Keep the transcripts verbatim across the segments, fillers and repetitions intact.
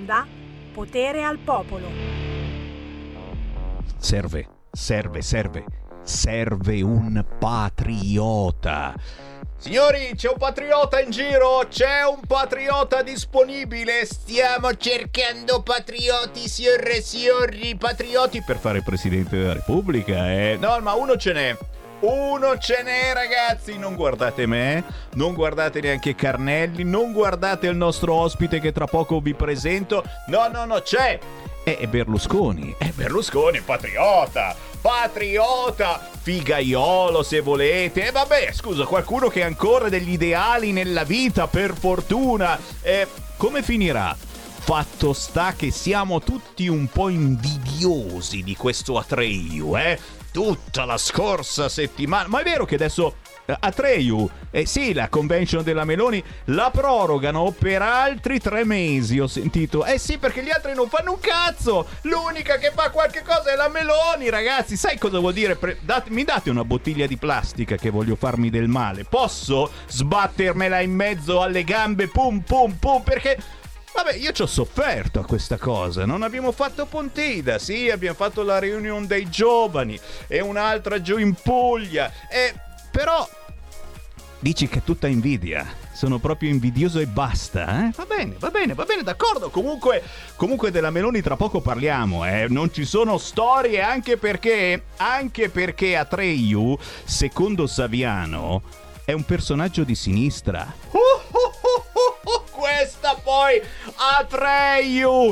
onda Potere al Popolo. Serve, serve, serve, serve un patriota. Signori, c'è un patriota in giro, c'è un patriota disponibile. Stiamo cercando patrioti, signore e signori, patrioti per fare Presidente della Repubblica, eh. No, ma uno ce n'è. Uno ce n'è, ragazzi. Non guardate me, non guardate neanche Carnelli, non guardate il nostro ospite che tra poco vi presento. No, no, no, c'è. È Berlusconi. È Berlusconi, patriota. Patriota, figaiolo se volete. E eh, vabbè, scusa, qualcuno che ha ancora degli ideali nella vita, per fortuna. Eh, come finirà? Fatto sta che siamo tutti un po' invidiosi di questo Atreju, eh? Tutta la scorsa settimana. Ma è vero che adesso Atreju, eh sì, la convention della Meloni la prorogano per altri tre mesi, ho sentito. Eh sì, perché gli altri non fanno un cazzo. L'unica che fa qualche cosa è la Meloni, ragazzi. Sai cosa vuol dire? Pre- dat- mi date una bottiglia di plastica che voglio farmi del male. Posso sbattermela in mezzo alle gambe, pum pum pum, perché... Vabbè, io ci ho sofferto a questa cosa. Non abbiamo fatto Pontida, sì, abbiamo fatto la riunione dei giovani e un'altra giù in Puglia. E però dici che è tutta invidia. Sono proprio invidioso e basta, eh? Va bene, va bene, va bene, d'accordo. Comunque, comunque della Meloni tra poco parliamo, eh? Non ci sono storie, anche perché anche perché Atreju, secondo Saviano, è un personaggio di sinistra. Uh, uh, uh, uh, uh, questa poi Atreju,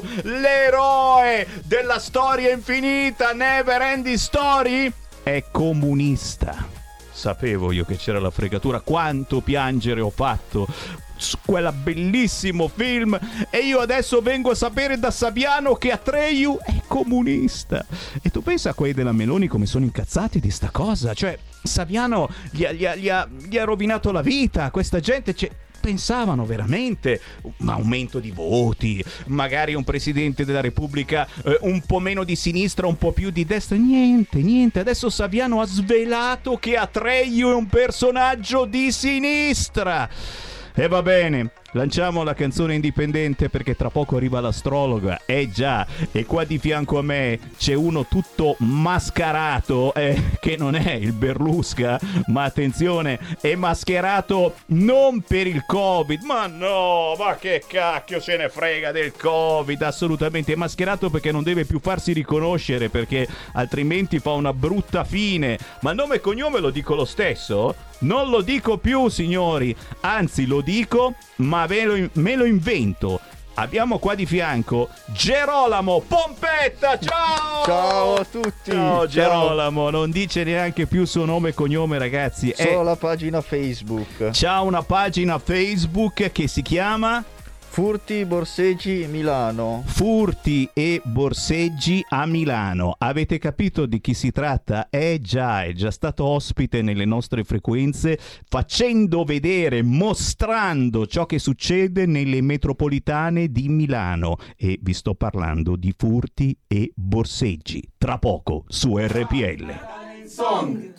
l'eroe della storia infinita, Never Ending Story, è comunista. Sapevo io che c'era la fregatura. Quanto piangere ho fatto su quella bellissimo film, e io adesso vengo a sapere da Saviano che Atreju è comunista. E tu pensa a quelli della Meloni come sono incazzati di sta cosa. Cioè Saviano gli ha, gli ha, gli ha, gli ha rovinato la vita a questa gente. Cioè, pensavano veramente un aumento di voti, magari un Presidente della Repubblica eh, un po' meno di sinistra, un po' più di destra. Niente, niente. Adesso Saviano ha svelato che Atreju è un personaggio di sinistra. E va bene, lanciamo la canzone indipendente perché tra poco arriva l'astrologa. Eh già, e qua di fianco a me c'è uno tutto mascherato, eh, che non è il Berlusca, ma attenzione, è mascherato non per il Covid. Ma no, ma che cacchio se ne frega del Covid, assolutamente. È mascherato perché non deve più farsi riconoscere, perché altrimenti fa una brutta fine. Ma il nome e cognome lo dico lo stesso? Non lo dico più, signori, anzi lo dico, ma me lo, me lo invento. Abbiamo qua di fianco Gerolamo Pompetta, ciao! Ciao a tutti! Ciao Gerolamo, non dice neanche più suo nome e cognome, ragazzi. Solo È... la pagina Facebook. C'ha una pagina Facebook che si chiama... Furti Borseggi Milano. Furti e Borseggi a Milano. Avete capito di chi si tratta? Eh già, è già stato ospite nelle nostre frequenze, facendo vedere, mostrando ciò che succede nelle metropolitane di Milano. E vi sto parlando di Furti e Borseggi. Tra poco su R P L. Song.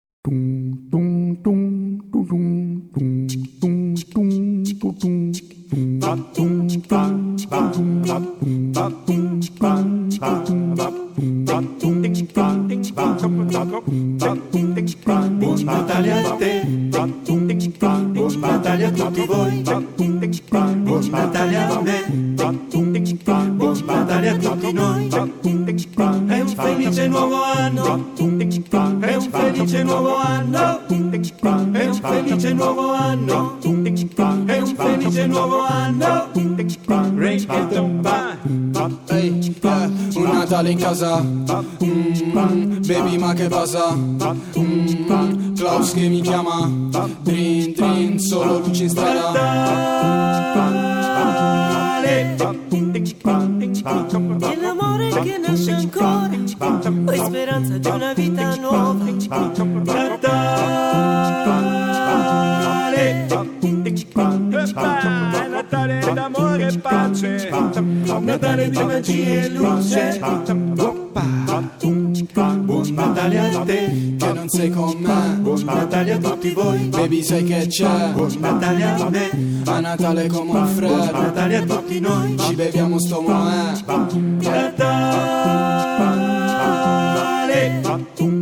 Tum tum tum tum tum tum tum tum tum tum. Ba tum ba ba ba ba tum ba ba ba ba tum ding ba ding ba ba tum ding ba. Buon Natale a te, ba tum ding ba. Buon Natale a tutti voi, ba tum ding ba. Buon Natale a me, ba tum ding ba. Buon Natale a tutti noi, ba tum ding ba. È un felice nuovo anno, ba tum ding ba. È un felice nuovo anno, tum ding ba. È un felice nuovo anno, tum ding ba. È un felice nuovo anno, tum ding ba. Reggaeton ba. Ehi, yeah, un Natale in casa, mm, baby ma che pasa, mm, Klaus che mi chiama, drin drin, solo luci in strada. E l'amore che nasce ancora, poi speranza di una vita nuova. Natale, Natale d'amore e pace, Natale di magia e luce. Buon Natale a te, che non sei con me. Buon Natale a tutti voi, Baby sai che c'è, buon Natale a me, a Natale come un buon freddo, Natale a tutti noi, ci beviamo sto moè. Natale,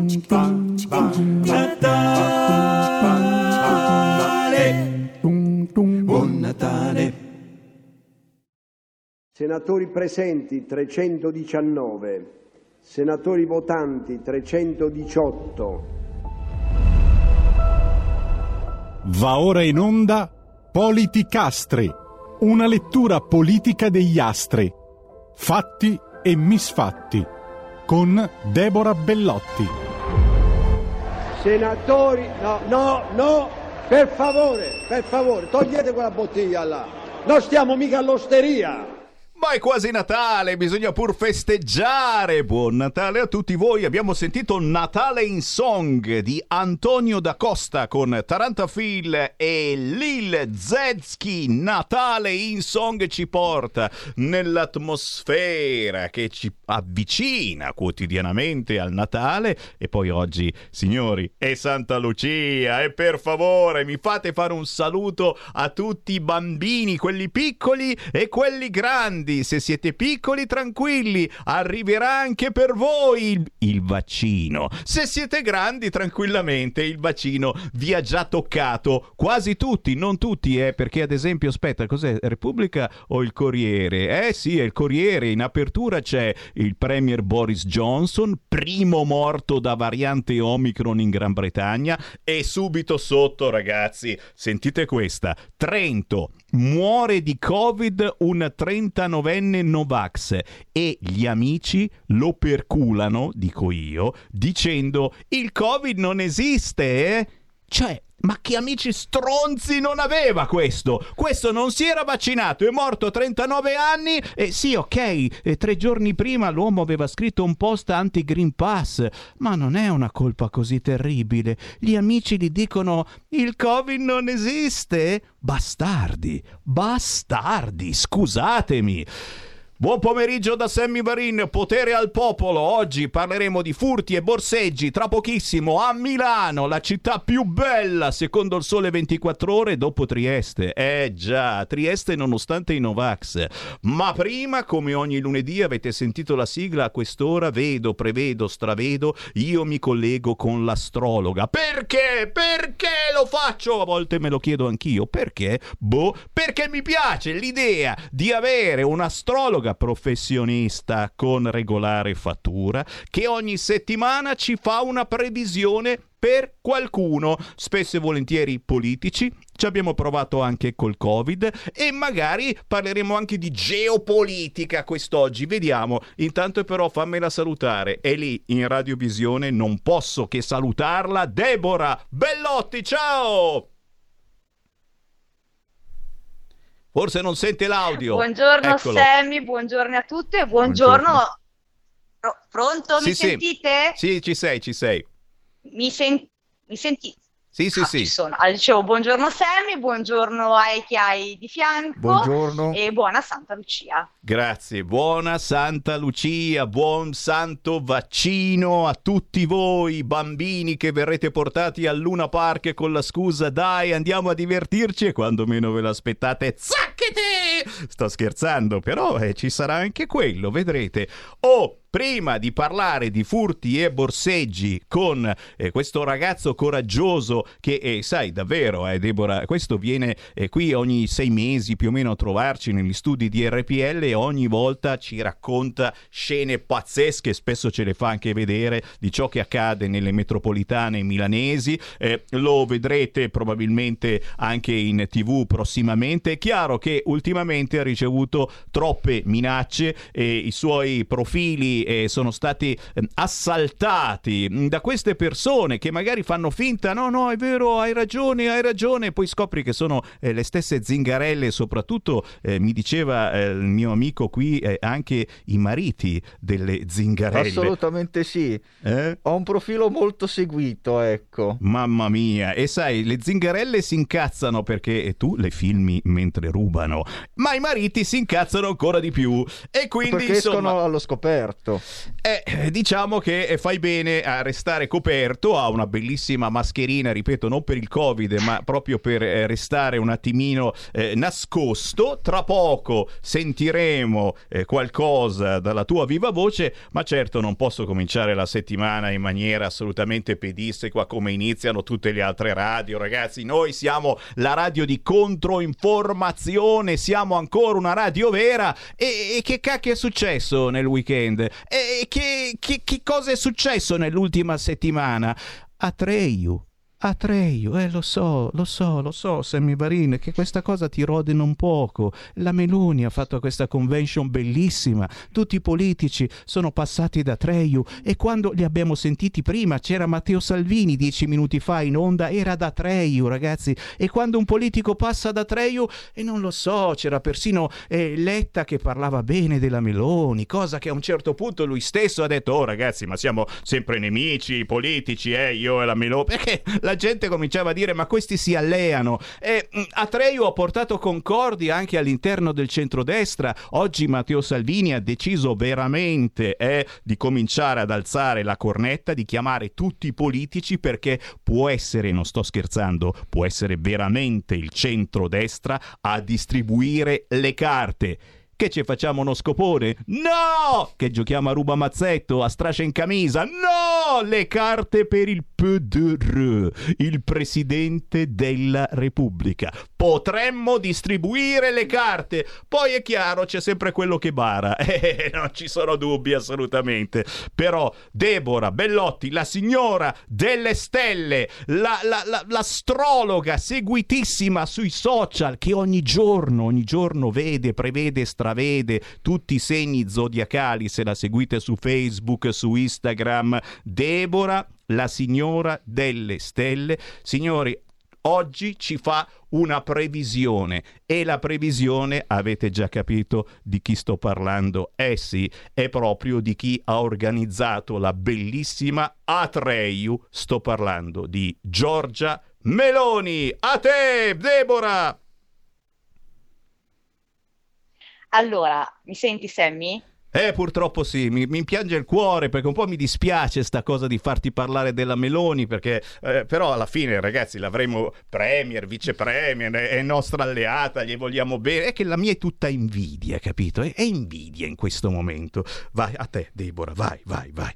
Natale, buon Natale. Senatori presenti trecentodiciannove, senatori votanti trecentodiciotto. Va ora in onda Politicastri, una lettura politica degli astri, fatti e misfatti, con Deborah Bellotti. Senatori, no, no, no, per favore, per favore, togliete quella bottiglia là, non stiamo mica all'osteria. Ma è quasi Natale, bisogna pur festeggiare. Buon Natale a tutti voi. Abbiamo sentito Natale in Song di Antonio da Costa con Tarantafil e Lil Zetsky. Natale in Song ci porta nell'atmosfera che ci avvicina quotidianamente al Natale. E poi oggi, signori, è Santa Lucia. E per favore mi fate fare un saluto a tutti i bambini, quelli piccoli e quelli grandi. Se siete piccoli, tranquilli, arriverà anche per voi il, il vaccino. Se siete grandi, tranquillamente, il vaccino vi ha già toccato. Quasi tutti, non tutti, eh, perché ad esempio, aspetta, cos'è? Repubblica o il Corriere? Eh sì, è il Corriere. In apertura c'è il premier Boris Johnson, primo morto da variante Omicron in Gran Bretagna, e subito sotto, ragazzi, sentite questa: Trento, muore di Covid un trentanovenne Novax e gli amici lo perculano, dico io, dicendo il Covid non esiste, eh? Cioè, ma che amici stronzi non aveva questo? Questo non si era vaccinato, è morto a trentanove anni e sì, ok, e tre giorni prima l'uomo aveva scritto un post anti-Green Pass, ma non è una colpa così terribile. Gli amici gli dicono il Covid non esiste? Bastardi, bastardi, scusatemi. Buon pomeriggio da Sammy Varin, potere al popolo. Oggi parleremo di furti e borseggi. Tra pochissimo a Milano, la città più bella secondo il Sole ventiquattro Ore dopo Trieste. Eh già, Trieste nonostante i Novax. Ma prima, come ogni lunedì, avete sentito la sigla, a quest'ora vedo, prevedo, stravedo, io mi collego con l'astrologa. Perché? Perché lo faccio? A volte me lo chiedo anch'io. Perché? Boh, perché mi piace l'idea di avere un'astrologa professionista con regolare fattura che ogni settimana ci fa una previsione per qualcuno, spesso e volentieri politici. Ci abbiamo provato anche col Covid e magari parleremo anche di geopolitica quest'oggi, vediamo. Intanto però fammela salutare, è lì in radiovisione, non posso che salutarla, Deborah Bellotti, ciao! Forse non sente l'audio. Buongiorno Eccolo. Sammy, buongiorno a tutti e buongiorno. Buongiorno. Pro- pronto? Sì, Mi sì. sentite? Sì, ci sei, ci sei. Mi, sen- mi sentite? Sì, sì, Ah, sì. ci sono. Allora, dicevo buongiorno Sammy, buongiorno ai che hai di fianco. Buongiorno. E buona Santa Lucia. Grazie, buona Santa Lucia, buon santo vaccino a tutti voi bambini che verrete portati al Luna Park con la scusa dai andiamo a divertirci e quando meno ve l'aspettate zacchete! Sto scherzando, però eh, ci sarà anche quello, vedrete. Oh, prima di parlare di furti e borseggi con eh, questo ragazzo coraggioso che, eh, sai, davvero, eh, Deborah, questo viene eh, qui ogni sei mesi più o meno a trovarci negli studi di R P L e ogni volta ci racconta scene pazzesche, spesso ce le fa anche vedere, di ciò che accade nelle metropolitane milanesi. Eh, lo vedrete probabilmente anche in tivù prossimamente. È chiaro che ultimamente ha ricevuto troppe minacce e i suoi profili eh, sono stati eh, assaltati da queste persone che magari fanno finta no no è vero hai ragione hai ragione poi scopri che sono eh, le stesse zingarelle. Soprattutto eh, mi diceva eh, il mio amico qui eh, anche i mariti delle zingarelle. Assolutamente sì, eh? Ho un profilo molto seguito, ecco. Mamma mia, e sai, le zingarelle si incazzano perché tu le filmi mentre rubano, ma i mariti si incazzano ancora di più e quindi perché insomma escono allo scoperto. vero. Eh, diciamo che fai bene a restare coperto, ha una bellissima mascherina, ripeto, non per il Covid, ma proprio per eh, restare un attimino eh, nascosto. Tra poco sentiremo eh, qualcosa dalla tua viva voce, ma certo non posso cominciare la settimana in maniera assolutamente pedissequa come iniziano tutte le altre radio, ragazzi. Noi siamo la radio di controinformazione, siamo ancora una radio vera. E, e che cacchio è successo nel weekend? E che, che, che cosa è successo nell'ultima settimana? Atreyu Atreyu, eh lo so, lo so, lo so, Sammy Varin, che questa cosa ti rode non poco. La Meloni ha fatto questa convention bellissima, tutti i politici sono passati da Atreyu e quando li abbiamo sentiti prima c'era Matteo Salvini dieci minuti fa in onda, era da Atreyu, ragazzi, e quando un politico passa da Atreyu, e non lo so, c'era persino eh, Letta che parlava bene della Meloni, cosa che a un certo punto lui stesso ha detto: oh ragazzi, ma siamo sempre nemici politici, eh, io e la Meloni, perché la gente cominciava a dire ma questi si alleano. E Atreyu ha portato concordia anche all'interno del centrodestra. Oggi Matteo Salvini ha deciso veramente eh, di cominciare ad alzare la cornetta, di chiamare tutti i politici, perché può essere, non sto scherzando, può essere veramente il centrodestra a distribuire le carte. Che ci facciamo uno scopone? No! Che giochiamo a ruba mazzetto, a strascia in camisa? No! Le carte per il P D R, il Presidente della Repubblica. Potremmo distribuire le carte. Poi è chiaro, c'è sempre quello che bara. Eh, non ci sono dubbi assolutamente. Però Deborah Bellotti, la signora delle stelle, la, la, la, l'astrologa seguitissima sui social, che ogni giorno, ogni giorno vede, prevede, stravede tutti i segni zodiacali, se la seguite su Facebook, su Instagram, Deborah, la signora delle stelle, signori, oggi ci fa una previsione, e la previsione, avete già capito di chi sto parlando? Eh sì, è proprio di chi ha organizzato la bellissima Atreyu, sto parlando di Giorgia Meloni. A te, Deborah! Allora, mi senti, Sammy? Eh, purtroppo sì, mi, mi piange il cuore, perché un po' mi dispiace sta cosa di farti parlare della Meloni, perché eh, però alla fine, ragazzi, l'avremo premier, vice premier, è, è nostra alleata, gli vogliamo bene. È che la mia è tutta invidia, capito? È, è invidia in questo momento. Vai, a te, Deborah, vai, vai, vai.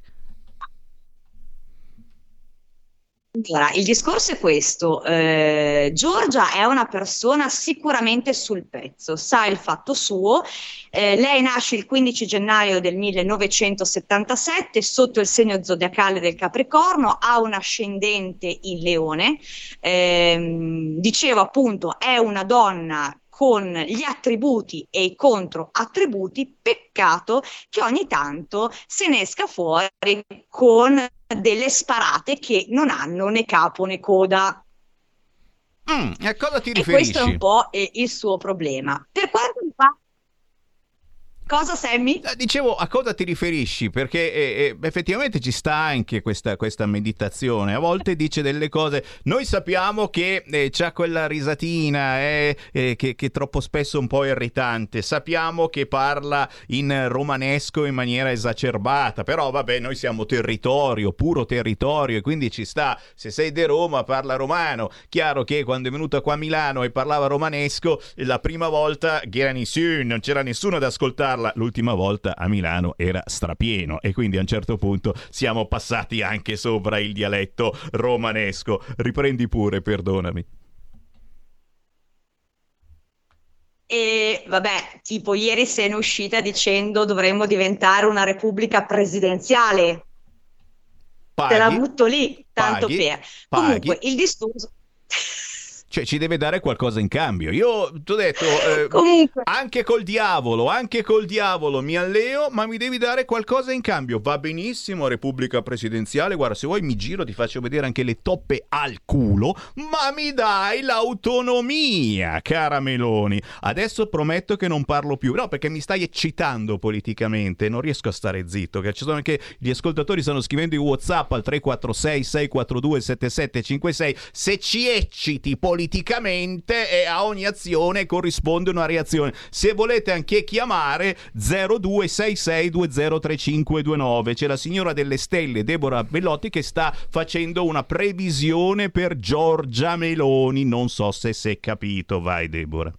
Allora, il discorso è questo, eh, Giorgia è una persona sicuramente sul pezzo, sa il fatto suo, eh, lei nasce il quindici gennaio del millenovecentosettantasette sotto il segno zodiacale del Capricorno, ha un ascendente in Leone, eh, dicevo appunto è una donna con gli attributi e i controattributi, peccato che ogni tanto se ne esca fuori con delle sparate che non hanno né capo né coda. Mm, a cosa ti e riferisci? Questo è un po' il suo problema. Per quanto mi fa... Cosa, Sammy? Dicevo, a cosa ti riferisci? Perché eh, eh, effettivamente ci sta anche questa, questa meditazione. A volte dice delle cose. Noi sappiamo che eh, c'ha quella risatina eh, eh, che, che troppo spesso è un po' irritante. Sappiamo che parla in romanesco in maniera esacerbata. Però vabbè, noi siamo territorio, puro territorio, e quindi ci sta. Se sei di Roma parla romano. Chiaro che quando è venuta qua a Milano e parlava romanesco, la prima volta che era nessuno, non c'era nessuno ad ascoltarla. L'ultima volta a Milano era strapieno, e quindi a un certo punto siamo passati anche sopra il dialetto romanesco. Riprendi pure, perdonami. E vabbè, tipo ieri se ne è uscita dicendo dovremmo diventare una repubblica presidenziale. Paghi, te la butto lì, tanto paghi, per paghi. Comunque il discorso Cioè ci deve dare qualcosa in cambio. Io ti ho detto eh, Comunque. anche col diavolo, anche col diavolo mi alleo, ma mi devi dare qualcosa in cambio. Va benissimo, Repubblica Presidenziale, guarda, se vuoi mi giro, ti faccio vedere anche le toppe al culo, ma mi dai l'autonomia, cara Meloni. Adesso prometto che non parlo più, no, perché mi stai eccitando politicamente, non riesco a stare zitto, che ci sono anche gli ascoltatori stanno scrivendo in WhatsApp al tre quattro sei sei quattro due sette sette cinque sei. Se ci ecciti politicamente politicamente e a ogni azione corrisponde una reazione. Se volete anche chiamare zero due sei sei due zero tre cinque due nove, c'è la signora delle stelle Deborah Bellotti che sta facendo una previsione per Giorgia Meloni, non so se si è capito. Vai Deborah.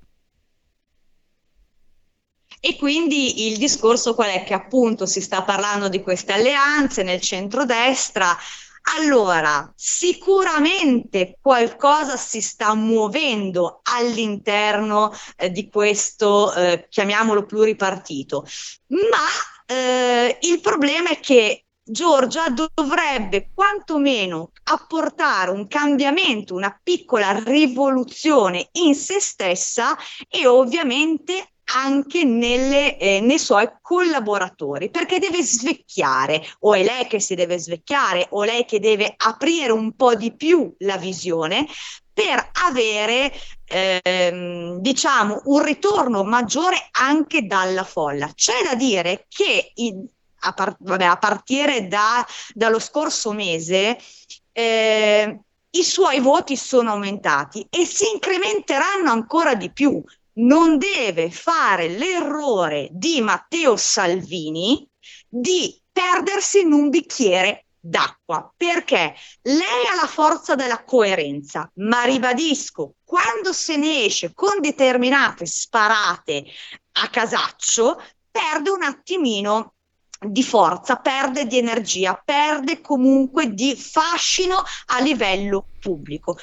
E quindi il discorso qual è? Che appunto si sta parlando di queste alleanze nel centrodestra. Allora, sicuramente qualcosa si sta muovendo all'interno eh, di questo, eh, chiamiamolo pluripartito, ma eh, il problema è che Giorgia dovrebbe quantomeno apportare un cambiamento, una piccola rivoluzione in se stessa e ovviamente anche nelle, eh, nei suoi collaboratori, perché deve svecchiare, o è lei che si deve svecchiare, o lei che deve aprire un po' di più la visione per avere ehm, diciamo un ritorno maggiore anche dalla folla. C'è da dire che in, a, par- vabbè, a partire da, dallo scorso mese eh, i suoi voti sono aumentati e si incrementeranno ancora di più. Non deve fare l'errore di Matteo Salvini di perdersi in un bicchiere d'acqua, perché lei ha la forza della coerenza, ma ribadisco, quando se ne esce con determinate sparate a casaccio, perde un attimino di forza, perde di energia, perde comunque di fascino a livello pubblico.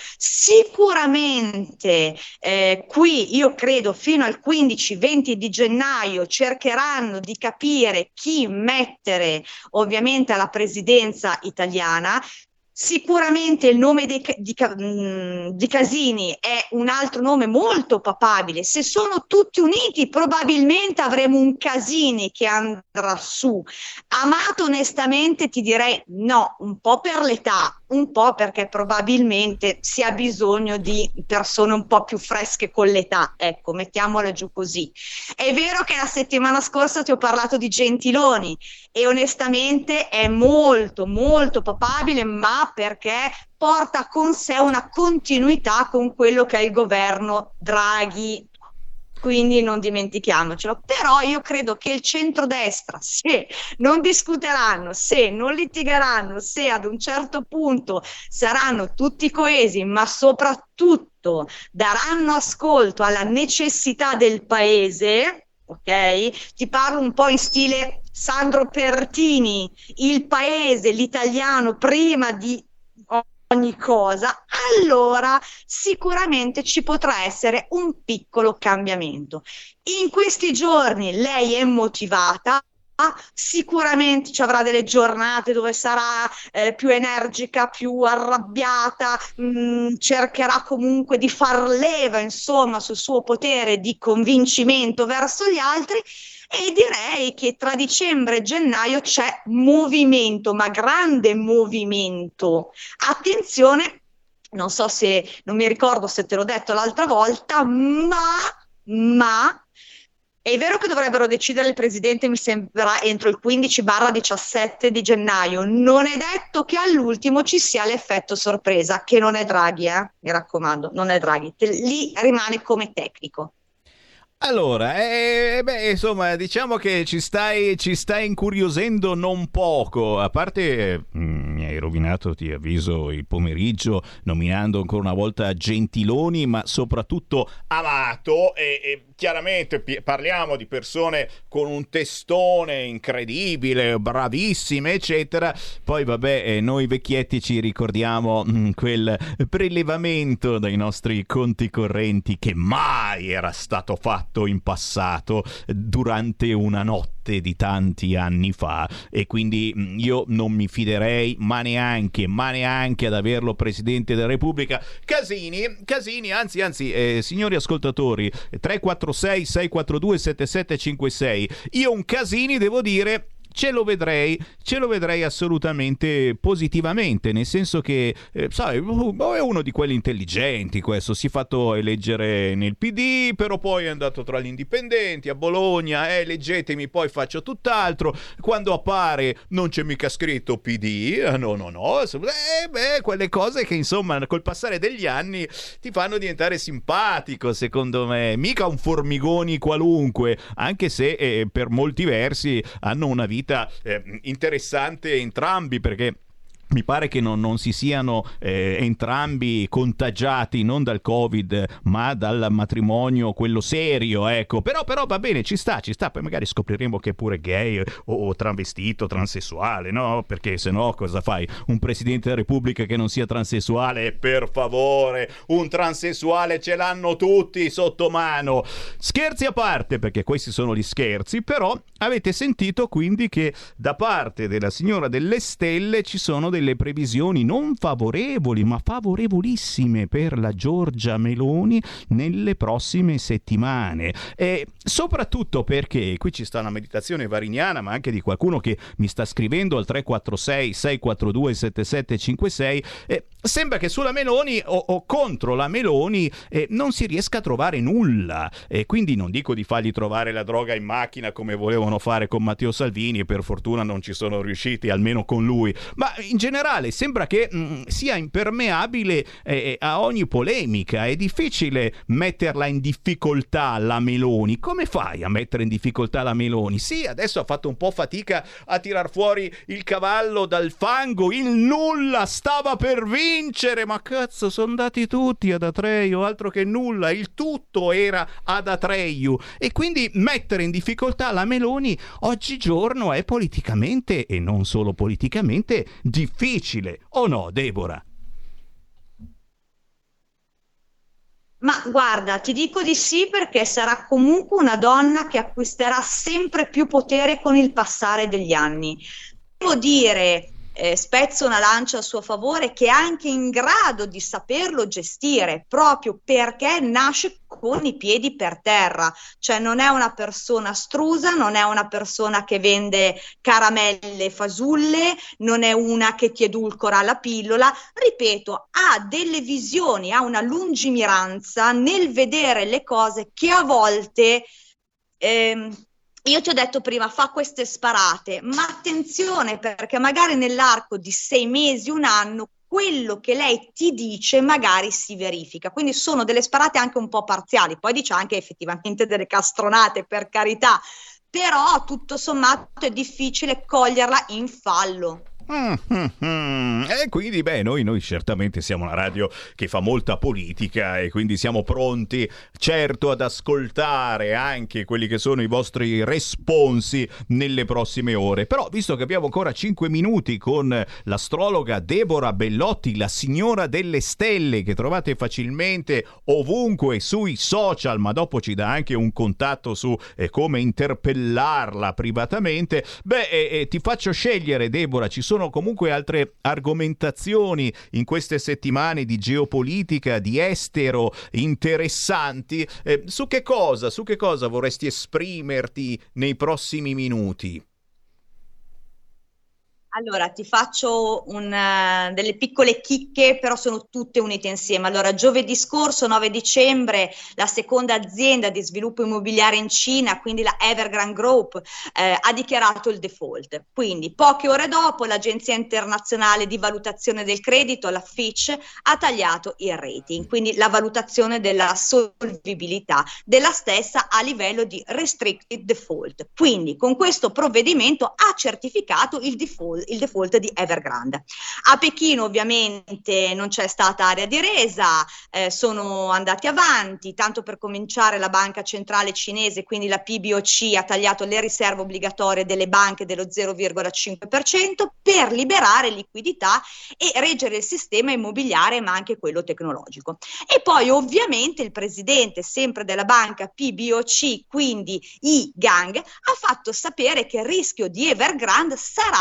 Sicuramente eh, qui io credo fino al quindici venti di gennaio cercheranno di capire chi mettere ovviamente alla presidenza italiana. Sicuramente il nome di, di, di Casini è un altro nome molto papabile. Se sono tutti uniti probabilmente avremo un Casini che andrà su. Amato onestamente ti direi no, un po' per l'età, un po' perché probabilmente si ha bisogno di persone un po' più fresche con l'età, ecco, mettiamola giù così. È vero che la settimana scorsa ti ho parlato di Gentiloni e onestamente è molto molto papabile, ma perché porta con sé una continuità con quello che è il governo Draghi, quindi non dimentichiamocelo. Però io credo che il centrodestra, se non discuteranno, se non litigheranno, se ad un certo punto saranno tutti coesi, ma soprattutto daranno ascolto alla necessità del paese, ok? Ti parlo un po' in stile Sandro Pertini, il paese, l'italiano prima di ogni cosa, allora sicuramente ci potrà essere un piccolo cambiamento. In questi giorni lei è motivata, sicuramente ci avrà delle giornate dove sarà eh, più energica, più arrabbiata, mh, cercherà comunque di far leva insomma sul suo potere di convincimento verso gli altri. E direi che tra dicembre e gennaio c'è movimento, ma grande movimento. Attenzione, non so se, non mi ricordo se te l'ho detto l'altra volta, ma, ma è vero che dovrebbero decidere il presidente, mi sembra, entro il quindici diciassette di gennaio. Non è detto che all'ultimo ci sia l'effetto sorpresa, che non è Draghi, eh? Mi raccomando, non è Draghi, lì rimane come tecnico. Allora, eh, beh, insomma, diciamo che ci stai, ci stai incuriosendo non poco. A parte, mm, mi hai rovinato, ti avviso, il pomeriggio nominando ancora una volta Gentiloni, ma soprattutto Amato. E, e chiaramente p- parliamo di persone con un testone incredibile, bravissime, eccetera. Poi, vabbè, eh, noi vecchietti ci ricordiamo mm, quel prelevamento dai nostri conti correnti che mai era stato fatto in passato durante una notte di tanti anni fa, e quindi io non mi fiderei ma neanche ma neanche ad averlo presidente della Repubblica. Casini, Casini, anzi anzi eh, signori ascoltatori, tre quattro sei sei quattro due sette sette cinque sei, io un Casini devo dire ce lo vedrei, ce lo vedrei assolutamente positivamente, nel senso che, eh, sai, è uno di quelli intelligenti questo, si è fatto eleggere nel P D, però poi è andato tra gli indipendenti a Bologna, eh, leggetemi, poi faccio tutt'altro, quando appare non c'è mica scritto P D, no, no, no, eh, beh, quelle cose che insomma col passare degli anni ti fanno diventare simpatico, secondo me, mica un Formigoni qualunque, anche se eh, per molti versi hanno una vita eh, interessante entrambi, perché mi pare che non, non si siano eh, entrambi contagiati non dal Covid ma dal matrimonio, quello serio, ecco. Però, però va bene, ci sta, ci sta. Poi magari scopriremo che è pure gay o, o travestito, transessuale, no? Perché se no cosa fai? Un presidente della Repubblica che non sia transessuale? Per favore, un transessuale ce l'hanno tutti sotto mano. Scherzi a parte, perché questi sono gli scherzi, però avete sentito quindi che da parte della signora delle stelle ci sono delle previsioni non favorevoli ma favorevolissime per la Giorgia Meloni nelle prossime settimane, e soprattutto perché qui ci sta una meditazione variniana, ma anche di qualcuno che mi sta scrivendo al tre quattro sei sei quattro due sette sette cinque sei. eh, sembra che sulla Meloni o, o contro la Meloni eh, non si riesca a trovare nulla, e quindi non dico di fargli trovare la droga in macchina come volevano fare con Matteo Salvini, e per fortuna non ci sono riusciti, almeno con lui, ma in generale sembra che mh, sia impermeabile eh, a ogni polemica. È difficile metterla in difficoltà la Meloni. Come fai a mettere in difficoltà la Meloni? Sì, adesso ha fatto un po' fatica a tirar fuori il cavallo dal fango, il nulla stava per vincere, ma cazzo, sono andati tutti ad Atreio, altro che nulla, il tutto era ad Atreio, e quindi mettere in difficoltà la Meloni oggigiorno è politicamente, e non solo politicamente, difficile, o no, Deborah? Ma guarda, ti dico di sì, perché sarà comunque una donna che acquisterà sempre più potere con il passare degli anni. Devo dire, eh, spezzo una lancia a suo favore, che è anche in grado di saperlo gestire, proprio perché nasce con i piedi per terra, cioè non è una persona astrusa, non è una persona che vende caramelle e fasulle, non è una che ti edulcora la pillola, ripeto, ha delle visioni, ha una lungimiranza nel vedere le cose che a volte... Ehm, Io ti ho detto prima, fa queste sparate, ma attenzione, perché magari nell'arco di sei mesi, un anno, quello che lei ti dice magari si verifica. Quindi sono delle sparate anche un po' parziali, poi dice anche effettivamente delle castronate, per carità, però tutto sommato è difficile coglierla in fallo. Mm, mm, mm. E quindi beh, noi, noi certamente siamo una radio che fa molta politica, e quindi siamo pronti certo ad ascoltare anche quelli che sono i vostri responsi nelle prossime ore. Però visto che abbiamo ancora cinque minuti con l'astrologa Deborah Bellotti, la signora delle stelle, che trovate facilmente ovunque sui social, ma dopo ci dà anche un contatto su eh, come interpellarla privatamente, beh eh, eh, ti faccio scegliere, Deborah. Ci sono comunque altre argomentazioni in queste settimane di geopolitica, di estero, interessanti. Eh, su che cosa, su che cosa vorresti esprimerti nei prossimi minuti? Allora, ti faccio un, uh, delle piccole chicche, però sono tutte unite insieme. Allora, giovedì scorso, nove dicembre, la seconda azienda di sviluppo immobiliare in Cina, quindi la Evergrande Group, eh, ha dichiarato il default. Quindi, poche ore dopo, l'Agenzia Internazionale di Valutazione del Credito, la Fitch, ha tagliato il rating, quindi la valutazione della solvibilità della stessa a livello di restricted default. Quindi, con questo provvedimento ha certificato il default il default di Evergrande. A Pechino ovviamente non c'è stata area di resa, eh, sono andati avanti, tanto per cominciare la banca centrale cinese, quindi la P B O C, ha tagliato le riserve obbligatorie delle banche dello zero virgola cinque per cento per liberare liquidità e reggere il sistema immobiliare, ma anche quello tecnologico. E poi ovviamente il presidente sempre della banca P B O C, quindi Yi Gang, ha fatto sapere che il rischio di Evergrande sarà adeguato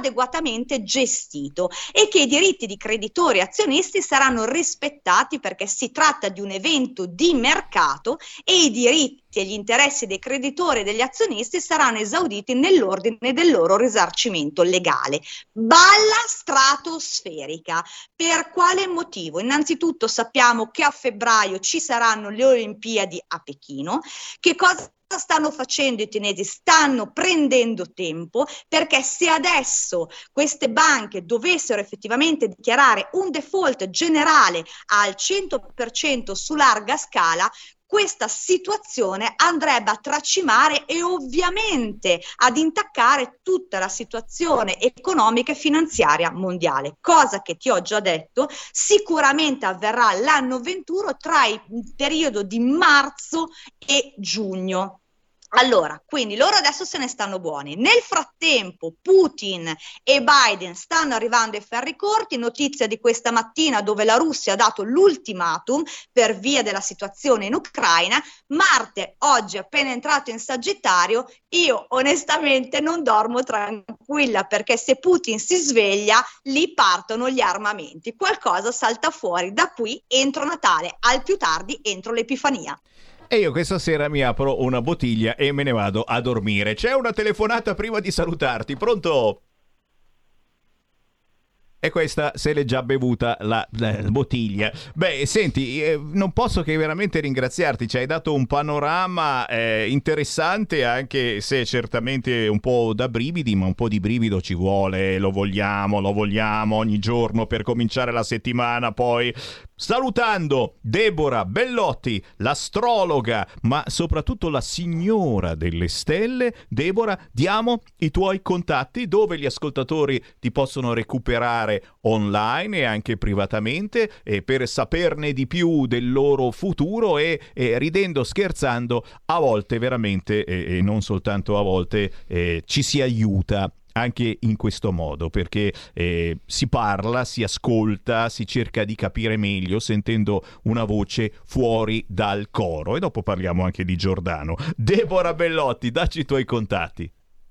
adeguatamente gestito e che i diritti di creditori e azionisti saranno rispettati perché si tratta di un evento di mercato e i diritti e gli interessi dei creditori e degli azionisti saranno esauditi nell'ordine del loro risarcimento legale. Balla stratosferica. Per quale motivo? Innanzitutto sappiamo che a febbraio ci saranno le Olimpiadi a Pechino. Che cosa stanno facendo i cinesi? Stanno prendendo tempo, perché se adesso queste banche dovessero effettivamente dichiarare un default generale al cento per cento su larga scala, questa situazione andrebbe a tracimare e ovviamente ad intaccare tutta la situazione economica e finanziaria mondiale, cosa che ti ho già detto sicuramente avverrà l'anno ventuno tra il periodo di marzo e giugno. Allora, quindi loro adesso se ne stanno buoni. Nel frattempo Putin e Biden stanno arrivando ai ferri corti, notizia di questa mattina dove la Russia ha dato l'ultimatum per via della situazione in Ucraina. Marte oggi è appena entrato in Sagittario, io onestamente non dormo tranquilla, perché se Putin si sveglia lì partono gli armamenti, qualcosa salta fuori da qui entro Natale, al più tardi entro l'Epifania. E io questa sera mi apro una bottiglia e me ne vado a dormire. C'è una telefonata prima di salutarti. Pronto? E questa se l'è già bevuta la, la bottiglia. Beh, senti, eh, non posso che veramente ringraziarti. Ci hai dato un panorama eh, interessante, anche se certamente un po' da brividi, ma un po' di brivido ci vuole. Lo vogliamo, lo vogliamo ogni giorno per cominciare la settimana. Poi salutando Deborah Bellotti, l'astrologa, ma soprattutto la signora delle stelle. Deborah, diamo i tuoi contatti dove gli ascoltatori ti possono recuperare online e anche privatamente, e per saperne di più del loro futuro e, e ridendo, scherzando, a volte veramente e, e non soltanto a volte eh, ci si aiuta anche in questo modo, perché eh, si parla, si ascolta, si cerca di capire meglio sentendo una voce fuori dal coro. E dopo parliamo anche di Giordano. Deborah Bellotti, dacci i tuoi contatti.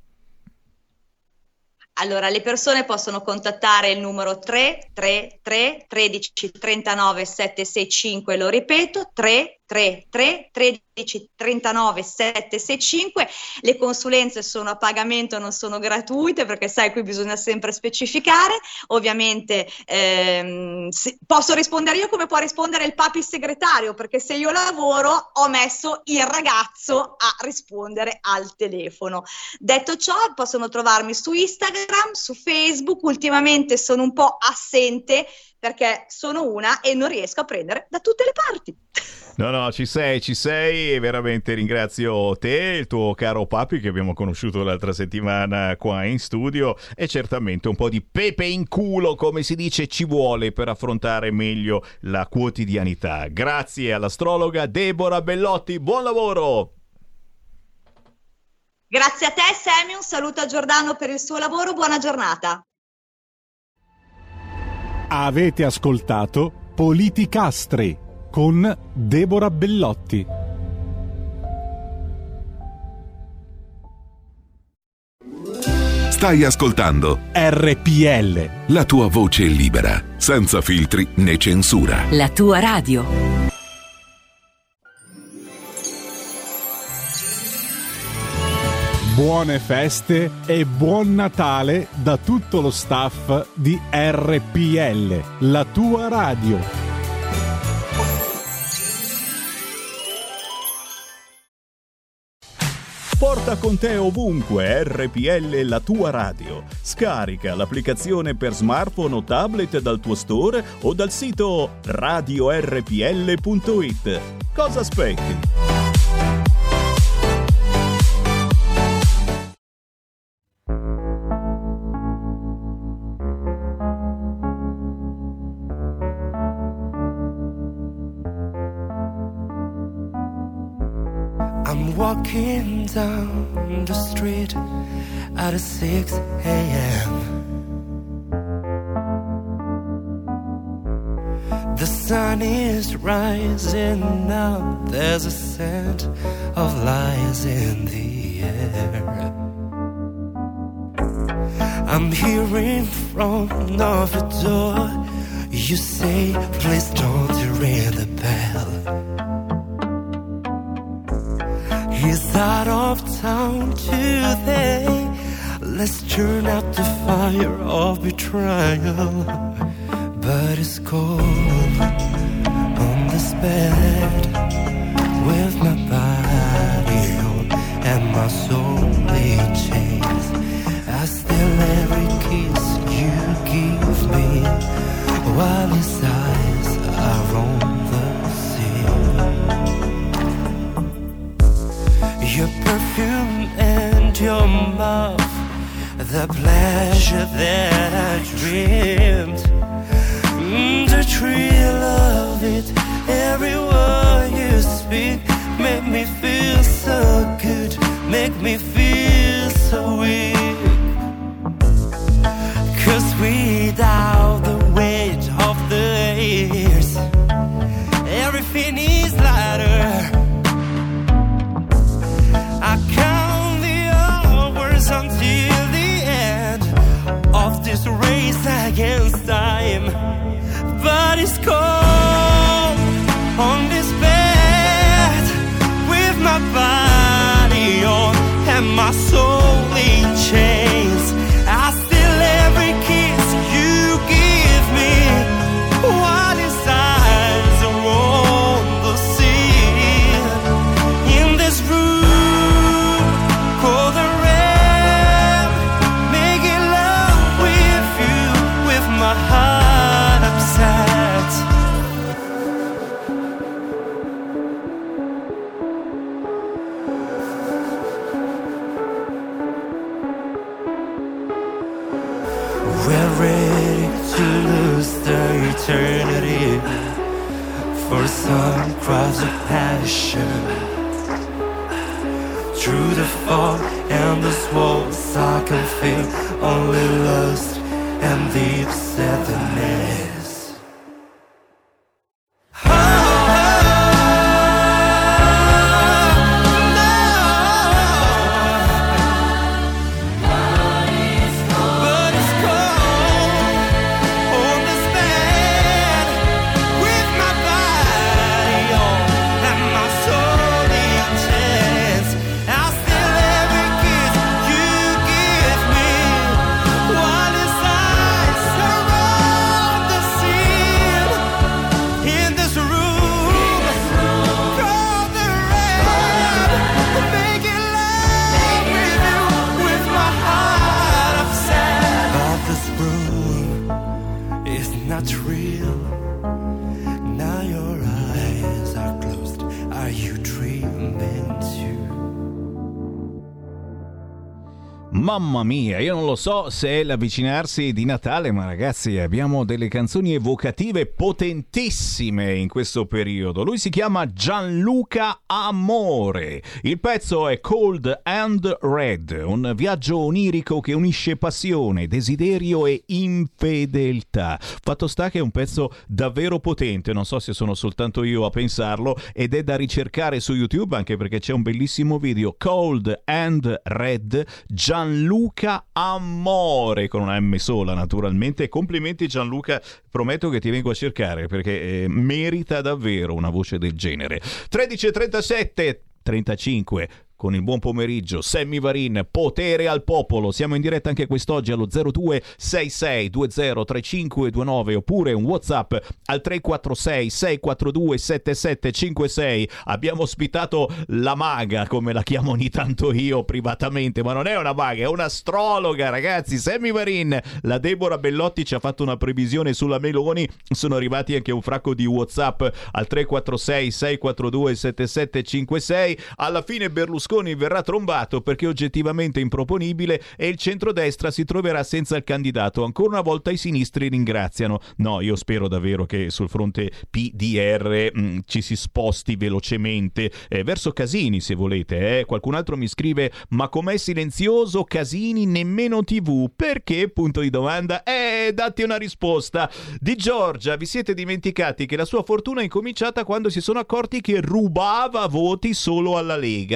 Allora, le persone possono contattare il numero tre tre tre tredici trentanove sette sei cinque, lo ripeto, tre tre tre tredici trentanove sette sei cinque. Le consulenze sono a pagamento, non sono gratuite, perché sai, qui bisogna sempre specificare. Ovviamente ehm, se, posso rispondere io come può rispondere il papi segretario, perché se io lavoro ho messo il ragazzo a rispondere al telefono. Detto ciò, possono trovarmi su Instagram, su Facebook. Ultimamente sono un po' assente perché sono una e non riesco a prendere da tutte le parti. No, no, ci sei, ci sei, e veramente ringrazio te, il tuo caro papi che abbiamo conosciuto l'altra settimana qua in studio, e certamente un po' di pepe in culo, come si dice, ci vuole per affrontare meglio la quotidianità. Grazie all'astrologa Deborah Bellotti, buon lavoro! Grazie a te, Sammy, un saluto a Giordano per il suo lavoro, buona giornata. Avete ascoltato Politicastri con Deborah Bellotti. Stai ascoltando R P L, la tua voce libera, senza filtri né censura. La tua radio. Buone feste e buon Natale da tutto lo staff di R P L, la tua radio. Porta con te ovunque R P L, la tua radio. Scarica l'applicazione per smartphone o tablet dal tuo store o dal sito radio r p l punto i t. Cosa aspetti? I'm walking down the street at six a.m. The sun is rising now, there's a scent of lies in the air. I'm hearing from the door. You say, please don't ring the bell. He's out of town today. Let's turn out the fire of betrayal. But it's cold on this bed, with my body on and my soul in chains. I still every kiss you give me, while his eyes are on the sea. Your perfume and your mouth, the pleasure that I dreamed, mm, the thrill of it, every word you speak, make me feel so good, make me feel so weak. 'Cause without the weight of the years, everything is lighter. I count the hours until the end of this race against time. But it's cold on this bed, with my body on and my soul in chains. I still every kiss you give me, while his eyes are on the sea. In this room called the ramp, making love with you, with my heart upset. We're ready to lose the eternity for some cries of passion. Through the fog and the walls I can feel only lust and deep sadness. Mamma mia, io non lo so se è l'avvicinarsi di Natale, ma ragazzi abbiamo delle canzoni evocative potentissime in questo periodo. Lui si chiama Gianluca Amore. Il pezzo è Cold and Red, un viaggio onirico che unisce passione, desiderio e infedeltà. Fatto sta che è un pezzo davvero potente, non so se sono soltanto io a pensarlo, ed è da ricercare su YouTube anche perché c'è un bellissimo video. Cold and Red, Gianluca Gianluca Amore, con una M sola naturalmente. Complimenti Gianluca, prometto che ti vengo a cercare perché eh, merita davvero una voce del genere. tredici e trentasette trentacinque con il buon pomeriggio, Sammy Varin, Potere al Popolo. Siamo in diretta anche quest'oggi allo zero due sei sei due zero tre cinque due nove oppure un WhatsApp al tre quattro sei sei quattro due sette sette cinque sei. Abbiamo ospitato la maga, come la chiamo ogni tanto io privatamente, ma non è una maga, è un'astrologa, ragazzi. Sammy Varin, la Deborah Bellotti ci ha fatto una previsione sulla Meloni, sono arrivati anche un fracco di WhatsApp al tre quattro sei sei quattro due sette sette cinque sei. Alla fine Berlusconi verrà trombato perché oggettivamente improponibile e il centrodestra si troverà senza il candidato. Ancora una volta i sinistri ringraziano. No, io spero davvero che sul fronte P D R mh, ci si sposti velocemente eh, verso Casini, se volete. Eh. Qualcun altro mi scrive: ma com'è silenzioso Casini, nemmeno tivù? Perché? Punto di domanda. Eh, datti una risposta. Di Giorgia, vi siete dimenticati che la sua fortuna è incominciata quando si sono accorti che rubava voti solo alla Lega.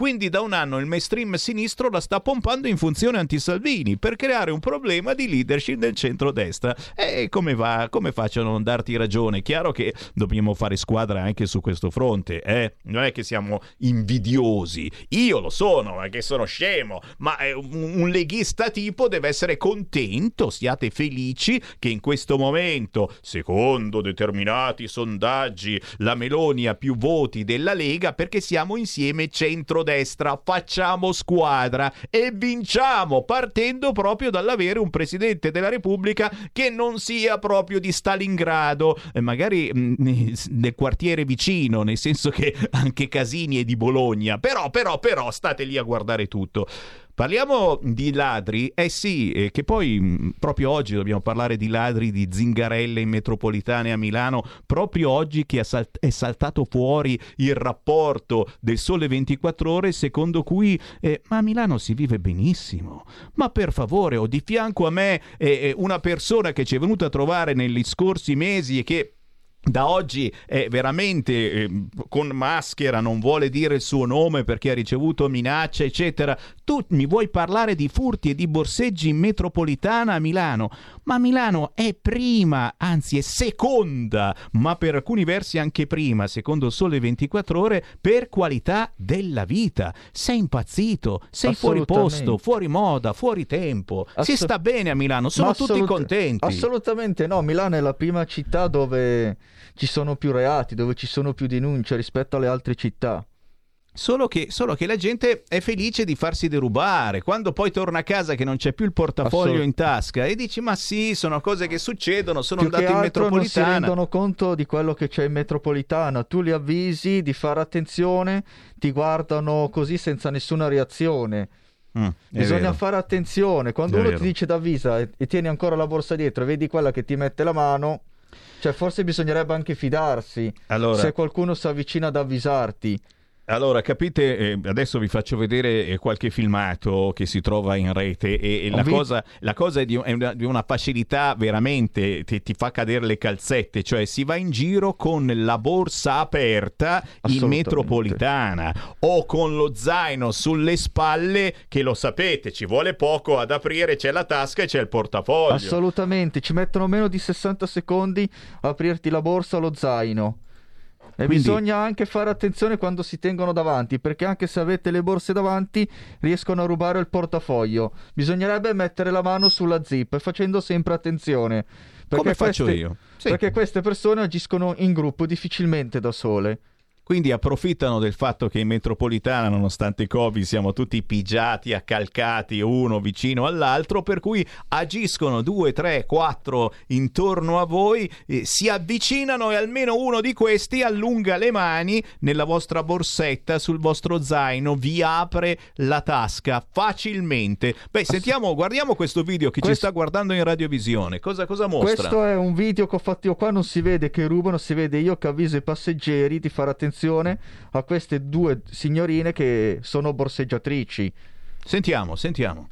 quindi da un anno il mainstream sinistro la sta pompando in funzione anti-Salvini per creare un problema di leadership del centrodestra. E come va? Come faccio a non darti ragione? Chiaro che dobbiamo fare squadra anche su questo fronte, eh? Non è che siamo invidiosi, io lo sono, è che sono scemo, ma un, un leghista tipo deve essere contento, siate felici che in questo momento, secondo determinati sondaggi, la Meloni ha più voti della Lega perché siamo insieme centrodestra, facciamo squadra e vinciamo, partendo proprio dall'avere un Presidente della Repubblica che non sia proprio di Stalingrado, eh, magari mh, nel quartiere vicino, nel senso che anche Casini è di Bologna, però però però state lì a guardare tutto. Parliamo di ladri, eh sì, eh, che poi mh, proprio oggi dobbiamo parlare di ladri di zingarelle in metropolitane a Milano, proprio oggi che è, salt- è saltato fuori il rapporto del Sole ventiquattro Ore secondo cui eh, ma a Milano si vive benissimo, ma per favore, ho di fianco a me eh, una persona che ci è venuta a trovare negli scorsi mesi e che da oggi è veramente eh, con maschera, non vuole dire il suo nome perché ha ricevuto minacce eccetera. Tu mi vuoi parlare di furti e di borseggi in metropolitana a Milano, ma Milano è prima, anzi è seconda, ma per alcuni versi anche prima, secondo Sole ventiquattro Ore, per qualità della vita. Sei impazzito, sei fuori posto, fuori moda, fuori tempo. Assolut- si sta bene a Milano, sono assolut- tutti contenti. Assolutamente no, Milano è la prima città dove ci sono più reati, dove ci sono più denunce rispetto alle altre città. Solo che, solo che la gente è felice di farsi derubare. Quando poi torna a casa che non c'è più il portafoglio Assolut- in tasca e dici ma sì, sono cose che succedono, sono Più che andato in altro metropolitana. non si rendono conto di quello che c'è in metropolitana. Tu li avvisi di fare attenzione, ti guardano così senza nessuna reazione. Mm, Bisogna vero. fare attenzione. Quando È uno vero. ti dice d'avvisa e, e tieni ancora la borsa dietro e vedi quella che ti mette la mano, cioè forse bisognerebbe anche fidarsi Allora- se qualcuno si avvicina ad avvisarti. Allora, capite, eh, adesso vi faccio vedere eh, qualche filmato che si trova in rete e, e la, vi- cosa, la cosa è, di, è una, di una facilità veramente, ti, ti fa cadere le calzette, cioè si va in giro con la borsa aperta in Assolutamente. metropolitana o con lo zaino sulle spalle, che lo sapete, ci vuole poco ad aprire, c'è la tasca e c'è il portafoglio. Assolutamente, ci mettono meno di sessanta secondi a aprirti la borsa o lo zaino. E Quindi- bisogna anche fare attenzione quando si tengono davanti, perché anche se avete le borse davanti riescono a rubare il portafoglio. Bisognerebbe mettere la mano sulla zip, facendo sempre attenzione. Perché Come faccio queste- io? Sì. Perché queste persone agiscono in gruppo, difficilmente da sole. Quindi approfittano del fatto che in metropolitana, nonostante i Covid, siamo tutti pigiati, accalcati uno vicino all'altro, per cui agiscono due, tre, quattro intorno a voi, eh, si avvicinano e almeno uno di questi allunga le mani nella vostra borsetta, sul vostro zaino, vi apre la tasca facilmente. Beh, sentiamo, guardiamo questo video che ci Questo- sta guardando in radiovisione. Cosa, cosa mostra? Questo è un video che ho fatto io qua, non si vede che rubano, si vede io che avviso i passeggeri di fare attenzione a queste due signorine che sono borseggiatrici. Sentiamo, sentiamo.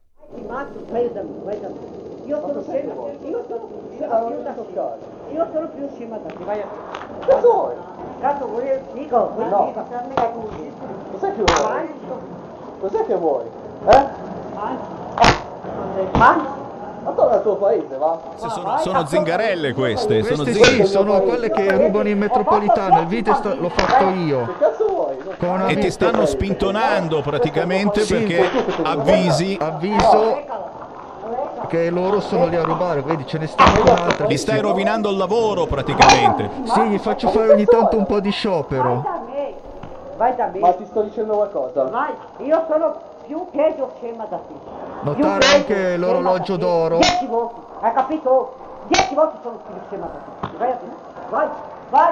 Io sono scema, io sono più da toccare. Io sono più scema da te, vai a te. Cazzo vuoi? Cazzo vuoi? Dico, no. Cos'è che vuoi? Cos'è che vuoi? Eh? Ma? Ma torna al tuo paese, va? Sono, sono zingarelle queste, sono Queste zingarelle. sì, sono quelle che rubano in metropolitana. Il video sta- l'ho fatto io. Che cazzo vuoi? Con una E ti vi- stanno spintonando praticamente Sì, perché avvisi, avviso che loro sono lì a rubare, vedi, ce ne sta anche un'altra. li stai rovinando il lavoro praticamente. Sì, gli faccio fare ogni tanto un po' di sciopero. Vai da me. Ma ti sto dicendo qualcosa? Vai, io sono più peggio scema da te. Notare Più anche peggio l'orologio scema da te. d'oro. Dieci volte, hai capito? Dieci volte sono più scema da te. Vai a te. Vai, vai.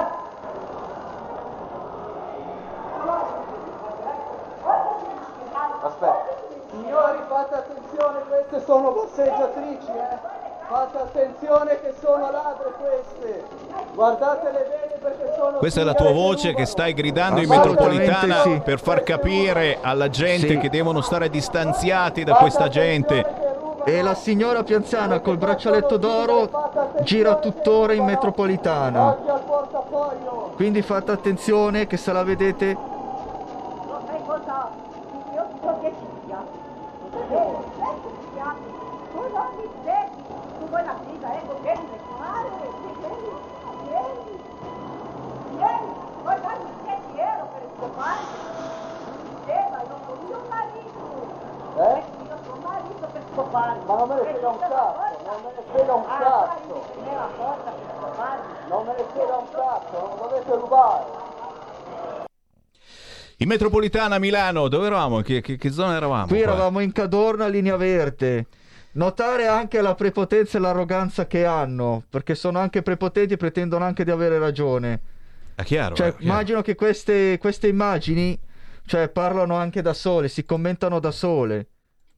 Aspetta. Signori, fate attenzione, queste sono borseggiatrici, eh. Fate attenzione che sono ladre queste. Guardatele bene perché sono... Questa è la tua voce che stai gridando in Assolutamente metropolitana sì. per far capire alla gente Sì. che devono stare distanziati da questa gente. E la signora più anziana col braccialetto d'oro gira tuttora in metropolitana. Occhio al portafoglio. Quindi fate attenzione che se la vedete cosa? Io dico che ci sia. Eh, certo ci sia. Tu non mi vedi. Tu vuoi la figa, ecco, vieni per fare, vieni, vieni, vieni. Vuoi darmi dieci euro per scopare? Diceva, io sono mio marito. Eh? Io sono marito per scopare. Ma non me ne frega un cazzo, non me ne frega un cazzo. Non me ne frega un cazzo, non dovete rubare. In metropolitana a Milano, dove eravamo? Che, che, che zona eravamo? Qui qua? eravamo in Cadorna, linea verde. Notare anche la prepotenza e l'arroganza che hanno, perché sono anche prepotenti e pretendono anche di avere ragione. È chiaro. Cioè, è chiaro. immagino che queste, queste immagini, cioè, parlano anche da sole, si commentano da sole.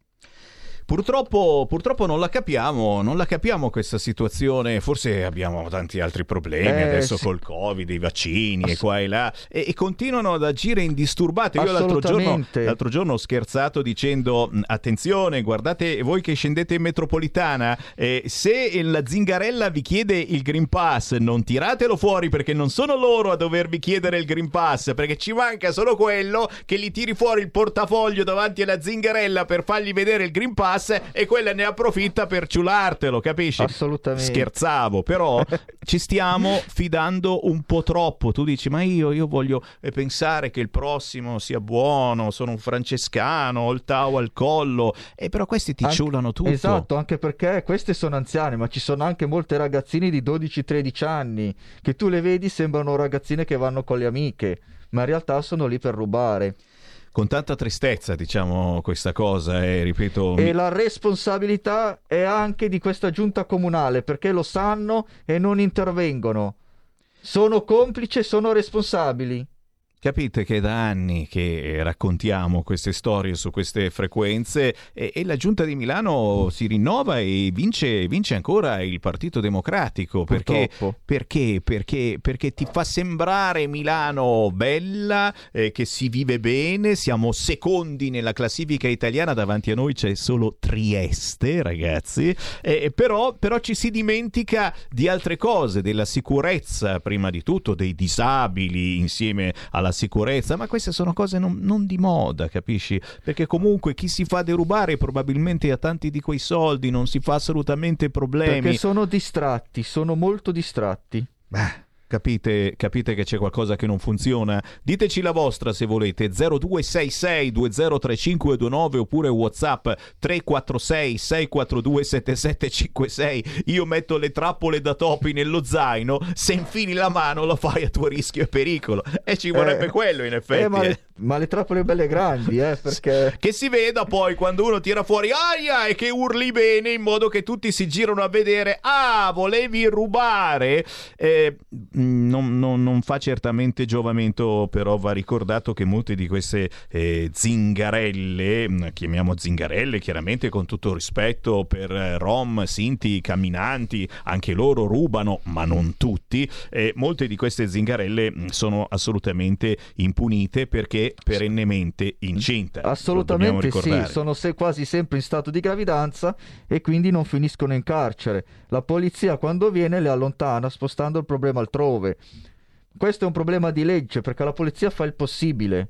Purtroppo, purtroppo non la capiamo, non la capiamo questa situazione, forse abbiamo tanti altri problemi Eh, adesso sì. col Covid, i vaccini Ass- e qua e là, e, e continuano ad agire indisturbati. Io l'altro giorno, Assolutamente. l'altro giorno ho scherzato dicendo "Mh, attenzione, guardate voi che scendete in metropolitana, eh, se la Zingarella vi chiede il Green Pass non tiratelo fuori, perché non sono loro a dovervi chiedere il Green Pass, perché ci manca solo quello che gli tiri fuori il portafoglio davanti alla Zingarella per fargli vedere il Green Pass e quella ne approfitta per ciulartelo, capisci? Assolutamente. Scherzavo, però ci stiamo fidando un po' troppo. Tu dici ma io, io voglio eh, pensare che il prossimo sia buono, sono un francescano, ho il tau al collo, e però questi ti Anche- ciulano tutto. Esatto, anche perché queste sono anziane, ma ci sono anche molte ragazzine di dodici tredici anni che tu le vedi, sembrano ragazzine che vanno con le amiche, ma in realtà sono lì per rubare. Con tanta tristezza diciamo questa cosa, e ripeto... E mi- la responsabilità è anche di questa giunta comunale, perché lo sanno e non intervengono. Sono complici e sono responsabili. Capite che è da anni che raccontiamo queste storie su queste frequenze, e, e la Giunta di Milano si rinnova e vince, vince ancora il Partito Democratico. Perché, Purtroppo. perché? Perché? Perché ti fa sembrare Milano bella, eh, che si vive bene, siamo secondi nella classifica italiana, davanti a noi c'è solo Trieste, ragazzi, eh, però, però ci si dimentica di altre cose, della sicurezza prima di tutto, dei disabili insieme alla sicurezza, ma queste sono cose non, non di moda, capisci? Perché comunque chi si fa derubare probabilmente ha tanti di quei soldi, non si fa assolutamente problemi. Perché sono distratti, sono molto distratti. Beh, capite, capite che c'è qualcosa che non funziona? Diteci la vostra se volete, zero due sei sei due zero tre cinque due nove oppure WhatsApp tre quattro sei sei quattro due sette sette cinque sei. Io metto le trappole da topi nello zaino, se infili la mano lo fai a tuo rischio e pericolo, e ci vorrebbe Eh, quello in effetti. Eh, ma, eh. le, ma le trappole belle grandi, eh, perché... Che si veda poi quando uno tira fuori aia e che urli bene, in modo che tutti si girano a vedere. Ah, volevi rubare? Eh, non, non, non fa certamente giovamento, però va ricordato che molte di queste eh, zingarelle, chiamiamo zingarelle chiaramente con tutto rispetto per eh, rom, sinti, camminanti, anche loro rubano, ma non tutti. Eh, molte di queste zingarelle mh, sono assolutamente impunite perché perennemente incinta. Assolutamente Lo dobbiamo sì, ricordare. sono se- quasi sempre in stato di gravidanza e quindi non finiscono in carcere. La polizia quando viene le allontana spostando il problema altrove. Questo è un problema di legge, perché la polizia fa il possibile.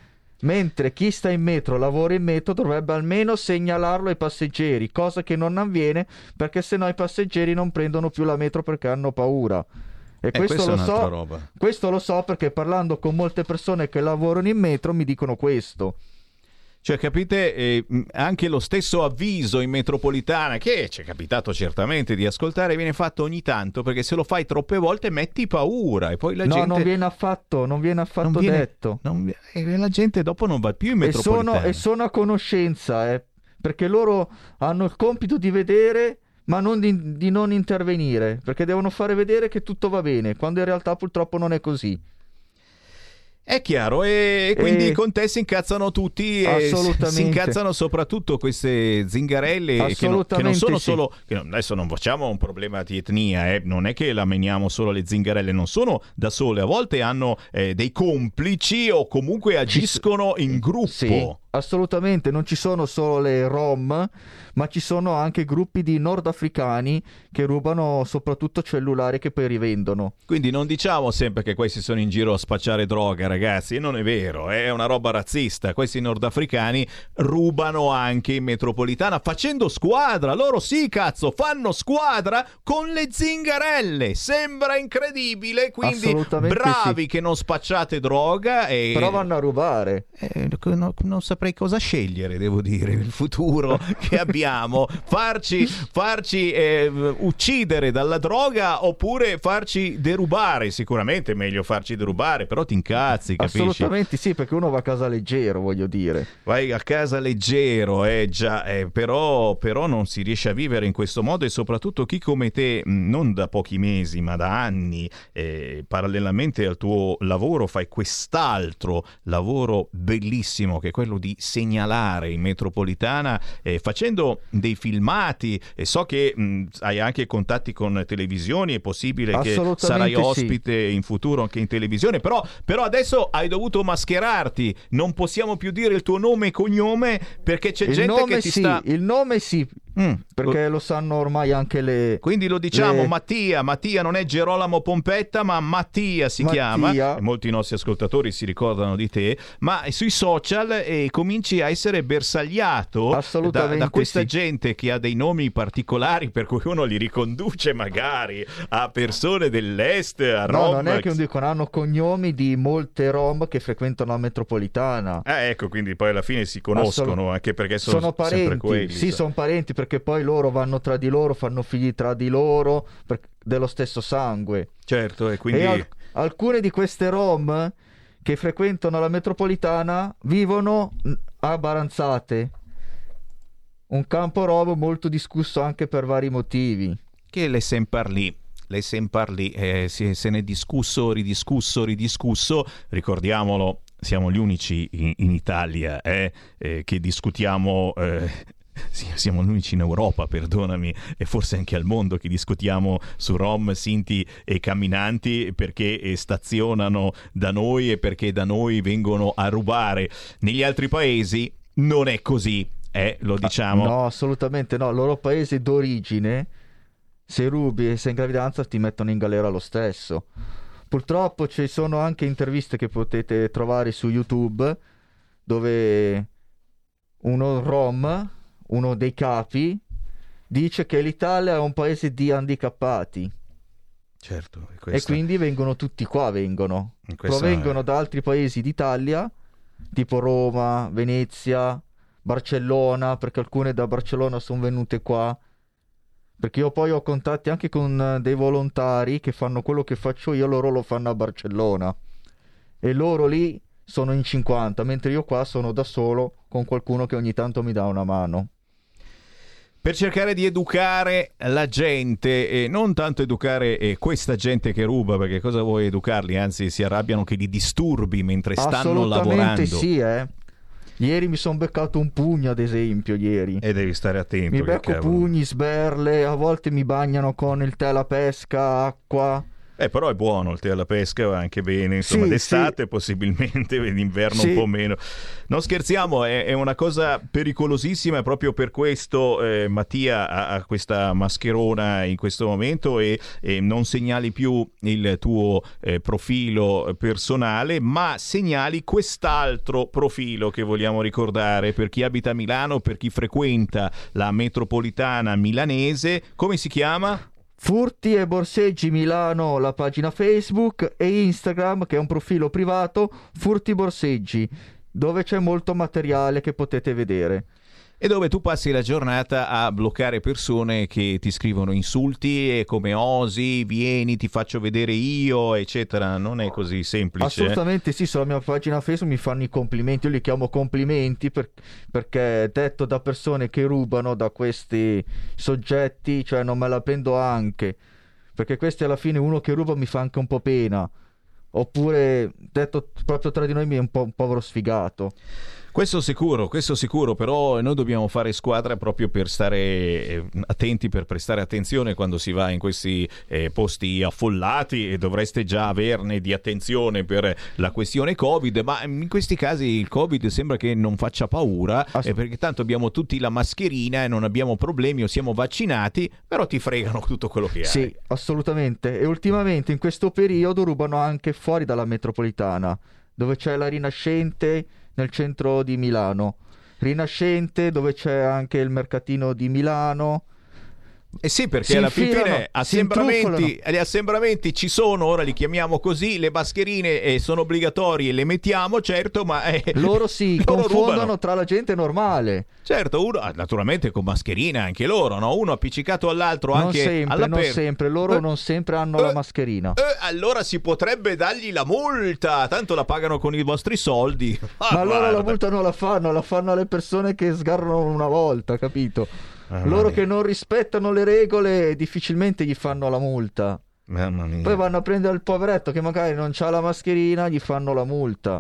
Mentre chi sta in metro, lavora in metro, dovrebbe almeno segnalarlo ai passeggeri, cosa che non avviene perché sennò i passeggeri non prendono più la metro perché hanno paura. E Eh, questo, questa è lo un'altra so, roba. questo lo so perché parlando con molte persone che lavorano in metro mi dicono questo. Cioè, capite, eh, mh, anche lo stesso avviso in metropolitana, che ci è capitato certamente di ascoltare, viene fatto ogni tanto, perché se lo fai troppe volte metti paura e poi la no, gente... non viene affatto, non viene affatto non viene- detto. non vi- e la gente dopo non va più in E metropolitana. sono, e sono a conoscenza, eh, perché loro hanno il compito di vedere, ma non di, di non intervenire, perché devono fare vedere che tutto va bene, quando in realtà purtroppo non è così. È chiaro, e quindi E- con te si incazzano tutti, e Assolutamente. si incazzano soprattutto queste zingarelle che non, che non Assolutamente sono sì. solo, che non- adesso non facciamo un problema di etnia, eh, non è che la meniamo solo le zingarelle, non sono da sole, a volte hanno eh, dei complici o comunque agiscono in gruppo. Sì, Assolutamente, non ci sono solo le rom, ma ci sono anche gruppi di nordafricani che rubano soprattutto cellulari che poi rivendono. Quindi non diciamo sempre che questi sono in giro a spacciare droga, ragazzi, non è vero, è una roba razzista. Questi nordafricani rubano anche in metropolitana facendo squadra, loro sì, cazzo, fanno squadra con le zingarelle, sembra incredibile, quindi bravi sì. che non spacciate droga e... Però vanno a rubare. Eh, no, non saprei cosa scegliere, devo dire, il futuro che abbiamo, farci, farci eh, uccidere dalla droga oppure farci derubare. Sicuramente è meglio farci derubare, però ti incazzi, capisci? Assolutamente sì, perché uno va a casa leggero, voglio dire. Vai a casa leggero, eh già, eh, però, però non si riesce a vivere in questo modo, e soprattutto chi come te, non da pochi mesi ma da anni, eh, parallelamente al tuo lavoro fai quest'altro lavoro bellissimo che è quello di segnalare in metropolitana, eh, facendo dei filmati, e so che mh, hai anche contatti con televisioni, è possibile che sarai ospite sì. in futuro anche in televisione, però, però adesso hai dovuto mascherarti, non possiamo più dire il tuo nome e cognome perché c'è il gente che ti sì, sta... il nome sì, mm. perché lo sanno ormai anche le... Quindi lo diciamo, le... Mattia, Mattia non è Gerolamo Pompetta, ma Mattia si Mattia. chiama, e molti nostri ascoltatori si ricordano di te, ma sui social eh, cominci a essere bersagliato da, da questa sì. gente che ha dei nomi particolari per cui uno li riconduce magari a persone dell'est, a no, Rom. Non è che non dicono, hanno cognomi di molte rom che frequentano la metropolitana. Eh, ecco, quindi poi alla fine si conoscono, Assol- anche perché sono, sono parenti, sempre quelli. Sì, sono parenti, perché poi loro vanno tra di loro, fanno figli tra di loro, per, dello stesso sangue. Certo, e quindi... E al- alcune di queste rom che frequentano la metropolitana vivono a Baranzate, un campo rom molto discusso anche per vari motivi. Che le sempre lì. Lei sempre lì, eh, se, se ne è discusso, ridiscusso, ridiscusso, ricordiamolo, siamo gli unici in, in Italia eh, eh, che discutiamo, eh, sì, siamo gli unici in Europa, perdonami, e forse anche al mondo che discutiamo su Rom, Sinti e camminanti perché eh, stazionano da noi e perché da noi vengono a rubare. Negli altri paesi non è così, eh, lo diciamo. Ah, no, assolutamente no, il loro paese d'origine... Se rubi e sei in gravidanza ti mettono in galera lo stesso. Purtroppo ci sono anche interviste che potete trovare su YouTube dove uno rom, uno dei capi, dice che l'Italia è un paese di handicappati. Certo, e, questa... e quindi vengono tutti qua, vengono. Provengono è... da altri paesi d'Italia, tipo Roma, Venezia, Barcellona, perché alcune da Barcellona sono venute qua. Perché io poi ho contatti anche con dei volontari che fanno quello che faccio io, loro lo fanno a Barcellona. E loro lì sono in cinquanta, mentre io qua sono da solo con qualcuno che ogni tanto mi dà una mano. Per cercare di educare la gente, e non tanto educare eh, questa gente che ruba, perché cosa vuoi educarli? Anzi, si arrabbiano che li disturbi mentre stanno lavorando. Assolutamente sì, eh. Ieri mi sono beccato un pugno, ad esempio, ieri. E devi stare attento. Mi becco cavolo. Pugni, sberle, a volte mi bagnano con il tè alla pesca, acqua. Eh, però è buono il tè alla pesca, va anche bene, insomma, sì, d'estate sì. possibilmente, d'inverno sì. un po' meno. Non scherziamo, è, è una cosa pericolosissima, e proprio per questo eh, Mattia ha, ha questa mascherona in questo momento e, e non segnali più il tuo eh, profilo personale, ma segnali quest'altro profilo che vogliamo ricordare per chi abita a Milano, per chi frequenta la metropolitana milanese. Come si chiama? Furti e Borseggi Milano, la pagina Facebook, e Instagram, che è un profilo privato, Furti Borseggi, dove c'è molto materiale che potete vedere. E dove tu passi la giornata a bloccare persone che ti scrivono insulti e come osi, vieni, ti faccio vedere io, eccetera. Non è così semplice. Assolutamente sì, sulla mia pagina Facebook mi fanno i complimenti, io li chiamo complimenti per, perché detto da persone che rubano da questi soggetti, cioè non me la prendo anche, perché questi alla fine, uno che ruba mi fa anche un po' pena, oppure detto proprio tra di noi mi è un po' un povero sfigato. Questo sicuro, questo sicuro, però noi dobbiamo fare squadra proprio per stare eh, attenti, per prestare attenzione quando si va in questi eh, posti affollati, e dovreste già averne di attenzione per la questione Covid, ma in questi casi il Covid sembra che non faccia paura, eh, perché tanto abbiamo tutti la mascherina e non abbiamo problemi o siamo vaccinati, però ti fregano tutto quello che hai. Sì, assolutamente. E ultimamente in questo periodo rubano anche fuori dalla metropolitana, dove c'è la Rinascente nel centro di Milano. Rinascente, dove c'è anche il mercatino di Milano. Eh sì, perché Si alla fin infilano, fine si assembramenti, gli assembramenti ci sono, ora li chiamiamo così, le mascherine eh, sono obbligatorie, le mettiamo, certo, ma eh, Loro si loro confondono rubano. tra la gente normale. Certo, uno ah, naturalmente con mascherina anche loro, no? Uno appiccicato all'altro Non anche sempre, non all'aperto. sempre, loro Eh, non sempre hanno eh, la mascherina. eh, allora si potrebbe dargli la multa, tanto la pagano con i vostri soldi. Ah, Ma loro la guarda. multa non la fanno, la fanno alle persone che sgarrano una volta, capito? Mamma Loro mia. che non rispettano le regole difficilmente gli fanno la multa. Mamma mia. Poi vanno a prendere il poveretto che magari non c'ha la mascherina, gli fanno la multa.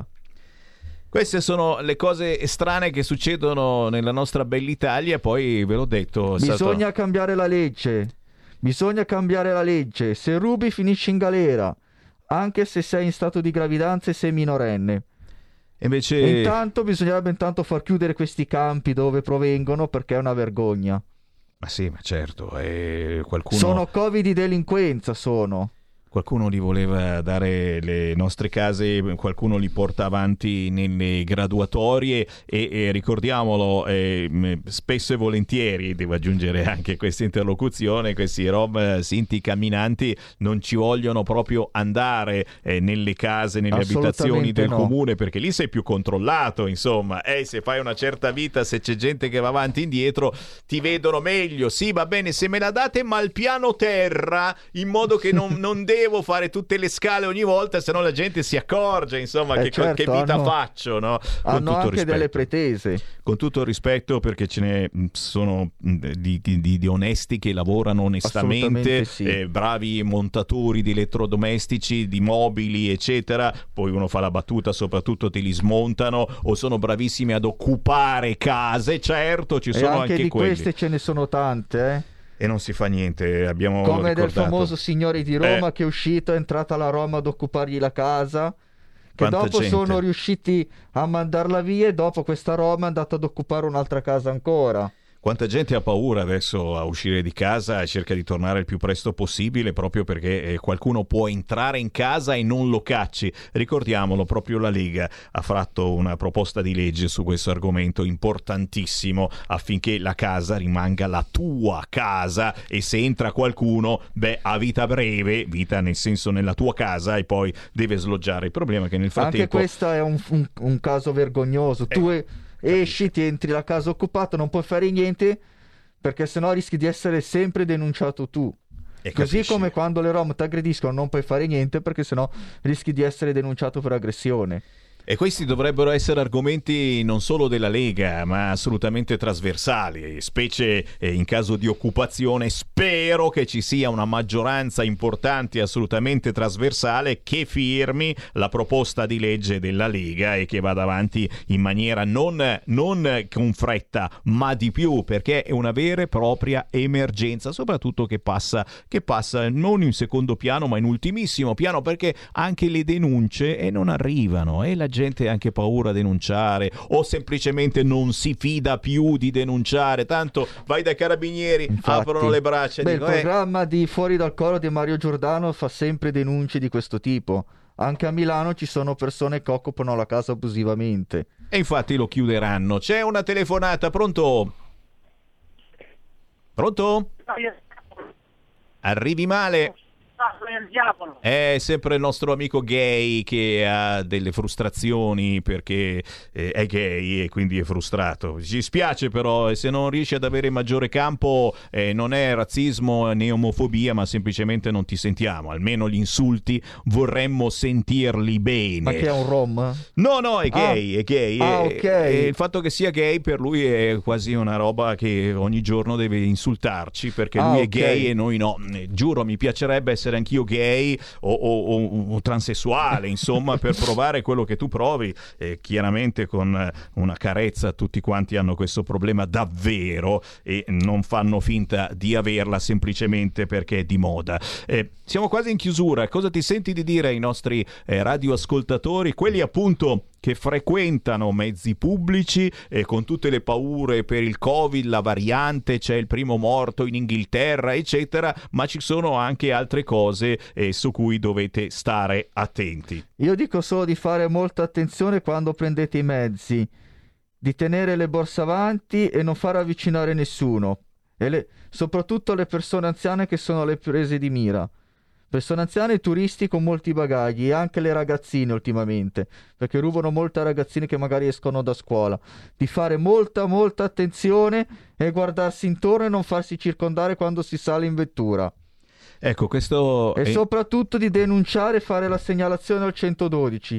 Queste sono le cose strane che succedono nella nostra bella Italia, poi ve l'ho detto. è stato- Bisogna cambiare la legge. Bisogna cambiare la legge. Se rubi finisci in galera, anche se sei in stato di gravidanza e sei minorenne. Invece E intanto bisognerebbe intanto far chiudere questi campi dove provengono, perché è una vergogna. Ma sì, ma certo, eh, qualcuno... Sono covid di delinquenza, sono. Qualcuno li voleva dare le nostre case, qualcuno li porta avanti nelle graduatorie e, e ricordiamolo, eh, spesso e volentieri, devo aggiungere anche questa interlocuzione, questi rom sinti camminanti non ci vogliono proprio andare eh, nelle case, nelle abitazioni del no. comune, perché lì sei più controllato, insomma, e eh, se fai una certa vita, se c'è gente che va avanti e indietro, ti vedono meglio. Sì, va bene, se me la date ma al piano terra, in modo che non, non devo fare tutte le scale ogni volta, se no la gente si accorge, insomma, Eh, che, certo, che vita hanno- faccio, no? Con Hanno tutto anche rispetto. delle pretese. Con tutto il rispetto, perché ce ne mh, sono mh, di, di- di- di onesti che lavorano onestamente, Assolutamente sì. eh, bravi montatori di elettrodomestici, di mobili, eccetera. Poi uno fa la battuta, soprattutto te li smontano, o sono bravissimi ad occupare case, certo, ci E sono anche anche, di quelli. queste ce ne sono tante, eh. E non si fa niente, abbiamo Come del ricordato. famoso signore di Roma Eh. che è uscito, è entrata alla Roma ad occupargli la casa, che Quanta dopo gente. sono riusciti a mandarla via, e dopo questa Roma è andata ad occupare un'altra casa ancora. Quanta gente ha paura adesso a uscire di casa e cerca di tornare il più presto possibile, proprio perché eh, qualcuno può entrare in casa e non lo cacci. Ricordiamolo, proprio la Lega ha fatto una proposta di legge su questo argomento importantissimo, affinché la casa rimanga la tua casa, e se entra qualcuno, beh, ha vita breve, vita nel senso nella tua casa, e poi deve sloggiare. Il problema è che nel frattempo... Anche questo è un, un- un caso vergognoso. Tu e- esci, ti entri la casa occupata, non puoi fare niente, perché sennò rischi di essere sempre denunciato tu. E Così capisci? come quando le rom ti aggrediscono non puoi fare niente, perché sennò rischi di essere denunciato per aggressione. E questi dovrebbero essere argomenti non solo della Lega, ma assolutamente trasversali, specie eh, in caso di occupazione. Spero che ci sia una maggioranza importante, assolutamente trasversale, che firmi la proposta di legge della Lega e che vada avanti in maniera non, non con fretta, ma di più, perché è una vera e propria emergenza, soprattutto che passa, che passa non in secondo piano, ma in ultimissimo piano, perché anche le denunce eh, non arrivano, e la gente ha anche paura a denunciare, o semplicemente non si fida più di denunciare, tanto vai dai carabinieri, Infatti. aprono le braccia e Beh, il dicono, eh, programma di Fuori dal coro di Mario Giordano fa sempre denunce di questo tipo. Anche a Milano ci sono persone che occupano la casa abusivamente. e infatti lo chiuderanno. C'è una telefonata, pronto? Pronto? Arrivi male? È sempre il nostro amico gay che ha delle frustrazioni perché eh, è gay e quindi è frustrato. Ci spiace però, se non riesci ad avere maggiore campo eh, non è razzismo né omofobia, ma semplicemente non ti sentiamo. Almeno gli insulti vorremmo sentirli bene. Ma che è un rom? No, no, è gay, Ah. è gay. Ah, e, ok. e il fatto che sia gay per lui è quasi una roba che ogni giorno deve insultarci, perché Ah, lui è ok. gay e noi no. Eh, Giuro, mi piacerebbe essere essere anch'io gay o, o, o, o transessuale, insomma, per provare quello che tu provi. Eh, chiaramente con una carezza tutti quanti hanno questo problema davvero e non fanno finta di averla semplicemente perché è di moda. Eh, siamo quasi in chiusura. Cosa ti senti di dire ai nostri eh, radioascoltatori, quelli appunto che frequentano mezzi pubblici e con tutte le paure per il Covid, la variante, c'è il primo morto in Inghilterra, eccetera, ma ci sono anche altre cose eh, su cui dovete stare attenti? Io dico solo di fare molta attenzione quando prendete i mezzi, di tenere le borse avanti e non far avvicinare nessuno, e le, soprattutto le persone anziane che sono le prese di mira. Persone anziane e turisti con molti bagagli, e anche le ragazzine ultimamente, perché rubano molte ragazzine che magari escono da scuola. Di fare molta molta attenzione e guardarsi intorno e non farsi circondare quando si sale in vettura. Ecco, questo e è... soprattutto di denunciare e fare la segnalazione al centododici.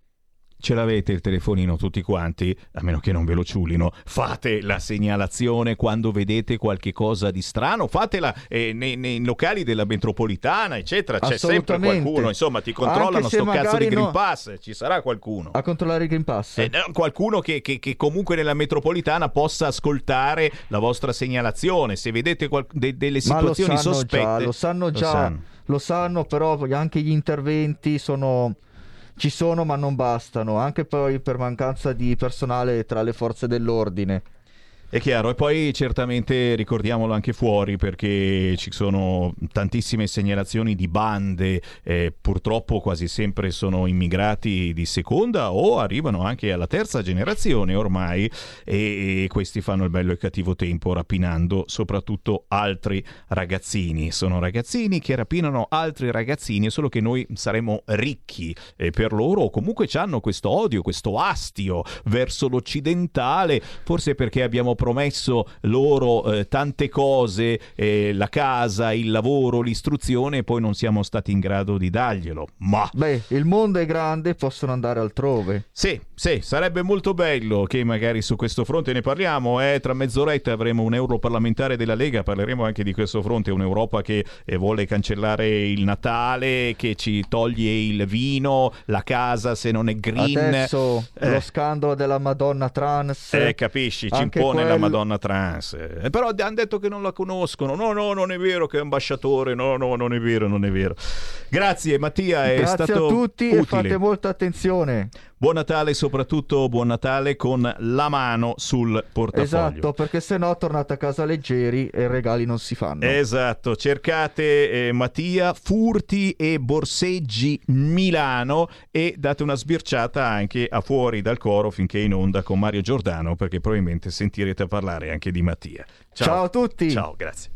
Ce l'avete il telefonino tutti quanti, a meno che non ve lo ciulino, fate la segnalazione quando vedete qualche cosa di strano, fatela eh, nei, nei locali della metropolitana, eccetera, c'è sempre qualcuno, insomma, ti controllano sto cazzo di Green no... Pass, ci sarà qualcuno. A controllare il Green Pass? Eh, qualcuno che, che, che comunque nella metropolitana possa ascoltare la vostra segnalazione, se vedete qual... de- delle situazioni Ma lo sanno sospette. Già, lo sanno già, lo sanno. lo sanno, però anche gli interventi sono... ci sono ma non bastano, anche poi per mancanza di personale tra le forze dell'ordine. È chiaro, e poi certamente ricordiamolo anche fuori, perché ci sono tantissime segnalazioni di bande, eh, purtroppo quasi sempre sono immigrati di seconda o arrivano anche alla terza generazione ormai, e, e questi fanno il bello e il cattivo tempo rapinando soprattutto altri ragazzini. Sono ragazzini che rapinano altri ragazzini, solo che noi saremo ricchi eh, per loro, o comunque hanno questo odio, questo astio verso l'occidentale, forse perché abbiamo promesso loro eh, tante cose, eh, la casa, il lavoro, l'istruzione, e poi non siamo stati in grado di darglielo. Ma beh, il mondo è grande, possono andare altrove. Sì, sì, sarebbe molto bello che magari su questo fronte ne parliamo. Eh, tra mezz'oretta avremo un europarlamentare della Lega, parleremo anche di questo fronte, un'Europa che eh, vuole cancellare il Natale, che ci toglie il vino, la casa se non è green. Adesso eh. lo scandalo della Madonna trans. Eh, capisci, ci anche impone quel... la Madonna trans. Eh, però hanno detto che non la conoscono. No, no, non è vero che è ambasciatore. No, no, non è vero, non è vero. Grazie Mattia, è Grazie stato a tutti utile. E fate molta attenzione. Buon Natale, soprattutto buon Natale con la mano sul portafoglio. Esatto, perché sennò tornate a casa leggeri e regali non si fanno. Esatto, cercate eh, Mattia, furti e borseggi Milano, e date una sbirciata anche a Fuori dal Coro finché è in onda con Mario Giordano, perché probabilmente sentirete parlare anche di Mattia. Ciao, Ciao a tutti. Ciao, grazie.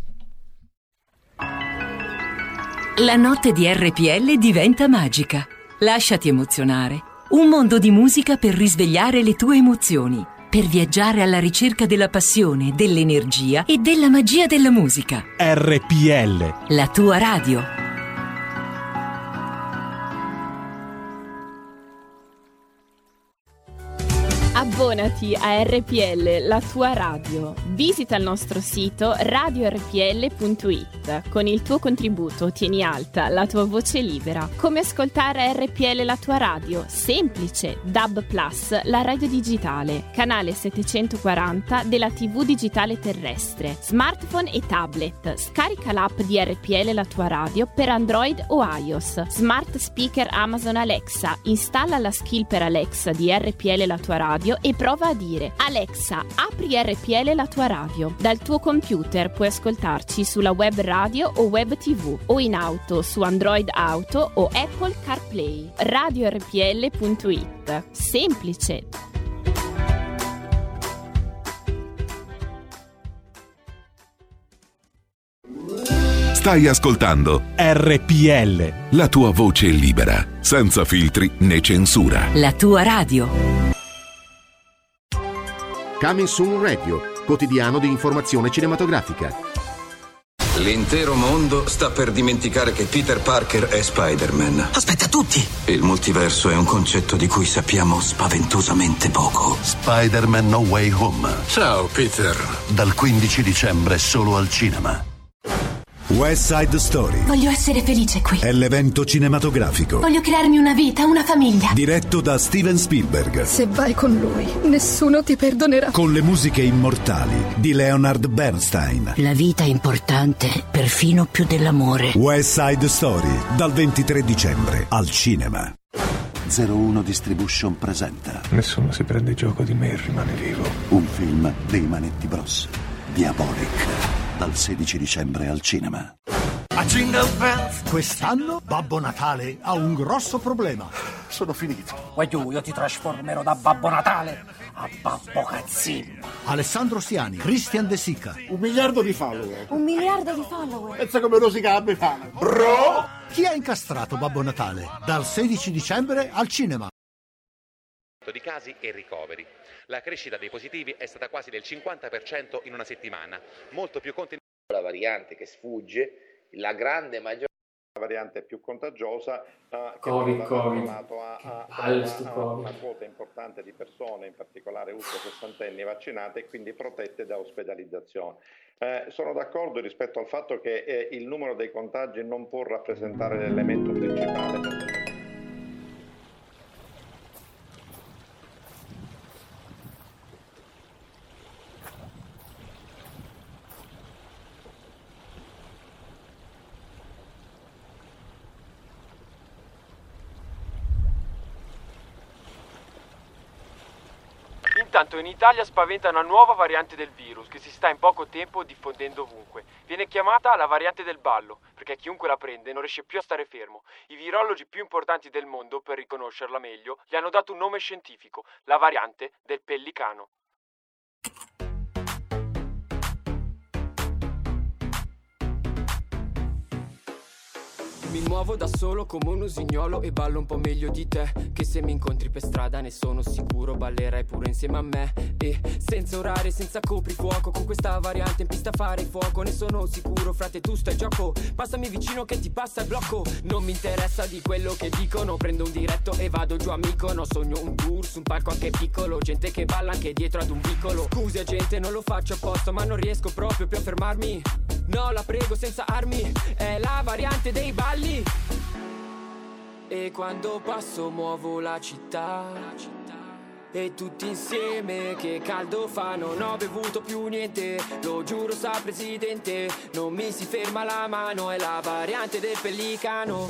La notte di R P L diventa magica. Lasciati emozionare. Un mondo di musica per risvegliare le tue emozioni, per viaggiare alla ricerca della passione, dell'energia e della magia della musica. R P L, la tua radio. Abbonati a R P L, la tua radio. Visita il nostro sito radio r p l punto i t. Con il tuo contributo ottieni alta la tua voce libera. Come ascoltare R P L, la tua radio? Semplice. D A B plus, la radio digitale. Canale settecentoquaranta della tivù digitale terrestre. Smartphone e tablet. Scarica l'app di R P L, la tua radio, per Android o iOS. Smart speaker Amazon Alexa. Installa la skill per Alexa di R P L, la tua radio, e prova a dire: Alexa, apri R P L, la tua radio. Dal tuo computer puoi ascoltarci sulla web radio o web tv, o in auto su Android Auto o Apple CarPlay. radio r p l punto i t. Semplice. Stai ascoltando R P L, la tua voce libera, senza filtri né censura. La tua radio. Coming Soon Radio, quotidiano di informazione cinematografica. L'intero mondo sta per dimenticare che Peter Parker è Spider-Man. Aspetta, tutti! Il multiverso è un concetto di cui sappiamo spaventosamente poco. Spider-Man No Way Home. Ciao, Peter. Dal quindici dicembre solo al cinema. West Side Story Voglio essere felice qui. è l'evento cinematografico Voglio crearmi una vita, una famiglia. diretto da Steven Spielberg, Se vai con lui, nessuno ti perdonerà. con le musiche immortali di Leonard Bernstein. La vita è importante, perfino più dell'amore. West Side Story, dal ventitré dicembre al cinema. zero uno Distribution presenta Nessuno si prende gioco di me e rimane vivo. un film dei Manetti Bros, Diabolic, dal sedici dicembre al cinema. A Jingle Bells, quest'anno Babbo Natale ha un grosso problema. Sono finito. Guagliù, io ti trasformerò da Babbo Natale a Babbo Cazzino. Alessandro Siani, Christian De Sica. Un miliardo di follower. Un miliardo di follower. Pensa come rosica la Befana. Bro! Chi ha incastrato Babbo Natale? Dal sedici dicembre al cinema. Di casi e ricoveri. La crescita dei positivi è stata quasi del cinquanta per cento in una settimana, molto più contenuta. La variante che sfugge, la grande maggioranza. La variante più contagiosa uh, Covid, che ha Covid. tornato a, a, a, Al, a, a Covid. una quota importante di persone, in particolare ultra sessantenni vaccinate e quindi protette da ospedalizzazione. Eh, sono d'accordo rispetto al fatto che eh, il numero dei contagi non può rappresentare l'elemento principale per Intanto in Italia spaventa una nuova variante del virus che si sta in poco tempo diffondendo ovunque. Viene chiamata la variante del ballo, perché chiunque la prende non riesce più a stare fermo. I virologi più importanti del mondo, per riconoscerla meglio, gli hanno dato un nome scientifico, la variante del pellicano. Mi muovo da solo come un usignolo e ballo un po' meglio di te, che se mi incontri per strada ne sono sicuro ballerai pure insieme a me. E senza orari, senza coprifuoco, con questa variante in pista fare fuoco, ne sono sicuro, frate tu stai gioco, passami vicino che ti passa il blocco. Non mi interessa di quello che dicono, prendo un diretto e vado giù a Mykonos. Sogno un tour su un palco anche piccolo, gente che balla anche dietro ad un vicolo. Scusi gente, non lo faccio apposta, ma non riesco proprio più a fermarmi. No, la prego senza armi, è la variante dei balli. E quando passo muovo la città, e tutti insieme che caldo fa. Non ho bevuto più niente, lo giuro sa presidente, non mi si ferma la mano, è la variante del pellicano.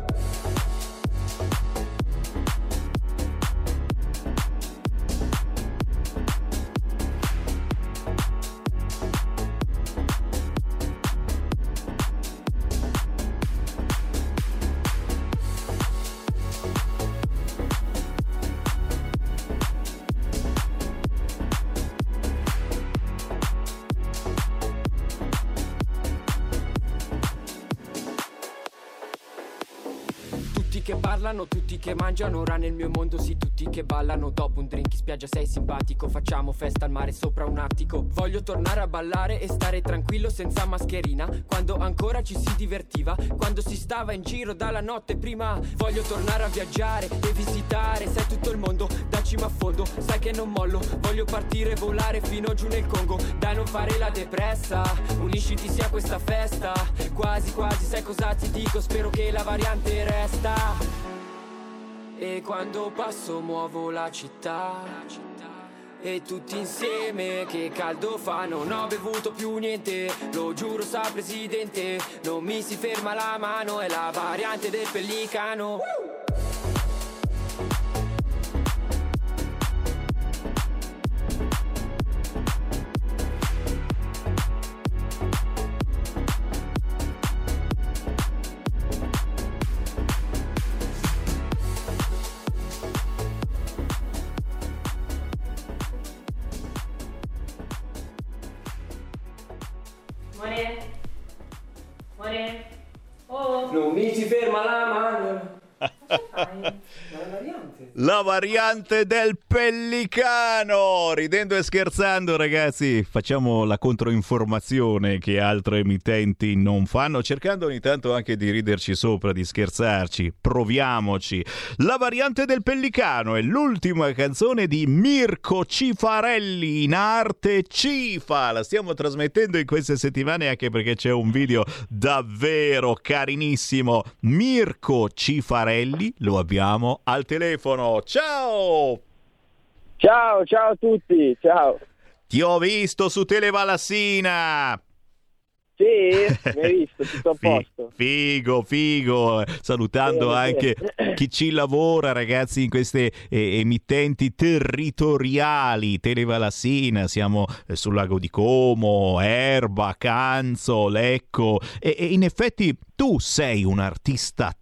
Che parlano, tutti che mangiano, ora nel mio mondo sì, tutti che ballano. Dopo un drink in spiaggia sei simpatico, facciamo festa al mare sopra un attico. Voglio tornare a ballare e stare tranquillo senza mascherina, quando ancora ci si divertiva, quando si stava in giro dalla notte prima. Voglio tornare a viaggiare e visitare, sai, tutto il mondo, da cima a fondo, sai che non mollo. Voglio partire e volare fino giù nel Congo, dai non fare la depressa, unisciti sia questa festa. Quasi quasi sai cosa ti dico, spero che la variante resta. E quando passo muovo la città, e tutti insieme che caldo fa. Non ho bevuto più niente, lo giuro sa presidente, non mi si ferma la mano, è la variante del pellicano. More, more, oh. Non mi si ferma la mano. Cosa fai? Ma è una variante. la variante del pellicano. Ridendo e scherzando, ragazzi, facciamo la controinformazione che altre emittenti non fanno, cercando ogni tanto anche di riderci sopra, di scherzarci. Proviamoci. La variante del pellicano è l'ultima canzone di Mirko Cifarelli, in arte Cifa. La stiamo trasmettendo in queste settimane anche perché c'è un video davvero carinissimo. Mirko Cifarelli, lo abbiamo al telefono. Ciao! Ciao, ciao a tutti, ciao. Ti ho visto su Televalassina. Sì, mi hai visto, tutto a posto. Figo, figo. Salutando bene, anche bene. chi ci lavora, ragazzi, in queste eh, emittenti territoriali. Televalassina, siamo eh, sul lago di Como, Erba, Canzo, Lecco. E, e in effetti tu sei un artista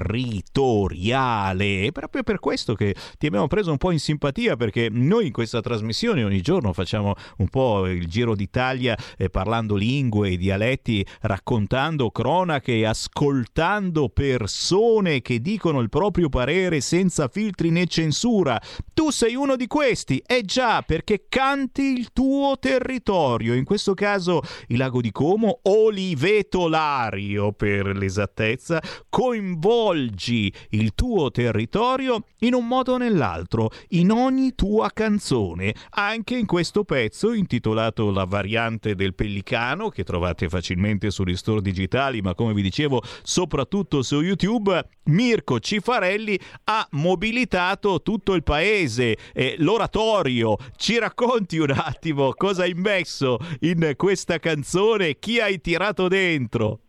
territoriale. È proprio per questo che ti abbiamo preso un po' in simpatia, perché noi in questa trasmissione ogni giorno facciamo un po' il giro d'Italia eh, parlando lingue e dialetti, raccontando cronache e ascoltando persone che dicono il proprio parere senza filtri né censura. Tu sei uno di questi, è già, perché canti il tuo territorio, in questo caso il lago di Como, Oliveto Lario per l'esattezza, coinvolgi il tuo territorio in un modo o nell'altro, in ogni tua canzone, anche in questo pezzo intitolato La variante del pellicano, che trovate facilmente sugli store digitali, ma come vi dicevo soprattutto su YouTube. Mirko Cifarelli ha mobilitato tutto il paese, eh, l'oratorio. Ci racconti un attimo cosa hai messo in questa canzone, chi hai tirato dentro?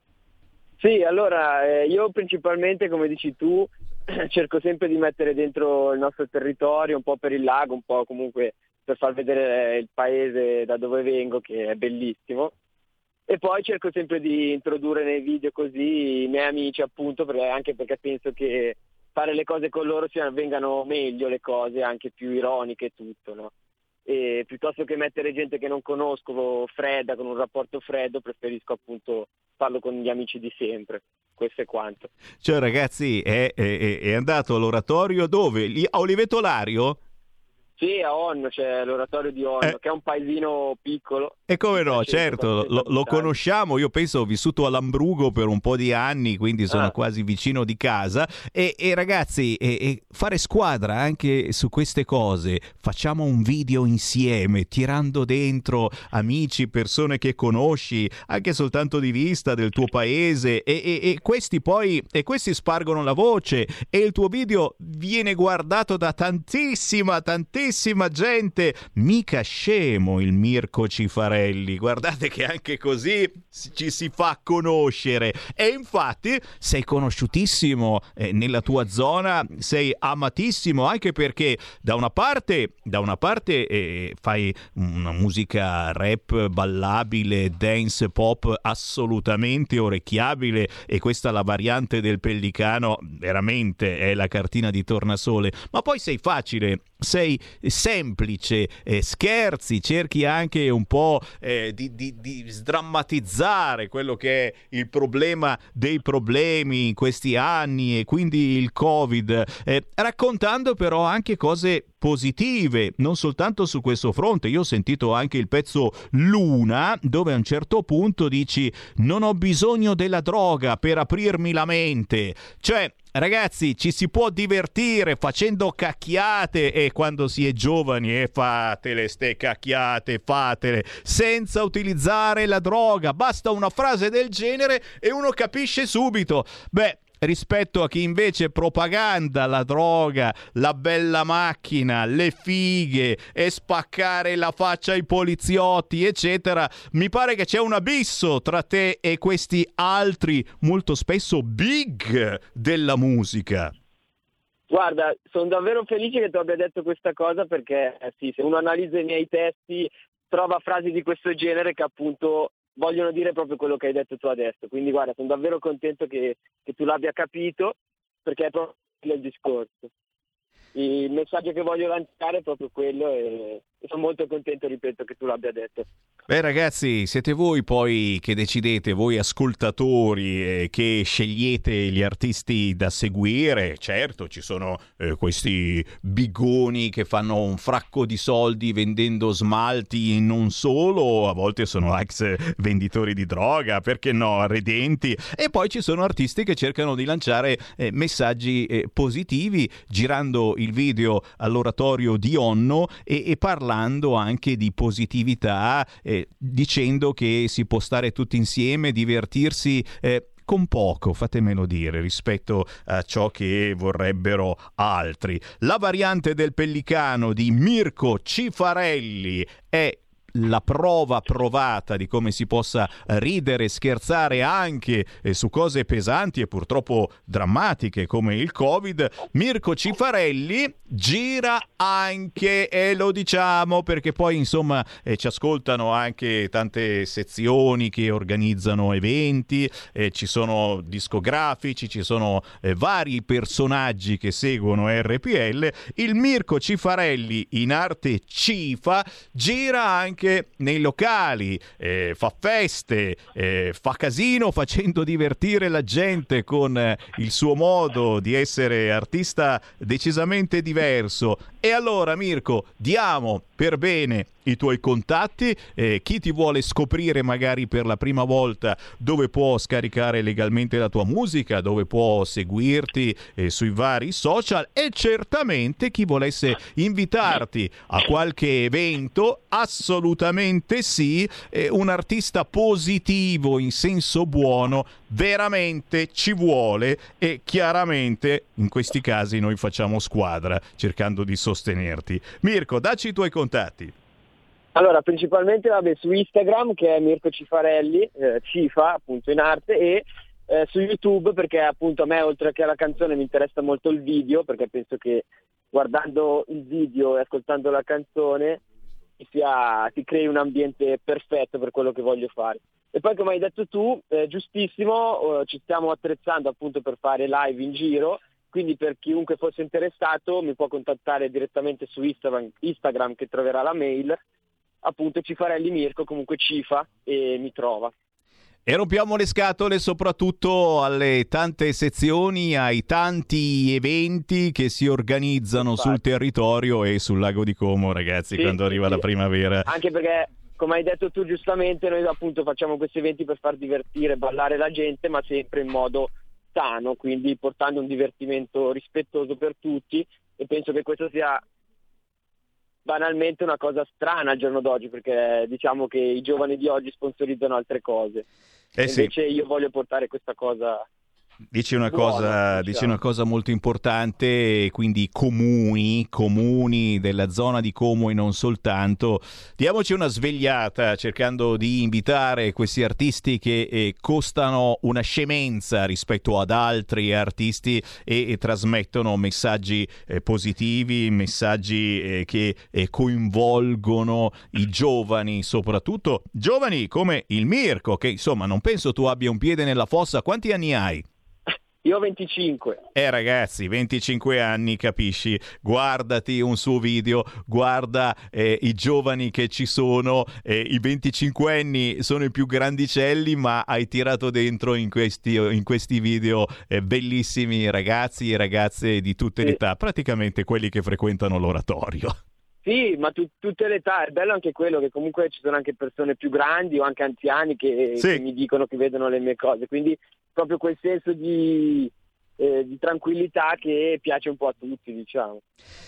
Sì, allora eh, io principalmente, come dici tu, cerco sempre di mettere dentro il nostro territorio, un po' per il lago, un po' comunque per far vedere il paese da dove vengo, che è bellissimo. E poi cerco sempre di introdurre nei video così i miei amici, appunto, perché, anche perché penso che fare le cose con loro si vengano meglio, le cose anche più ironiche e tutto, no? E piuttosto che mettere gente che non conosco fredda, con un rapporto freddo, preferisco appunto farlo con gli amici di sempre. Questo è quanto. Cioè, ragazzi, è, è, è andato all'oratorio dove? Lì a Oliveto Lario? Sì, a Onno, c'è l'oratorio di Onno, eh. che è un paesino piccolo. E come no, certo, lo, lo conosciamo. Io penso, ho vissuto a Lambrugo per un po' di anni, quindi sono ah. quasi vicino di casa. E, e ragazzi, e, e fare squadra anche su queste cose. Facciamo un video insieme, tirando dentro amici, persone che conosci, anche soltanto di vista del tuo paese. E, e, e questi poi, e questi spargono la voce. E il tuo video viene guardato da tantissima, tantissima gente, mica scemo il Mirko Cifarelli, guardate che anche così ci si fa conoscere. E infatti sei conosciutissimo eh, nella tua zona, sei amatissimo, anche perché da una parte da una parte eh, fai una musica rap ballabile, dance pop assolutamente orecchiabile, e questa La variante del pellicano veramente è la cartina di tornasole, ma poi sei facile, sei semplice, eh, scherzi, cerchi anche un po' eh, di, di, di sdrammatizzare quello che è il problema dei problemi in questi anni, e quindi il Covid, eh, raccontando però anche cose positive, non soltanto su questo fronte. Io ho sentito anche il pezzo Luna, dove a un certo punto dici: non ho bisogno della droga per aprirmi la mente. Cioè, ragazzi, ci si può divertire facendo cacchiate, e quando si è giovani, e fatele ste cacchiate, fatele senza utilizzare la droga. Basta una frase del genere e uno capisce subito. Beh, rispetto a chi invece propaganda la droga, la bella macchina, le fighe e spaccare la faccia ai poliziotti, eccetera, mi pare che c'è un abisso tra te e questi altri, molto spesso big della musica. Guarda, sono davvero felice che tu abbia detto questa cosa, perché eh, sì, se uno analizza i miei testi trova frasi di questo genere che appunto vogliono dire proprio quello che hai detto tu adesso. Quindi guarda, sono davvero contento che, che tu l'abbia capito, perché è proprio il discorso. Il messaggio che voglio lanciare è proprio quello, e sono molto contento, ripeto, che tu l'abbia detto. Beh ragazzi, siete voi poi che decidete, voi ascoltatori eh, che scegliete gli artisti da seguire. Certo, ci sono eh, questi bigoni che fanno un fracco di soldi vendendo smalti, non solo, a volte sono ex venditori di droga, perché no, redenti, e poi ci sono artisti che cercano di lanciare eh, messaggi eh, positivi, girando il video all'oratorio di Onno e, e parlando anche di positività, eh, dicendo che si può stare tutti insieme, divertirsi eh, con poco, fatemelo dire, rispetto a ciò che vorrebbero altri. La variante del Pellicano di Mirko Cifarelli è la prova provata di come si possa ridere e scherzare anche eh, su cose pesanti e purtroppo drammatiche come il Covid. Mirko Cifarelli gira anche, e lo diciamo perché poi insomma eh, ci ascoltano anche tante sezioni che organizzano eventi, eh, ci sono discografici, ci sono eh, vari personaggi che seguono R P L. Il Mirko Cifarelli, in arte Cifa, gira anche nei locali, eh, fa feste, eh, fa casino facendo divertire la gente con eh, il suo modo di essere artista decisamente diverso. E allora Mirko, diamo per bene i tuoi contatti, eh, chi ti vuole scoprire magari per la prima volta, dove può scaricare legalmente la tua musica, dove può seguirti eh, sui vari social, e certamente chi volesse invitarti a qualche evento, assolutamente sì, eh, un artista positivo in senso buono veramente ci vuole, e chiaramente in questi casi noi facciamo squadra cercando di sostenerti. Mirko, dacci i tuoi contatti. Allora, principalmente vabbè, su Instagram, che è Mirko Cifarelli, eh, Cifa appunto in arte, e eh, su YouTube, perché appunto a me oltre che alla canzone mi interessa molto il video, perché penso che guardando il video e ascoltando la canzone sia, si crei un ambiente perfetto per quello che voglio fare. E poi, come hai detto tu, eh, giustissimo, eh, ci stiamo attrezzando appunto per fare live in giro, quindi per chiunque fosse interessato mi può contattare direttamente su Instagram, Instagram che troverà la mail, appunto Cifarelli Mirko, comunque Cifa, e mi trova. E rompiamo le scatole soprattutto alle tante sezioni, ai tanti eventi che si organizzano Infatti. sul territorio e sul lago di Como, ragazzi, sì, quando arriva sì. la primavera. Anche perché, come hai detto tu giustamente, noi appunto facciamo questi eventi per far divertire, ballare la gente, ma sempre in modo sano, quindi portando un divertimento rispettoso per tutti, e penso che questo sia banalmente una cosa strana al giorno d'oggi, perché diciamo che i giovani di oggi sponsorizzano altre cose. Eh invece sì. io voglio portare questa cosa. Dici una, buona, cosa, diciamo. dici una cosa molto importante, quindi i comuni, comuni della zona di Como e non soltanto, diamoci una svegliata cercando di invitare questi artisti che eh, costano una scemenza rispetto ad altri artisti e, e trasmettono messaggi eh, positivi, messaggi eh, che eh, coinvolgono i giovani, soprattutto giovani come il Mirko, che insomma non penso tu abbia un piede nella fossa. Quanti anni hai? Io ho venticinque. Eh ragazzi, venticinque anni, capisci? Guardati un suo video, guarda eh, i giovani che ci sono, eh, i venticinquenni sono i più grandicelli, ma hai tirato dentro in questi, in questi video eh, bellissimi ragazzi e ragazze di tutte sì. le età, praticamente quelli che frequentano l'oratorio. Sì, ma tu, tutte le età, è bello anche quello che comunque ci sono anche persone più grandi o anche anziani che, sì. che mi dicono che vedono le mie cose, quindi proprio quel senso di, eh, di tranquillità che piace un po' a tutti, diciamo.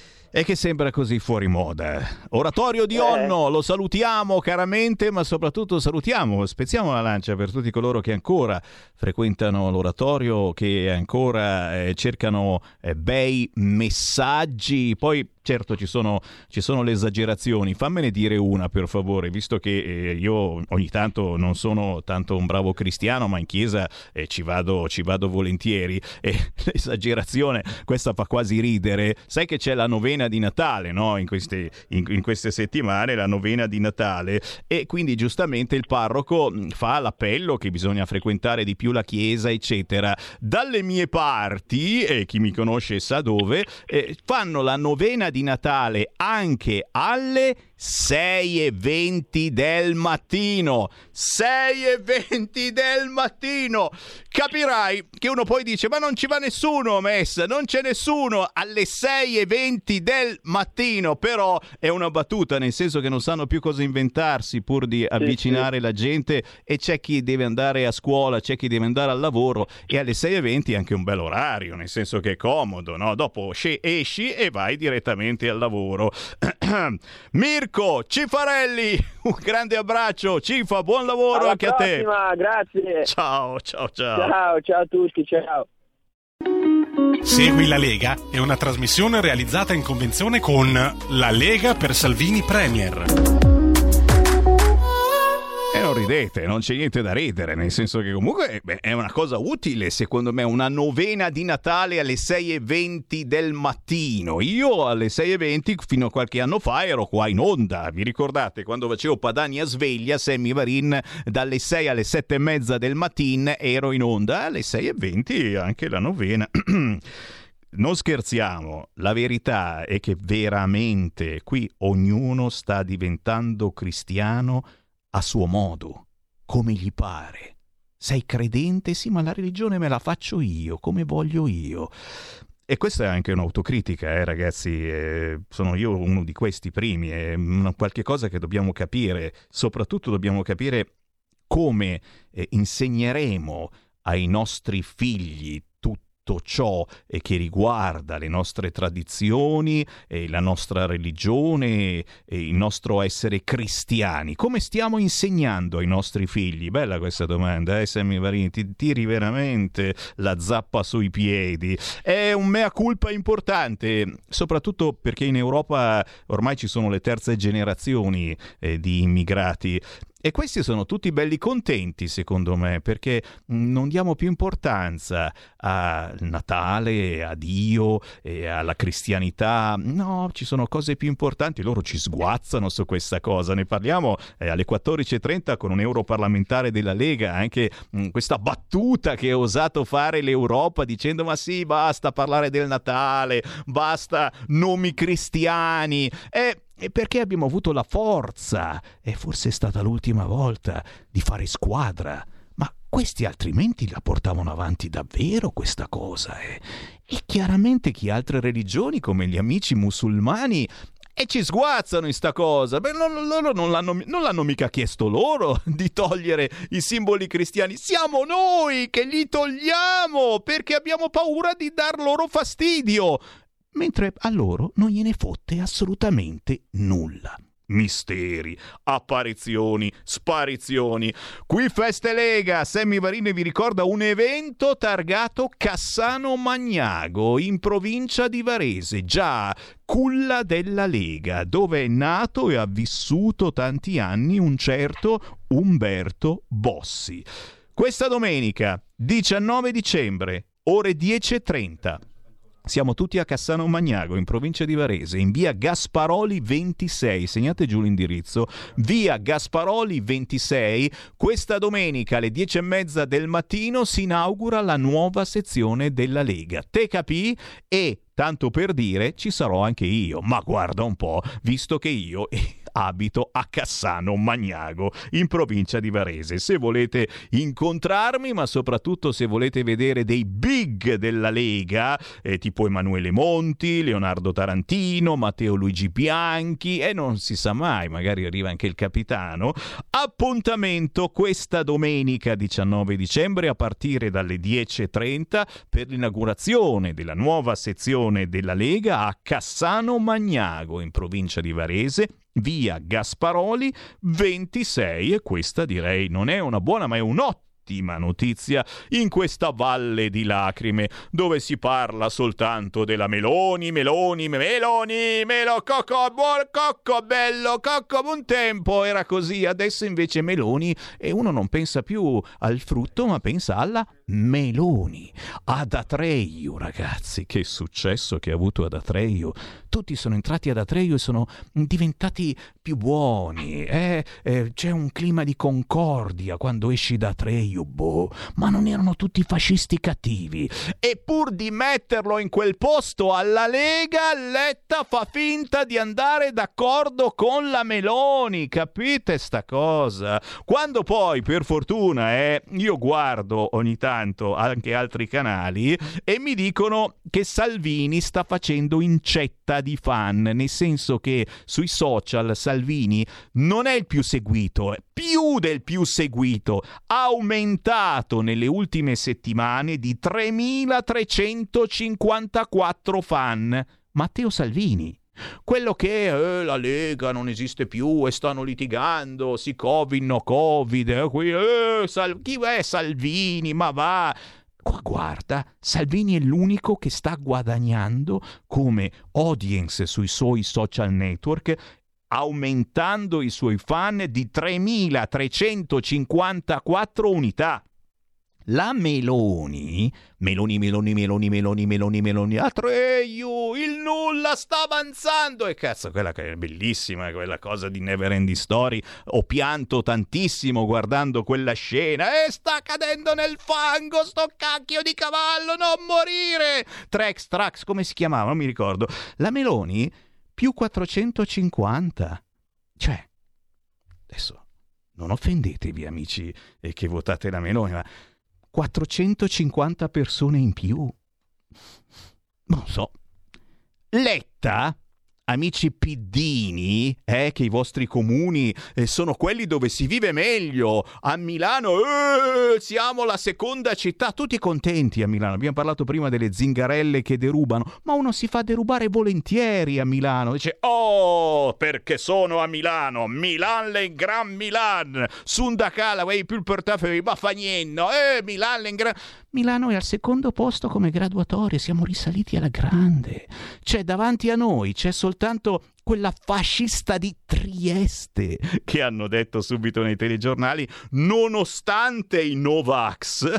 E che sembra così fuori moda. Oratorio di Eh. Onno, lo salutiamo caramente, ma soprattutto salutiamo, spezziamo la lancia per tutti coloro che ancora frequentano l'oratorio, che ancora eh, cercano eh, bei messaggi. Poi certo ci sono, ci sono le esagerazioni, fammene dire una per favore, visto che eh, io ogni tanto non sono tanto un bravo cristiano, ma in chiesa eh, ci vado, ci vado volentieri, e l'esagerazione, questa fa quasi ridere. Sai che c'è la novena di Natale, no? In queste, in, in queste settimane, la novena di Natale, e quindi giustamente il parroco fa l'appello che bisogna frequentare di più la chiesa, eccetera. Dalle mie parti, e chi mi conosce sa dove, eh, fanno la novena di Natale anche alle sei e venti del mattino, sei e venti del mattino. Capirai che uno poi dice: ma non ci va nessuno, Mess, non c'è nessuno alle sei e venti del mattino. Però è una battuta, nel senso che non sanno più cosa inventarsi pur di avvicinare sì, sì. la gente, e c'è chi deve andare a scuola, c'è chi deve andare al lavoro, e alle sei e venti è anche un bel orario, nel senso che è comodo, no? Dopo esci e vai direttamente al lavoro. Mirko Cifarelli, un grande abbraccio. Cifa, buon lavoro. Alla anche prossima, a te. Grazie. Ciao, ciao, ciao. Ciao, ciao a tutti, ciao. Segui la Lega è una trasmissione realizzata in convenzione con La Lega per Salvini Premier. E non ridete, non c'è niente da ridere, nel senso che comunque beh, è una cosa utile, secondo me, una novena di Natale alle sei e venti del mattino. Io alle sei e venti fino a qualche anno fa ero qua in onda, vi ricordate quando facevo Padania Sveglia, Sammy Varin, dalle sei alle sette e mezza del mattino ero in onda, alle sei e venti anche la novena. Non scherziamo, la verità è che veramente qui ognuno sta diventando cristiano a suo modo, come gli pare. Sei credente? Sì, ma la religione me la faccio io, come voglio io. E questa è anche un'autocritica, eh, ragazzi. Eh, sono io uno di questi primi. È una qualche cosa che dobbiamo capire. Soprattutto dobbiamo capire come eh, insegneremo ai nostri figli tutto ciò eh, che riguarda le nostre tradizioni, eh, la nostra religione, eh, il nostro essere cristiani. Come stiamo insegnando ai nostri figli? Bella questa domanda, eh, Sammy Varin, ti tiri veramente la zappa sui piedi. È un mea culpa importante, soprattutto perché in Europa ormai ci sono le terze generazioni eh, di immigrati. E questi sono tutti belli contenti, secondo me, perché non diamo più importanza al Natale, a Dio e alla cristianità. No, ci sono cose più importanti, loro ci sguazzano su questa cosa. Ne parliamo eh, alle quattordici e trenta con un europarlamentare della Lega, anche mh, questa battuta che ha osato fare l'Europa dicendo: ma sì, basta parlare del Natale, basta nomi cristiani. E E perché abbiamo avuto la forza, e forse è stata l'ultima volta, di fare squadra. Ma questi altrimenti la portavano avanti davvero questa cosa. Eh? E chiaramente chi ha altre religioni, come gli amici musulmani, e ci sguazzano in sta cosa. Beh, non, loro non l'hanno, non l'hanno mica chiesto loro di togliere i simboli cristiani. Siamo noi che li togliamo perché abbiamo paura di dar loro fastidio. Mentre a loro non gliene fotte assolutamente nulla. Misteri, apparizioni, sparizioni. Qui Feste Lega, Sammy Varin vi ricorda un evento targato Cassano Magnago in provincia di Varese, già culla della Lega, dove è nato e ha vissuto tanti anni un certo Umberto Bossi. Questa domenica, diciannove dicembre, ore dieci e trenta. Siamo tutti a Cassano Magnago, in provincia di Varese, in via Gasparoli ventisei. Segnate giù l'indirizzo. Via Gasparoli ventisei. Questa domenica alle dieci e mezza del mattino si inaugura la nuova sezione della Lega. Te capì? E, tanto per dire, ci sarò anche io. Ma guarda un po', visto che io abito a Cassano Magnago, in provincia di Varese. Se volete incontrarmi, ma soprattutto se volete vedere dei big della Lega, eh, tipo Emanuele Monti, Leonardo Tarantino, Matteo Luigi Bianchi, e non si sa mai, magari arriva anche il capitano. Appuntamento questa domenica diciannove dicembre a partire dalle dieci e trenta per l'inaugurazione della nuova sezione della Lega a Cassano Magnago, in provincia di Varese, via Gasparoli ventisei. E questa, direi, non è una buona ma è un'ottima notizia in questa valle di lacrime dove si parla soltanto della Meloni, Meloni, Meloni, Melo, Cocco, buon Cocco, bello, Cocco, un tempo era così, adesso invece Meloni, e uno non pensa più al frutto ma pensa alla Meloni. Ad Atreju, ragazzi, che successo che ha avuto Ad Atreju. Tutti sono entrati ad Atreju e sono diventati più buoni. Eh? Eh, c'è un clima di concordia quando esci da Atreju, boh. Ma non erano tutti fascisti cattivi. E pur di metterlo in quel posto alla Lega, Letta fa finta di andare d'accordo con la Meloni. Capite sta cosa? Quando poi, per fortuna, eh, io guardo ogni tanto anche altri canali e mi dicono che Salvini sta facendo incetta di fan, nel senso che sui social Salvini non è il più seguito, è più del più seguito, ha aumentato nelle ultime settimane di tremilatrecentocinquantaquattro fan. Matteo Salvini, quello che eh, la Lega non esiste più e stanno litigando, sì Covid, no Covid, eh, qui, eh, Sal- chi è Salvini, ma va... Qua guarda, Salvini è l'unico che sta guadagnando come audience sui suoi social network, aumentando i suoi fan di tremilatrecentocinquantaquattro unità. La Meloni, Meloni, Meloni, Meloni, Meloni, Meloni, Meloni, Atreju, il nulla sta avanzando. E cazzo, quella che è bellissima, quella cosa di Never Ending Story. Ho pianto tantissimo guardando quella scena. E sta cadendo nel fango sto cacchio di cavallo, non morire. Trex, Trax, come si chiamava? Non mi ricordo. La Meloni, più quattrocentocinquanta. Cioè, adesso, non offendetevi amici eh, che votate la Meloni, ma... quattrocentocinquanta persone in più. Non so. Letta, amici piddini, eh, che i vostri comuni eh, sono quelli dove si vive meglio. A Milano eh, siamo la seconda città, tutti contenti a Milano. Abbiamo parlato prima delle zingarelle che derubano, ma uno si fa derubare volentieri a Milano. Dice, oh, perché sono a Milano, Milan le Gran Milan, Sundacala, quei più il portafoglio, ma fa niente, eh, Milan le Gran... Milano è al secondo posto come graduatoria, siamo risaliti alla grande. C'è davanti a noi, c'è soltanto quella fascista di Trieste che hanno detto subito nei telegiornali, nonostante i Novax,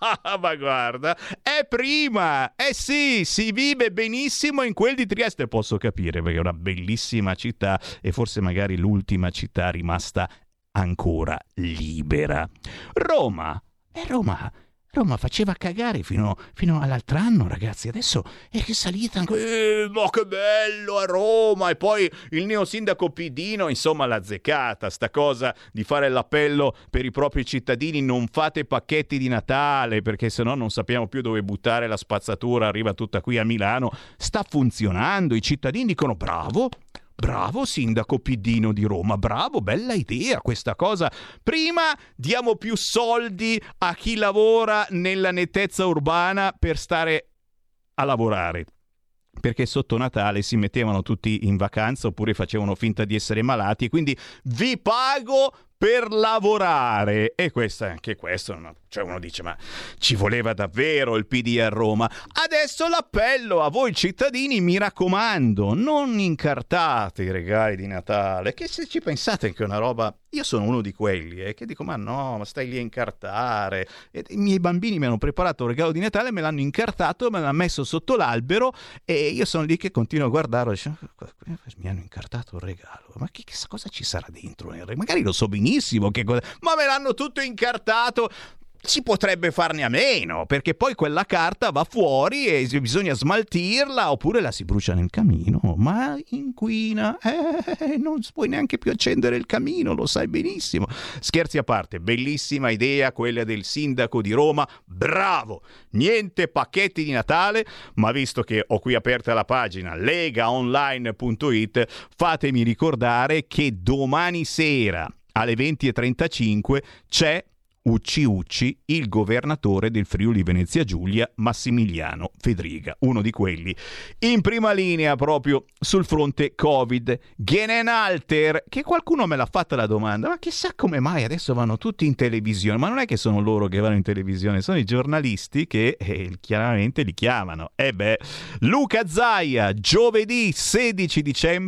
ma guarda, è prima, eh sì, si vive benissimo in quel di Trieste, posso capire perché è una bellissima città e forse magari l'ultima città rimasta ancora libera. Roma, è Roma. Roma faceva cagare fino, fino all'altro anno, ragazzi. Adesso è risalita ancora. Eh, ma che bello a Roma! E poi il neosindaco Pidino, insomma, l'ha azzeccata sta cosa di fare l'appello per i propri cittadini: non fate pacchetti di Natale, perché sennò non sappiamo più dove buttare la spazzatura, arriva tutta qui a Milano. Sta funzionando, i cittadini dicono bravo. Bravo sindaco Pidino di Roma, bravo, bella idea questa cosa. Prima diamo più soldi a chi lavora nella nettezza urbana per stare a lavorare, perché sotto Natale si mettevano tutti in vacanza oppure facevano finta di essere malati, quindi vi pago per lavorare. E questo, anche questo, no? Cioè uno dice, ma ci voleva davvero il P D a Roma? Adesso l'appello a voi cittadini, mi raccomando, non incartate i regali di Natale, che se ci pensate che è una roba... Io sono uno di quelli eh, che dico, ma no, ma stai lì a incartare. E i miei bambini mi hanno preparato un regalo di Natale, me l'hanno incartato, me l'hanno messo sotto l'albero e io sono lì che continuo a guardarlo e dico, mi hanno incartato un regalo, ma che, che cosa ci sarà dentro? Magari lo so benissimo che cosa, ma me l'hanno tutto incartato. Si potrebbe farne a meno, perché poi quella carta va fuori e bisogna smaltirla oppure la si brucia nel camino, ma inquina, eh, non puoi neanche più accendere il camino, lo sai benissimo. Scherzi a parte, bellissima idea quella del sindaco di Roma, bravo, niente pacchetti di Natale, ma visto che ho qui aperta la pagina legaonline punto it, fatemi ricordare che domani sera alle venti e trentacinque c'è Ucci Ucci, il governatore del Friuli Venezia Giulia, Massimiliano Fedriga, uno di quelli in prima linea proprio sul fronte Covid. Genenalter, che qualcuno me l'ha fatta la domanda, ma chissà come mai adesso vanno tutti in televisione, ma non è che sono loro che vanno in televisione, sono i giornalisti che eh, chiaramente li chiamano. E beh, Luca Zaia, giovedì sedici dicembre,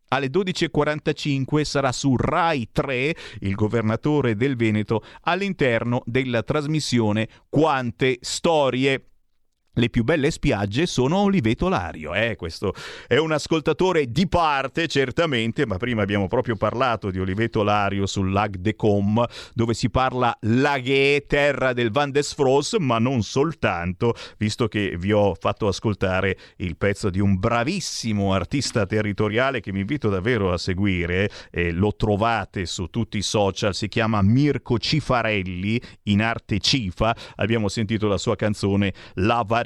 Alle dodici e quarantacinque sarà su Rai tre il governatore del Veneto all'interno della trasmissione Quante storie. Le più belle spiagge sono Oliveto Lario, eh? Questo è un ascoltatore di parte certamente, ma prima abbiamo proprio parlato di Oliveto Lario sul Lac de Com, dove si parla laghe, terra del Van des Fros, ma non soltanto, visto che vi ho fatto ascoltare il pezzo di un bravissimo artista territoriale che vi invito davvero a seguire, eh, lo trovate su tutti i social, si chiama Mirko Cifarelli, in arte Cifa. Abbiamo sentito la sua canzone La variante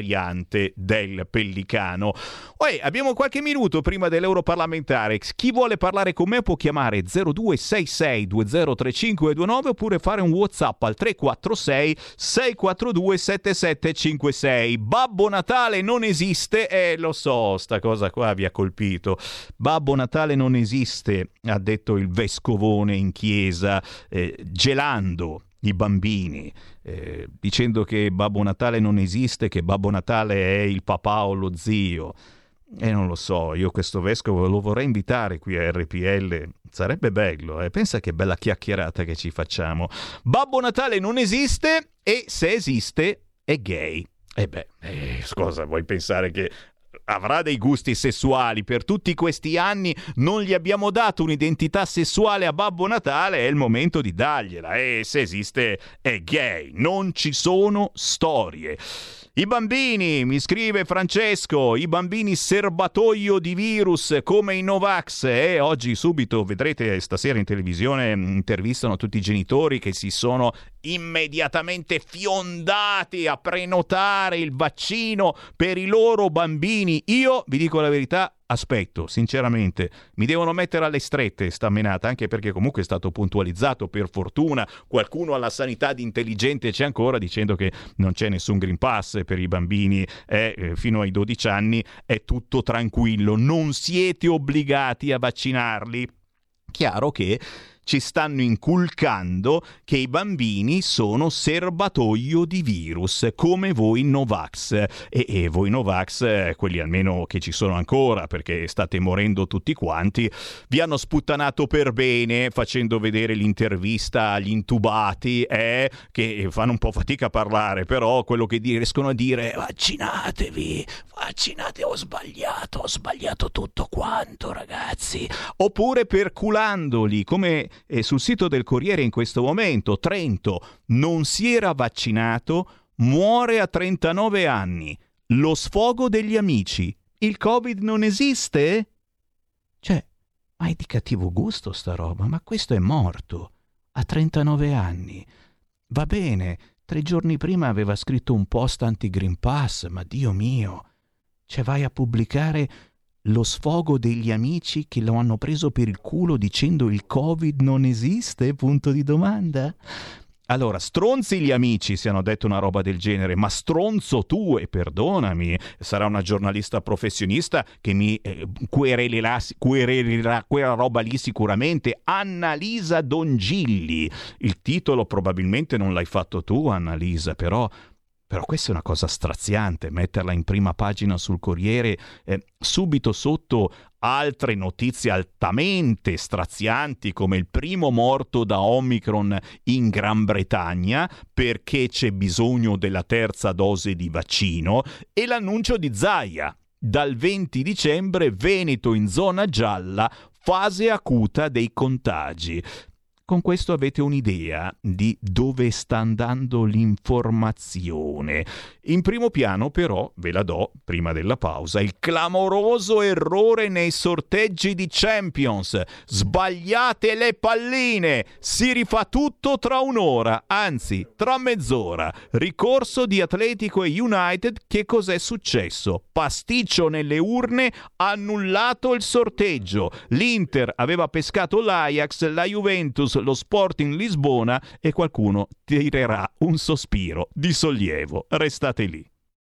del Pellicano. Poi abbiamo qualche minuto prima dell'Europarlamentare. Chi vuole parlare con me può chiamare zero due sei sei due zero tre cinque due nove oppure fare un WhatsApp al tre quattro sei sei quattro due sette sette cinque sei. Babbo Natale non esiste, eh lo so, sta cosa qua vi ha colpito. Babbo Natale non esiste, ha detto il vescovone in chiesa, eh, gelando i bambini, eh, dicendo che Babbo Natale non esiste, che Babbo Natale è il papà o lo zio. E eh, non lo so, io questo vescovo lo vorrei invitare qui a R P L, sarebbe bello, eh? Pensa che bella chiacchierata che ci facciamo. Babbo Natale non esiste e se esiste è gay. E beh, eh, scusa, vuoi pensare che avrà dei gusti sessuali? Per tutti questi anni non gli abbiamo dato un'identità sessuale a Babbo Natale, è il momento di dargliela. E se esiste è gay, non ci sono storie. I bambini, mi scrive Francesco, i bambini serbatoio di virus come i Novax. E eh, oggi subito vedrete stasera in televisione, intervistano tutti i genitori che si sono immediatamente fiondati a prenotare il vaccino per i loro bambini. Io vi dico la verità, aspetto, sinceramente, mi devono mettere alle strette sta menata, anche perché comunque è stato puntualizzato, per fortuna qualcuno alla sanità di intelligente c'è ancora, dicendo che non c'è nessun Green Pass per i bambini eh, fino ai dodici anni, è tutto tranquillo, non siete obbligati a vaccinarli. Chiaro che ci stanno inculcando che i bambini sono serbatoio di virus, come voi Novax. E, e voi Novax, quelli almeno che ci sono ancora, perché state morendo tutti quanti, vi hanno sputtanato per bene, facendo vedere l'intervista agli intubati, eh, che fanno un po' fatica a parlare, però quello che riescono a dire: vaccinatevi, vaccinate, ho sbagliato, ho sbagliato tutto quanto, ragazzi. Oppure perculandoli, come e sul sito del Corriere in questo momento: Trento non si era vaccinato, muore a trentanove anni, lo sfogo degli amici, il Covid non esiste? Cioè, ma è di cattivo gusto sta roba, ma questo è morto a trentanove anni. Va bene, tre giorni prima aveva scritto un post anti-Green Pass, ma Dio mio, cioè vai a pubblicare lo sfogo degli amici che lo hanno preso per il culo dicendo il Covid non esiste? Punto di domanda. Allora, stronzi gli amici se hanno detto una roba del genere, ma stronzo tu, e perdonami, sarà una giornalista professionista che mi eh, querelerà, querelerà quella roba lì sicuramente. Annalisa Dongilli, il titolo probabilmente non l'hai fatto tu, Annalisa, però... Però questa è una cosa straziante, metterla in prima pagina sul Corriere, eh, subito sotto altre notizie altamente strazianti come il primo morto da Omicron in Gran Bretagna perché c'è bisogno della terza dose di vaccino, e l'annuncio di Zaia. Dal venti dicembre Veneto in zona gialla, fase acuta dei contagi. Con questo avete un'idea di dove sta andando l'informazione. In primo piano però, ve la do prima della pausa, il clamoroso errore nei sorteggi di Champions. Sbagliate le palline, si rifà tutto tra un'ora, anzi tra mezz'ora. Ricorso di Atletico e United, che cos'è successo? Pasticcio nelle urne, annullato il sorteggio. L'Inter aveva pescato l'Ajax, la Juventus lo Sporting Lisbona, e qualcuno tirerà un sospiro di sollievo. Restate lì.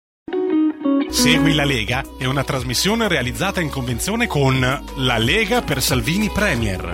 Segui la Lega è una trasmissione realizzata in convenzione con La Lega per Salvini Premier.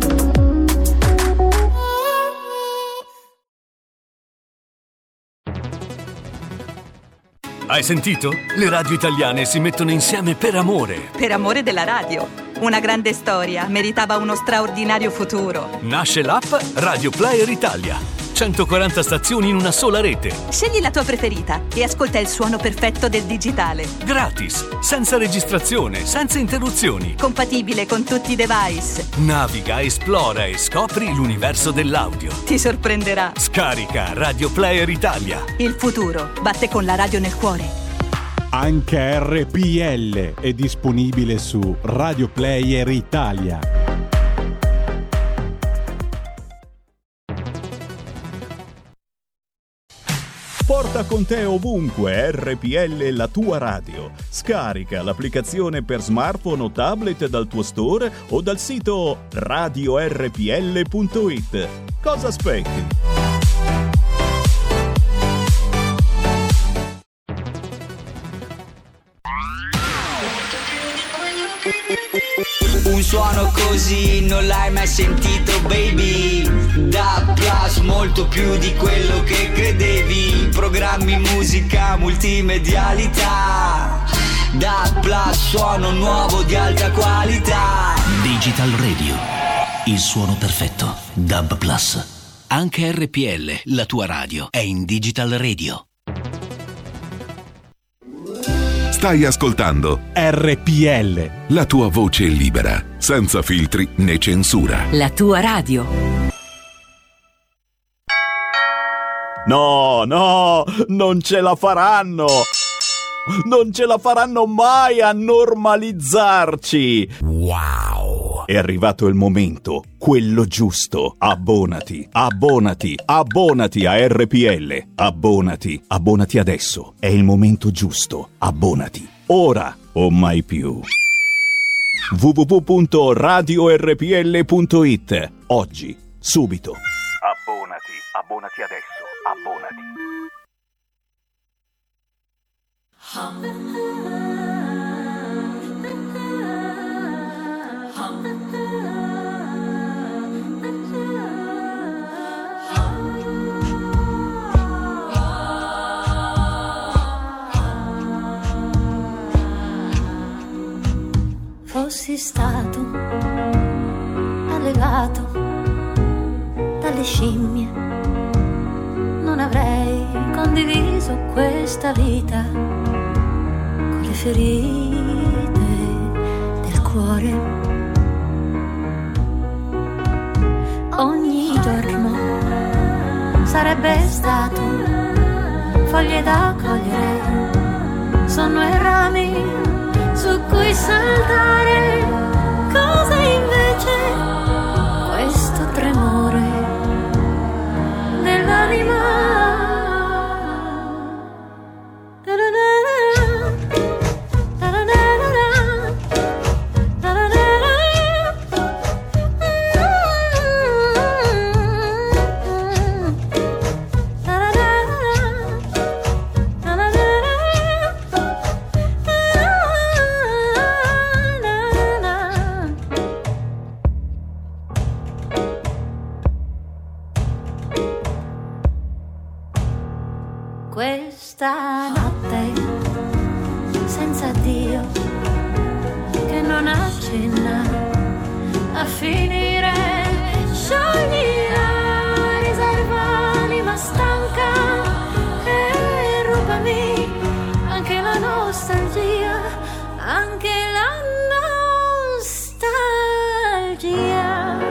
Hai sentito? Le radio italiane si mettono insieme per amore. Per amore della radio. Una grande storia meritava uno straordinario futuro. Nasce l'app Radio Player Italia. centoquaranta stazioni in una sola rete. Scegli la tua preferita e ascolta il suono perfetto del digitale. Gratis, senza registrazione, senza interruzioni. Compatibile con tutti i device. Naviga, esplora e scopri l'universo dell'audio. Ti sorprenderà. Scarica Radio Player Italia. Il futuro batte con la radio nel cuore. Anche R P L è disponibile su Radio Player Italia. Porta con te ovunque R P L, la tua radio. Scarica l'applicazione per smartphone o tablet dal tuo store o dal sito radio r p l punto i t. Cosa aspetti? Un suono così non l'hai mai sentito, baby. Da Plus, molto più di quello che credevi. Programmi, musica, multimedialità. Da Plus, suono nuovo di alta qualità. Digital Radio, il suono perfetto. D A B Plus. Anche R P L, la tua radio, è in Digital Radio. Stai ascoltando R P L, la tua voce libera, senza filtri né censura. La tua radio. No, no, non ce la faranno. Non ce la faranno mai a normalizzarci. Wow. È arrivato il momento, quello giusto. Abbonati, abbonati, abbonati a R P L. Abbonati, abbonati adesso. È il momento giusto. Abbonati. Ora o mai più. w w w punto radio r p l punto i t. Oggi, subito. Abbonati, abbonati adesso. Abbonati. Fossi stato allevato dalle scimmie, non avrei condiviso questa vita con le ferite del cuore. Ogni giorno sarebbe stato foglie da cogliere, sonno e rami su cui saltare, cosa invece questo tremore nell'anima. Questa notte senza Dio che non accenna a finire, sciogli la riserva, anima stanca, e rubami anche la nostalgia, anche la nostalgia.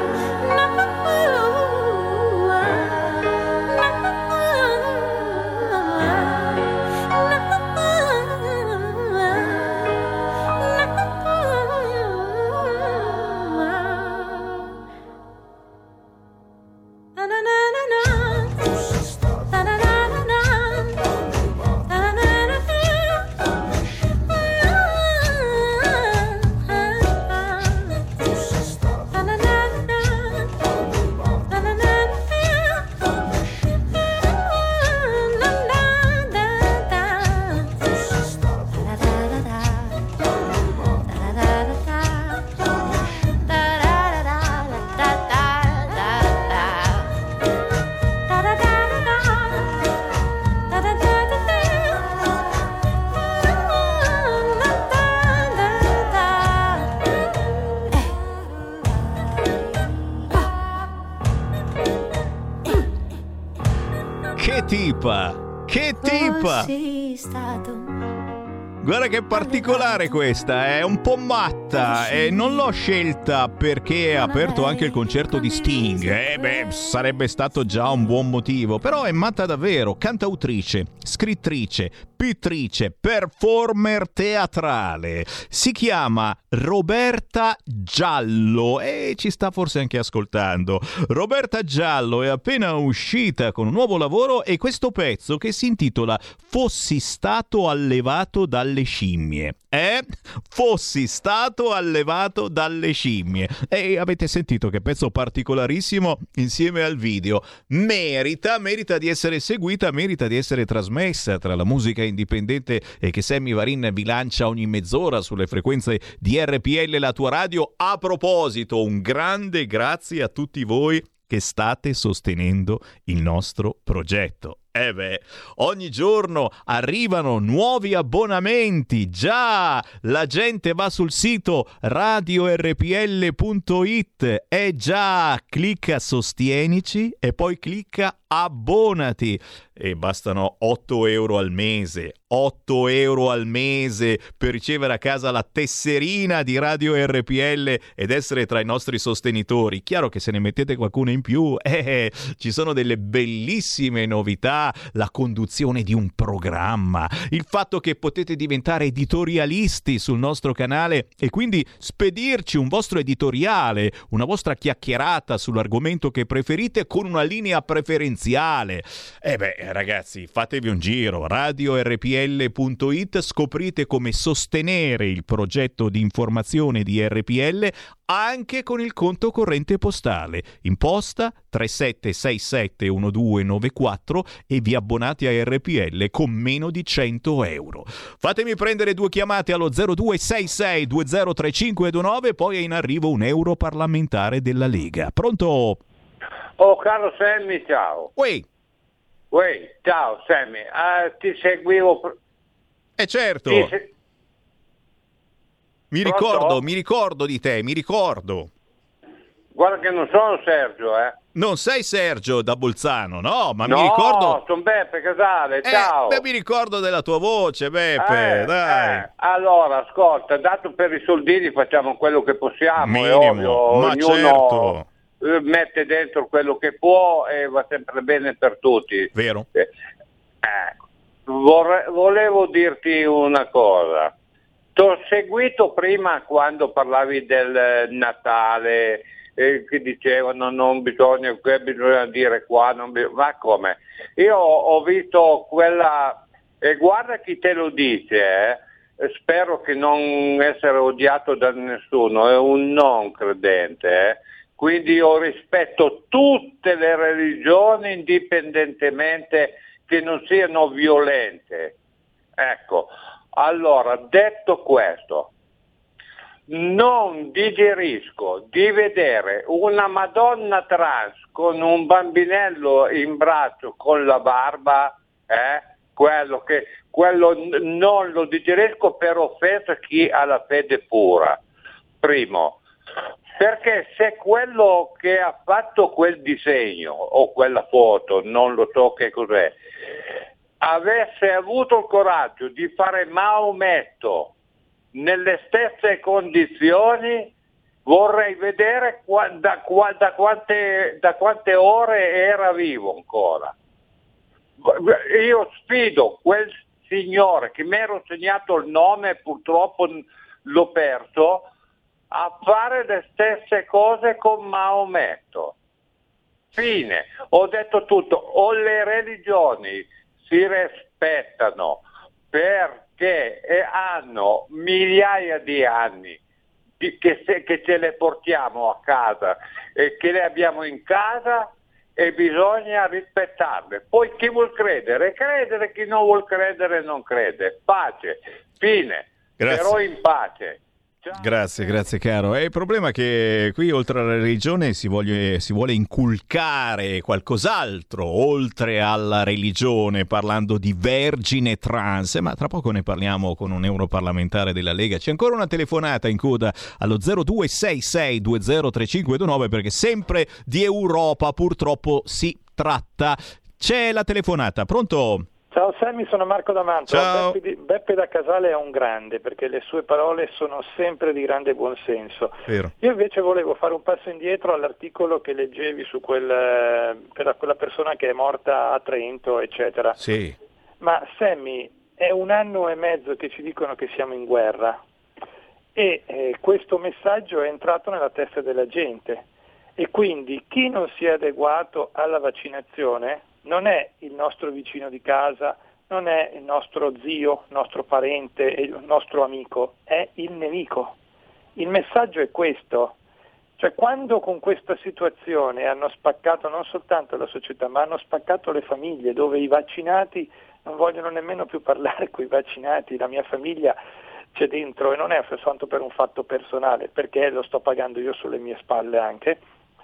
Che tipa! Che tipa! Fossi stato Guarda che particolare questa, è un po' matta e non l'ho scelta perché ha aperto anche il concerto di Sting. Eh beh, sarebbe stato già un buon motivo, però è matta davvero, cantautrice, scrittrice, pittrice, performer teatrale. Si chiama Roberta Giallo e ci sta forse anche ascoltando. Roberta Giallo è appena uscita con un nuovo lavoro e questo pezzo che si intitola Fossi stato allevato dalle scimmie. Eh? Fossi stato allevato dalle scimmie. E avete sentito che pezzo particolarissimo insieme al video. Merita, merita di essere seguita, merita di essere trasmessa tra la musica indipendente e che Sammy Varin vi lancia ogni mezz'ora sulle frequenze di R P L, la tua radio. A proposito, un grande grazie a tutti voi che state sostenendo il nostro progetto. Eh beh, ogni giorno arrivano nuovi abbonamenti, già, la gente va sul sito radio r p l punto i t, eh già, clicca sostienici e poi clicca abbonati e bastano otto euro al mese, otto euro al mese per ricevere a casa la tesserina di Radio R P L ed essere tra i nostri sostenitori. Chiaro che se ne mettete qualcuno in più, eh, ci sono delle bellissime novità, la conduzione di un programma, il fatto che potete diventare editorialisti sul nostro canale e quindi spedirci un vostro editoriale, una vostra chiacchierata sull'argomento che preferite con una linea preferenziale. E beh, ragazzi, fatevi un giro, radio r p l punto i t, scoprite come sostenere il progetto di informazione di R P L anche con il conto corrente postale, imposta tre sette sei sette uno due nove quattro e vi abbonate a R P L con meno di cento euro. Fatemi prendere due chiamate allo zero due sei sei due zero tre cinque due nove, poi è in arrivo un europarlamentare della Lega. Pronto? Oh, caro Sammy, ciao. Uè. Uè, ciao Sammy, uh, ti seguivo... Pr- eh certo. Ti se- Mi Pronto? ricordo, mi ricordo di te, mi ricordo. Guarda che non sono Sergio, eh. Non sei Sergio da Bolzano, no? Ma no, mi ricordo... No, sono Beppe Casale, eh, ciao. Beh, mi ricordo della tua voce, Beppe, eh, dai. Eh. Allora, ascolta, dato per i soldini facciamo quello che possiamo, è ovvio. Ma ognuno certo. mette dentro quello che può e va sempre bene per tutti. Vero. Eh, vorrei, volevo dirti una cosa. T'ho seguito prima quando parlavi del Natale, eh, che dicevano non bisogna, che bisogna dire qua, non bisogna, ma come? Io ho visto quella, e guarda chi te lo dice, eh, spero che non essere odiato da nessuno, è un non credente, eh. Quindi io rispetto tutte le religioni indipendentemente che non siano violente. Ecco. Allora, detto questo, non digerisco di vedere una Madonna trans con un bambinello in braccio con la barba, eh? quello, che, quello n- non lo digerisco per offesa a chi ha la fede pura. Primo, perché se quello che ha fatto quel disegno o quella foto, non lo so che cos'è, avesse avuto il coraggio di fare Maometto nelle stesse condizioni, vorrei vedere qua, da, qua, da, quante, da quante ore era vivo ancora. Io sfido quel signore che mi ero segnato il nome, purtroppo l'ho perso, a fare le stesse cose con Maometto. Fine, ho detto tutto. O le religioni si rispettano perché hanno migliaia di anni di, che, se, che ce le portiamo a casa e che le abbiamo in casa e bisogna rispettarle. Poi chi vuol credere, credere, chi non vuol credere non crede. Pace, fine, Grazie. Però in pace. Grazie, grazie caro. E il problema è che qui oltre alla religione si vuole, si vuole inculcare qualcos'altro oltre alla religione, parlando di vergine trans, ma tra poco ne parliamo con un europarlamentare della Lega. C'è ancora una telefonata in coda allo zero due sei sei due zero tre cinque due nove perché sempre di Europa purtroppo si tratta. c'è la telefonata. Pronto? Ciao Sammy, sono Marco da Mantova. Ciao. Beppe, di, Beppe da Casale è un grande, perché le sue parole sono sempre di grande buonsenso. Vero. Io invece volevo fare un passo indietro all'articolo che leggevi su quel, per quella persona che è morta a Trento, eccetera. Sì. Ma Sammy, è un anno e mezzo che ci dicono che siamo in guerra e eh, questo messaggio è entrato nella testa della gente e quindi chi non si è adeguato alla vaccinazione non è il nostro vicino di casa, non è il nostro zio, nostro parente, il nostro amico, è il nemico. Il messaggio è questo, cioè quando con questa situazione hanno spaccato non soltanto la società, ma hanno spaccato le famiglie, dove i vaccinati non vogliono nemmeno più parlare con i vaccinati, la mia famiglia c'è dentro e non è soltanto per un fatto personale, perché lo sto pagando io sulle mie spalle anche,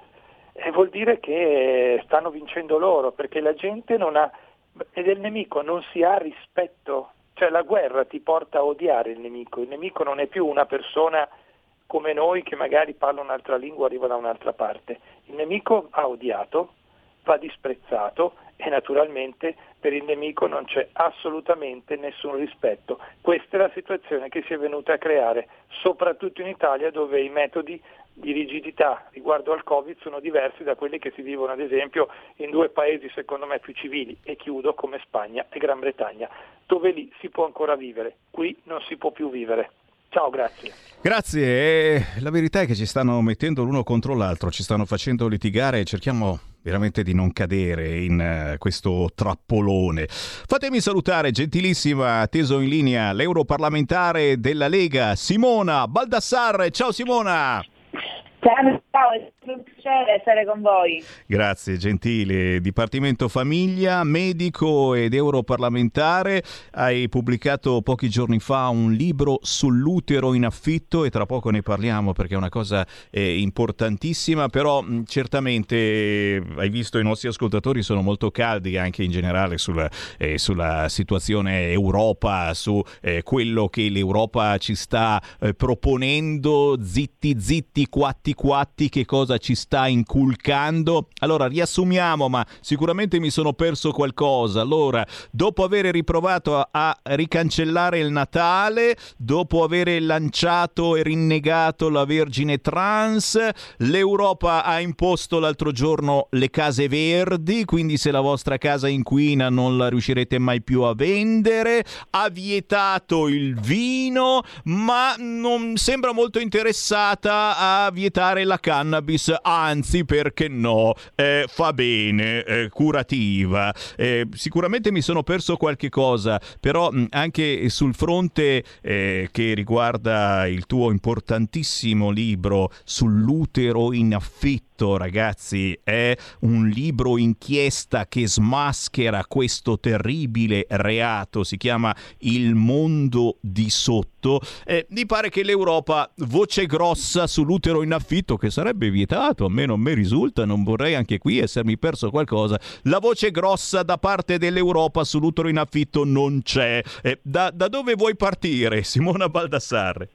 e vuol dire che stanno vincendo loro, perché la gente non ha, e del nemico non si ha rispetto, cioè la guerra ti porta a odiare il nemico, il nemico non è più una persona come noi che magari parla un'altra lingua, arriva da un'altra parte, il nemico va odiato, va disprezzato e naturalmente per il nemico non c'è assolutamente nessun rispetto. Questa è la situazione che si è venuta a creare, soprattutto in Italia, dove i metodi di rigidità riguardo al Covid sono diversi da quelli che si vivono ad esempio in due paesi secondo me più civili, e chiudo, come Spagna e Gran Bretagna, dove lì si può ancora vivere, qui non si può più vivere. Ciao, grazie. Grazie, e la verità è che ci stanno mettendo l'uno contro l'altro, ci stanno facendo litigare e cerchiamo veramente di non cadere in uh, questo trappolone. Fatemi salutare, gentilissima, atteso in linea, l'europarlamentare della Lega, Simona Baldassarre. Ciao Simona! Ciao, ciao, è un piacere essere con voi. Grazie, gentile. Dipartimento Famiglia, medico ed europarlamentare. Hai pubblicato pochi giorni fa un libro sull'utero in affitto e tra poco ne parliamo perché è una cosa eh, importantissima, però mh, certamente eh, hai visto i nostri ascoltatori sono molto caldi anche in generale sulla, eh, sulla situazione Europa, su eh, quello che l'Europa ci sta eh, proponendo, zitti zitti, quatti quatti, che cosa ci sta inculcando. Allora riassumiamo, ma sicuramente mi sono perso qualcosa. Allora, dopo aver riprovato a, a ricancellare il Natale, dopo aver lanciato e rinnegato la Vergine Trans, l'Europa ha imposto l'altro giorno le case verdi, quindi se la vostra casa inquina non la riuscirete mai più a vendere, ha vietato il vino, ma non sembra molto interessata a vietare la cannabis, anzi perché no, eh, fa bene, eh, curativa. Eh, sicuramente mi sono perso qualche cosa, però mh, anche sul fronte eh, che riguarda il tuo importantissimo libro sull'utero in affitto, ragazzi, è un libro inchiesta che smaschera questo terribile reato, si chiama Il mondo di sotto. Eh, mi pare che l'Europa voce grossa sull'utero in affitto, che sarebbe vietato, a me non mi risulta, non vorrei anche qui essermi perso qualcosa. La voce grossa da parte dell'Europa sull'utero in affitto non c'è. Eh, da, da dove vuoi partire, Simona Baldassarre?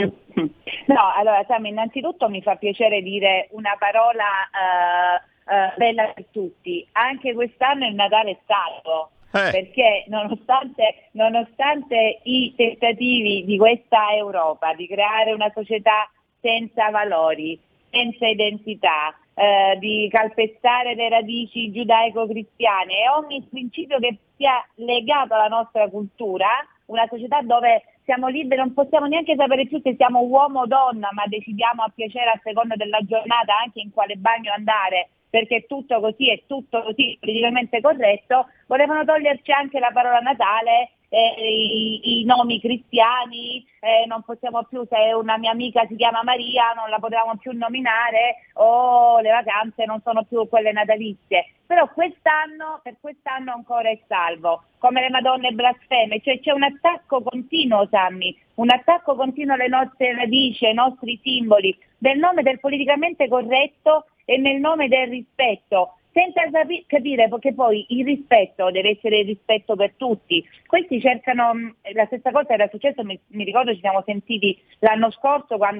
No, allora Sam, innanzitutto mi fa piacere dire una parola uh, uh, bella per tutti. Anche quest'anno il Natale è salvo, eh. perché nonostante, nonostante i tentativi di questa Europa di creare una società senza valori, senza identità, eh, di calpestare le radici giudaico-cristiane e ogni principio che sia legato alla nostra cultura, una società dove siamo liberi, non possiamo neanche sapere più se siamo uomo o donna, ma decidiamo a piacere a seconda della giornata anche in quale bagno andare, perché è tutto così, è tutto così politicamente corretto. Volevano toglierci anche la parola Natale, eh, i, i nomi cristiani, eh, non possiamo più, se una mia amica si chiama Maria non la potevamo più nominare, o le vacanze non sono più quelle natalizie. Però quest'anno, per quest'anno ancora è salvo, come le Madonne blasfeme, cioè c'è un attacco continuo, Sammy, un attacco continuo alle nostre radici, ai nostri simboli, nel nome del politicamente corretto e nel nome del rispetto, senza capi- capire che poi il rispetto deve essere il rispetto per tutti. Questi cercano, la stessa cosa era successo, mi, mi ricordo ci siamo sentiti l'anno scorso quando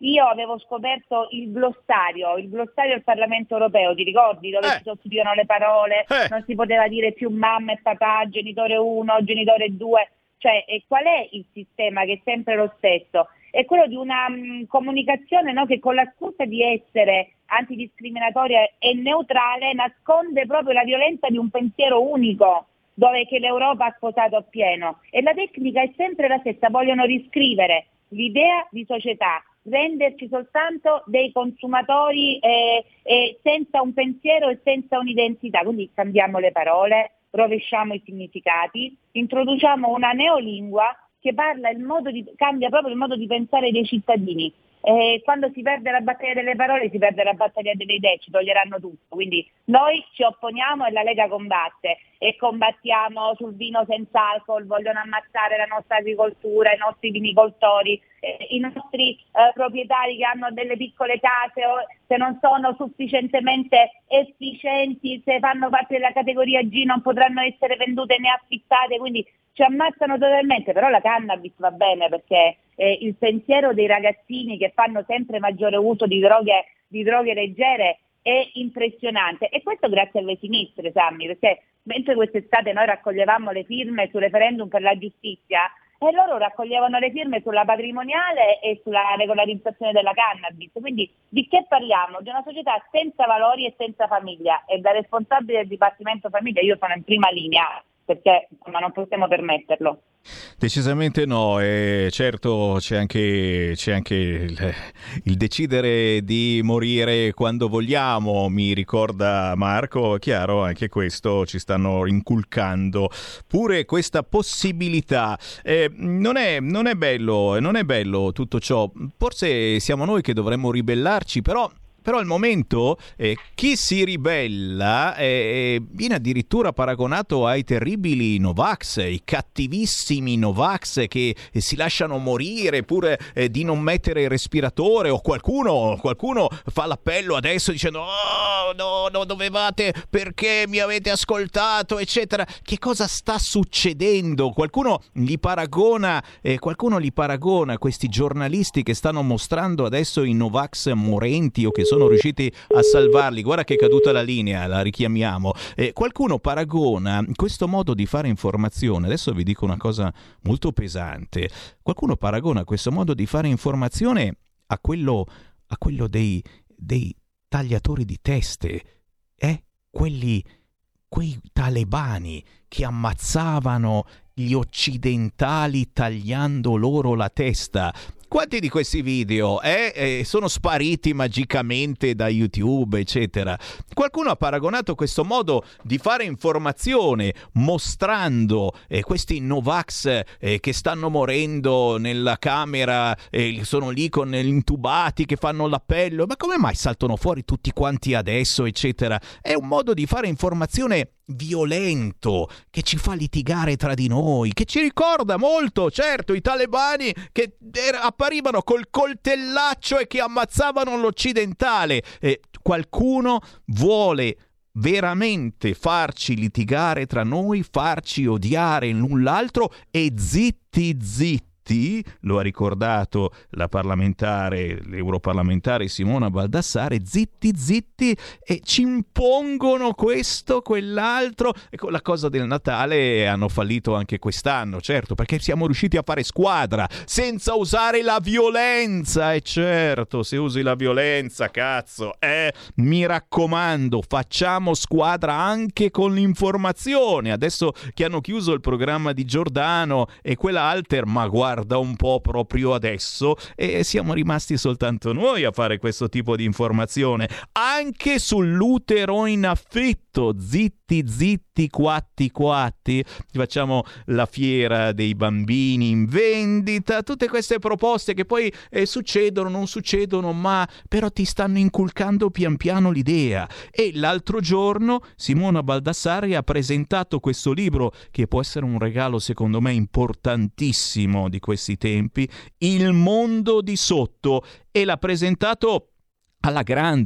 io avevo scoperto il glossario, il glossario del Parlamento Europeo, ti ricordi? Dove eh. si sostituivano le parole, eh. non si poteva dire più mamma e papà, genitore uno, genitore due, cioè e qual è il sistema che è sempre lo stesso? È quello di una mh, comunicazione, no, che con la scusa di essere antidiscriminatoria e neutrale nasconde proprio la violenza di un pensiero unico, dove che l'Europa ha sposato appieno. E la tecnica è sempre la stessa, vogliono riscrivere l'idea di società, renderci soltanto dei consumatori eh, eh, senza un pensiero e senza un'identità. Quindi cambiamo le parole, rovesciamo i significati, introduciamo una neolingua che parla il modo di, cambia proprio il modo di pensare dei cittadini. E quando si perde la battaglia delle parole si perde la battaglia delle idee, ci toglieranno tutto. Quindi noi ci opponiamo e la Lega combatte, e combattiamo sul vino senza alcol, vogliono ammazzare la nostra agricoltura, i nostri vinicoltori, eh, i nostri eh, proprietari che hanno delle piccole case, o se non sono sufficientemente efficienti, se fanno parte della categoria G non potranno essere vendute né affittate, quindi ci ammazzano totalmente. Però la cannabis va bene, perché eh, il pensiero dei ragazzini che fanno sempre maggiore uso di droghe, di droghe leggere è impressionante, e questo grazie alle sinistre, Sammy, perché mentre quest'estate noi raccoglievamo le firme sul referendum per la giustizia, e loro raccoglievano le firme sulla patrimoniale e sulla regolarizzazione della cannabis. Quindi di che parliamo? Di una società senza valori e senza famiglia, e da responsabile del Dipartimento Famiglia io sono in prima linea, perché insomma non possiamo permetterlo. Decisamente no, e certo c'è anche, c'è anche il, il decidere di morire quando vogliamo, mi ricorda Marco, chiaro, anche questo ci stanno inculcando pure questa possibilità. Eh, non è, non è bello, non è bello tutto ciò, forse siamo noi che dovremmo ribellarci, però Però al momento eh, chi si ribella eh, viene addirittura paragonato ai terribili Novax, i cattivissimi Novax che eh, si lasciano morire pure eh, di non mettere il respiratore, o qualcuno, qualcuno fa l'appello adesso dicendo oh no, no dovevate, perché mi avete ascoltato, eccetera. Che cosa sta succedendo? Qualcuno li paragona, eh, qualcuno li paragona questi giornalisti che stanno mostrando adesso i Novax morenti o che sono riusciti a salvarli. Guarda che è caduta la linea, la richiamiamo. Eh, qualcuno paragona questo modo di fare informazione, adesso vi dico una cosa molto pesante, qualcuno paragona questo modo di fare informazione a quello, a quello dei, dei tagliatori di teste, eh? Quelli, quei talebani che ammazzavano gli occidentali tagliando loro la testa. Quanti di questi video eh, eh, sono spariti magicamente da YouTube, eccetera? Qualcuno ha paragonato questo modo di fare informazione mostrando eh, questi Novax eh, che stanno morendo nella camera, eh, sono lì con gli intubati che fanno l'appello. Ma come mai saltano fuori tutti quanti adesso, eccetera? È un modo di fare informazione violento che ci fa litigare tra di noi, che ci ricorda molto, certo, i talebani che era, apparivano col coltellaccio e che ammazzavano l'occidentale. Eh, qualcuno vuole veramente farci litigare tra noi, farci odiare l'un l'altro, e zitti zitti, lo ha ricordato la parlamentare, l'europarlamentare Simona Baldassare, zitti zitti, e ci impongono questo, quell'altro. Ecco, la cosa del Natale hanno fallito anche quest'anno, certo, perché siamo riusciti a fare squadra senza usare la violenza. E certo, se usi la violenza, cazzo, eh, mi raccomando, facciamo squadra anche con l'informazione. Adesso che hanno chiuso il programma di Giordano e quella Alter, ma guarda Guarda un po' proprio adesso, e siamo rimasti soltanto noi a fare questo tipo di informazione anche sull'utero in affitto. Zitti zitti quatti quatti, facciamo la fiera dei bambini in vendita, tutte queste proposte che poi eh, succedono, non succedono, ma però ti stanno inculcando pian piano l'idea. E l'altro giorno Simona Baldassare ha presentato questo libro che può essere un regalo secondo me importantissimo di questi tempi, Il mondo di sotto, e l'ha presentato alla grande,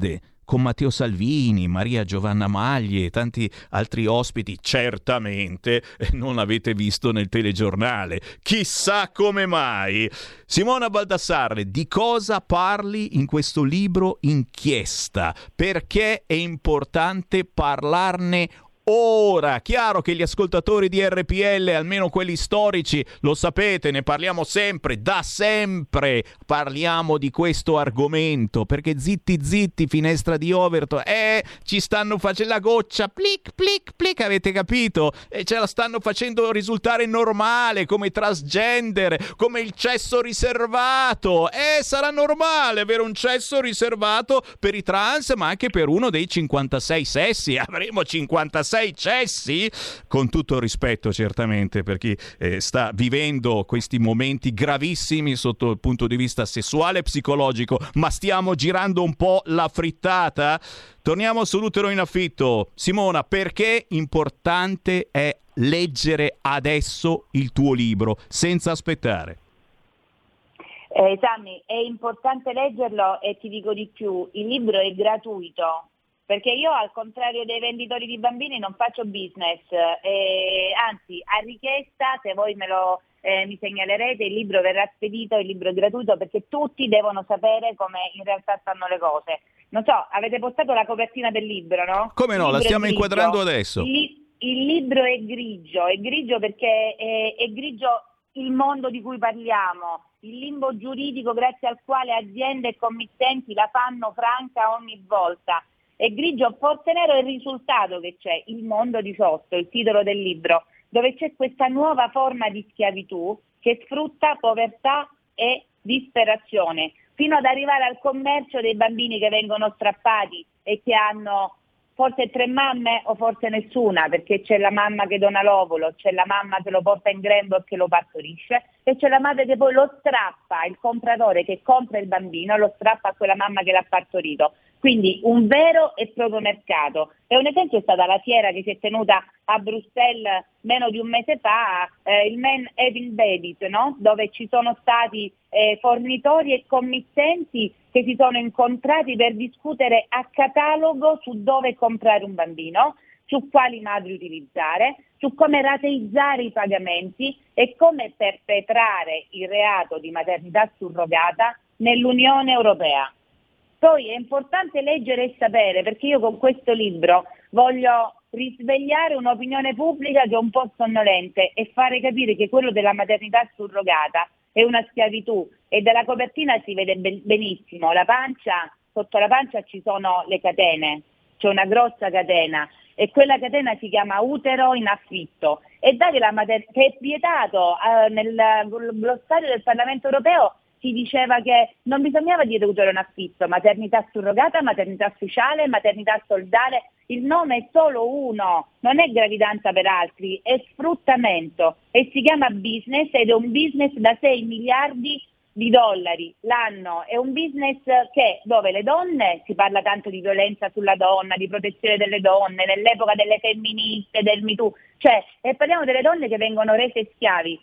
con Matteo Salvini, Maria Giovanna Magli e tanti altri ospiti, certamente non avete visto nel telegiornale. Chissà come mai. Simona Baldassarre, di cosa parli in questo libro Inchiesta? Perché è importante parlarne ora? Chiaro che gli ascoltatori di R P L, almeno quelli storici, lo sapete, ne parliamo sempre, da sempre parliamo di questo argomento, perché zitti zitti, finestra di Overton, eh, ci stanno facendo la goccia, plic plic plic, avete capito? E ce la stanno facendo risultare normale, come transgender, come il cesso riservato. Eh, sarà normale avere un cesso riservato per i trans, ma anche per uno dei cinquantasei sessi. Avremo cinquantasei cessi, con tutto il rispetto certamente per chi eh, sta vivendo questi momenti gravissimi sotto il punto di vista sessuale e psicologico, ma stiamo girando un po' la frittata. Torniamo sull'utero in affitto. Simona, perché importante è leggere adesso il tuo libro senza aspettare? Eh, Sammy, è importante leggerlo e ti dico di più, il libro è gratuito. Perché io, al contrario dei venditori di bambini, non faccio business, eh, anzi a richiesta, se voi me lo eh, mi segnalerete, il libro verrà spedito, il libro è gratuito, perché tutti devono sapere come in realtà stanno le cose. Non so, avete postato la copertina del libro, no? Come no, la stiamo inquadrando adesso. Il, il libro è grigio, è grigio perché è, è grigio il mondo di cui parliamo, il limbo giuridico grazie al quale aziende e committenti la fanno franca ogni volta. È grigio, forse nero è il risultato che c'è, il mondo di sotto, il titolo del libro, dove c'è questa nuova forma di schiavitù che sfrutta povertà e disperazione, fino ad arrivare al commercio dei bambini che vengono strappati e che hanno forse tre mamme o forse nessuna, perché c'è la mamma che dona l'ovulo, c'è la mamma che lo porta in grembo e che lo partorisce, e c'è la madre che poi lo strappa, il compratore che compra il bambino, lo strappa a quella mamma che l'ha partorito. Quindi un vero e proprio mercato. E un esempio è stata la fiera che si è tenuta a Bruxelles meno di un mese fa, eh, il Men Having Babies, no? Dove ci sono stati eh, fornitori e committenti che si sono incontrati per discutere a catalogo su dove comprare un bambino, su quali madri utilizzare, su come rateizzare i pagamenti e come perpetrare il reato di maternità surrogata nell'Unione Europea. Poi è importante leggere e sapere, perché io con questo libro voglio risvegliare un'opinione pubblica che è un po' sonnolente e fare capire che quello della maternità surrogata è una schiavitù, e dalla copertina si vede benissimo, la pancia, sotto la pancia ci sono le catene, c'è una grossa catena e quella catena si chiama utero in affitto, e da che, la mater- che è vietato eh, nel glossario del Parlamento Europeo. Si diceva che non bisognava dire utero in affitto, maternità surrogata, maternità sociale, maternità soldale, il nome è solo uno, non è gravidanza per altri, è sfruttamento e si chiama business, ed è un business da sei miliardi di dollari l'anno, è un business che, dove le donne, si parla tanto di violenza sulla donna, di protezione delle donne, nell'epoca delle femministe, del Me Too, cioè, e parliamo delle donne che vengono rese schiavi.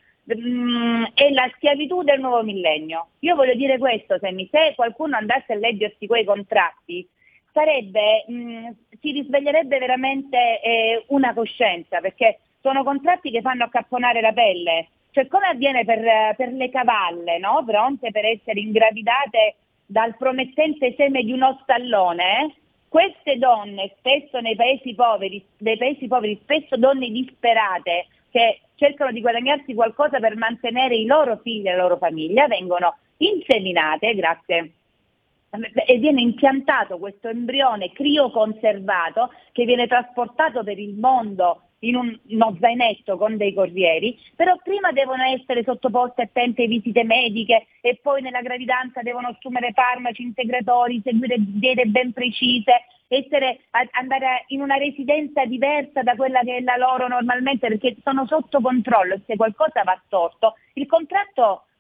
Mm, è la schiavitù del nuovo millennio. Io voglio dire questo, se, mi, se qualcuno andasse a leggersi quei contratti sarebbe, mh, si risveglierebbe veramente eh, una coscienza, perché sono contratti che fanno accapponare la pelle, cioè come avviene per, per le cavalle, no? Pronte per essere ingravidate dal promettente seme di uno stallone, eh? Queste donne spesso nei paesi poveri, nei paesi poveri spesso donne disperate che cercano di guadagnarsi qualcosa per mantenere i loro figli e la loro famiglia, vengono inseminate grazie e viene impiantato questo embrione crioconservato che viene trasportato per il mondo in un, uno zainetto con dei corrieri, però prima devono essere sottoposte attente visite mediche e poi nella gravidanza devono assumere farmaci integratori, seguire diete ben precise, essere, andare in una residenza diversa da quella che è la loro normalmente, perché sono sotto controllo e se qualcosa va storto il contratto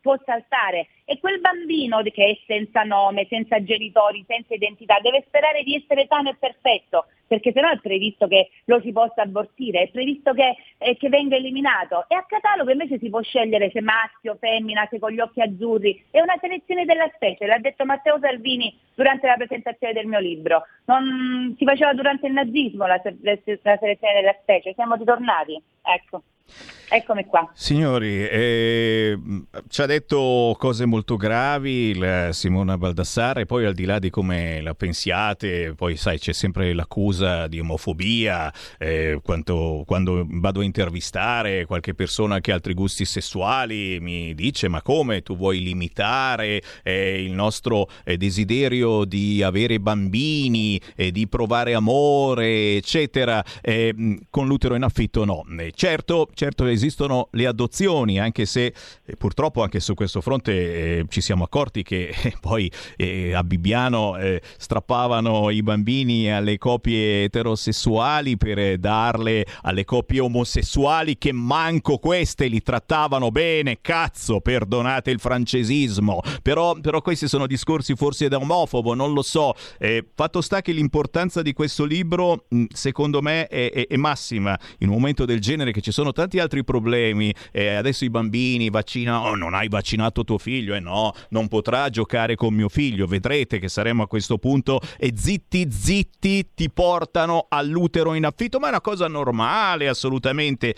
può saltare, e quel bambino che è senza nome, senza genitori, senza identità, deve sperare di essere sano e perfetto, perché sennò è previsto che lo si possa abortire, è previsto che, eh, che venga eliminato, e a catalogo invece si può scegliere se maschio, femmina, se con gli occhi azzurri, è una selezione della specie, l'ha detto Matteo Salvini durante la presentazione del mio libro. Non si faceva durante il nazismo la, la, la selezione della specie, siamo ritornati, ecco. Eccomi qua. Signori, eh, ci ha detto cose molto gravi la Simona Baldassarre, poi al di là di come la pensiate, poi sai c'è sempre l'accusa di omofobia, eh, quanto, quando vado a intervistare qualche persona che ha altri gusti sessuali mi dice: ma come tu vuoi limitare eh, il nostro eh, desiderio di avere bambini e eh, di provare amore eccetera, eh, con l'utero in affitto? No, eh, certo Certo esistono le adozioni, anche se eh, purtroppo anche su questo fronte eh, ci siamo accorti che eh, poi eh, a Bibbiano eh, strappavano i bambini alle coppie eterosessuali per eh, darle alle coppie omosessuali, che manco queste li trattavano bene, cazzo, perdonate il francesismo, però, però questi sono discorsi forse da omofobo, non lo so. Eh, fatto sta che l'importanza di questo libro mh, secondo me è, è, è massima in un momento del genere, che ci sono tanti altri problemi, eh, adesso i bambini vaccinano, oh, non hai vaccinato tuo figlio, eh no, non potrà giocare con mio figlio, vedrete che saremo a questo punto e zitti zitti ti portano all'utero in affitto, ma è una cosa normale assolutamente.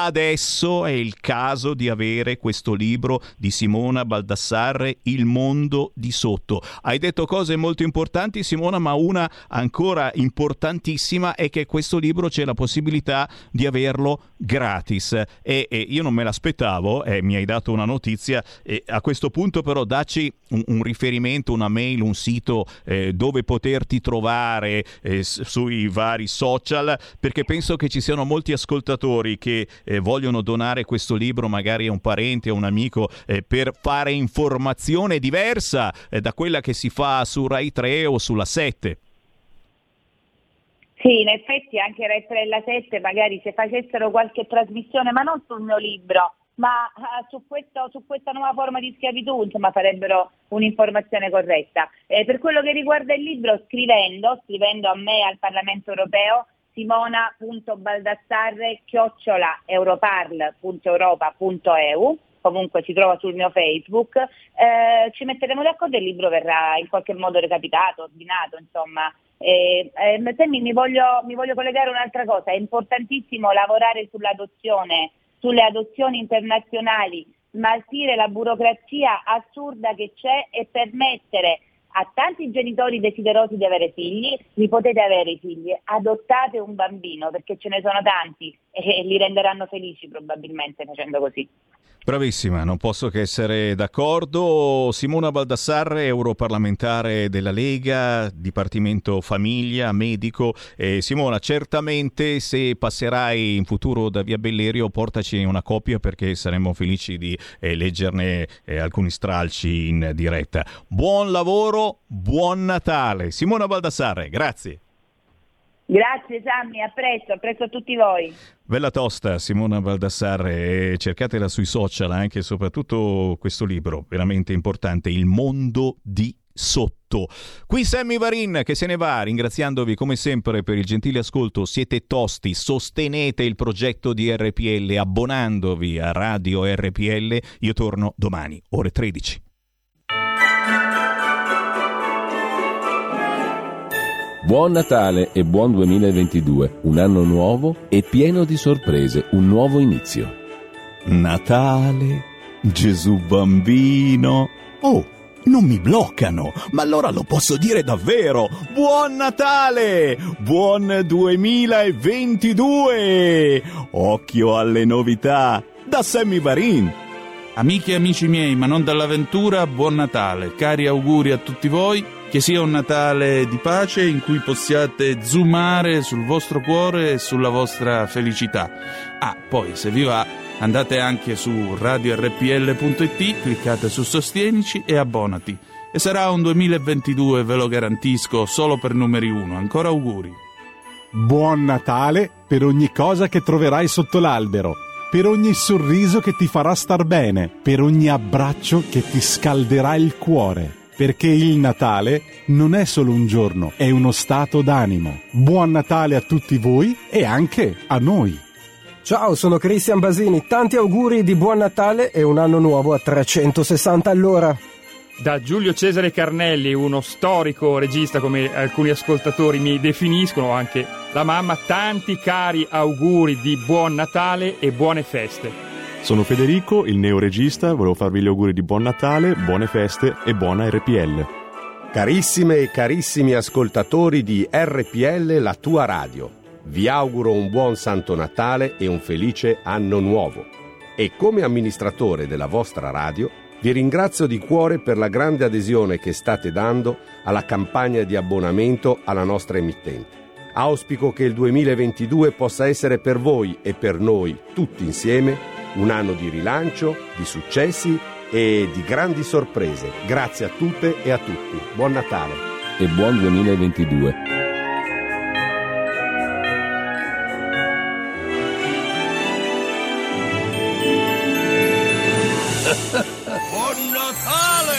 Adesso è il caso di avere questo libro di Simona Baldassarre, Il mondo di sotto. Hai detto cose molto importanti, Simona, ma una ancora importantissima è che questo libro c'è la possibilità di averlo gratis, e, e io non me l'aspettavo, e mi hai dato una notizia, e a questo punto però dacci un, un riferimento, una mail, un sito eh, dove poterti trovare eh, sui vari social, perché penso che ci siano molti ascoltatori che eh, vogliono donare questo libro magari a un parente o un amico eh, per fare informazione diversa eh, da quella che si fa su Rai tre o sulla sette. Sì, in effetti anche Rai tre e la sette magari se facessero qualche trasmissione, ma non sul mio libro, ma uh, su, questo, su questa nuova forma di schiavitù, insomma, farebbero un'informazione corretta. Eh, per quello che riguarda il libro, scrivendo, scrivendo a me al Parlamento Europeo, simona punto baldassarre chiocciola europarl punto europa punto e u, comunque si trova sul mio Facebook, eh, ci metteremo d'accordo e il libro verrà in qualche modo recapitato, ordinato, insomma. Eh, eh, se mi, mi, voglio, mi voglio collegare un'altra cosa, è importantissimo lavorare sull'adozione, sulle adozioni internazionali, smaltire la burocrazia assurda che c'è e permettere a tanti genitori desiderosi di avere figli: li potete avere i figli, adottate un bambino, perché ce ne sono tanti e li renderanno felici probabilmente facendo così. Bravissima, non posso che essere d'accordo. Simona Baldassarre, europarlamentare della Lega, Dipartimento Famiglia, medico. Eh, Simona, certamente se passerai in futuro da Via Bellerio portaci una copia, perché saremo felici di eh, leggerne eh, alcuni stralci in diretta. Buon lavoro, buon Natale. Simona Baldassarre, grazie. Grazie Sammy, a presto, a presto a tutti voi. Bella tosta Simona Baldassarre, cercatela sui social anche e soprattutto questo libro veramente importante, Il mondo di sotto. Qui Sammy Varin che se ne va, ringraziandovi come sempre per il gentile ascolto. Siete tosti, sostenete il progetto di R P L abbonandovi a Radio R P L. Io torno domani ore tredici. Buon Natale e buon duemilaventidue, un anno nuovo e pieno di sorprese, un nuovo inizio. Natale, Gesù bambino. Oh, non mi bloccano, ma allora lo posso dire davvero. Buon Natale, buon duemilaventidue. Occhio alle novità da Sammy Varin. Amiche e amici miei, ma non dall'avventura, buon Natale. Cari auguri a tutti voi. Che sia un Natale di pace in cui possiate zoomare sul vostro cuore e sulla vostra felicità. Ah, poi se vi va andate anche su radio r p l punto i t, cliccate su Sostienici e abbonati. E sarà un duemilaventidue, ve lo garantisco, solo per numeri uno. Ancora auguri. Buon Natale per ogni cosa che troverai sotto l'albero. per ogni sorriso che ti farà star bene, per ogni abbraccio che ti scalderà il cuore. Perché il Natale non è solo un giorno, è uno stato d'animo. Buon Natale a tutti voi e anche a noi. Ciao, sono Cristian Basini, tanti auguri di buon Natale e un anno nuovo a trecentosessanta all'ora. Da Giulio Cesare Carnelli, uno storico regista come alcuni ascoltatori mi definiscono, anche la mamma, tanti cari auguri di buon Natale e buone feste. Sono Federico, il neoregista, volevo farvi gli auguri di buon Natale, buone feste e buona R P L. Carissime e carissimi ascoltatori di R P L, la tua radio, vi auguro un buon Santo Natale e un felice anno nuovo. E come amministratore della vostra radio, vi ringrazio di cuore per la grande adesione che state dando alla campagna di abbonamento alla nostra emittente. Auspico che il duemilaventidue possa essere per voi e per noi, tutti insieme, un anno di rilancio, di successi e di grandi sorprese. Grazie a tutte e a tutti. Buon Natale. E buon duemilaventidue. Buon Natale!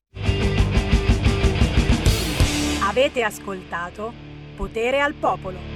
Avete ascoltato Potere al Popolo.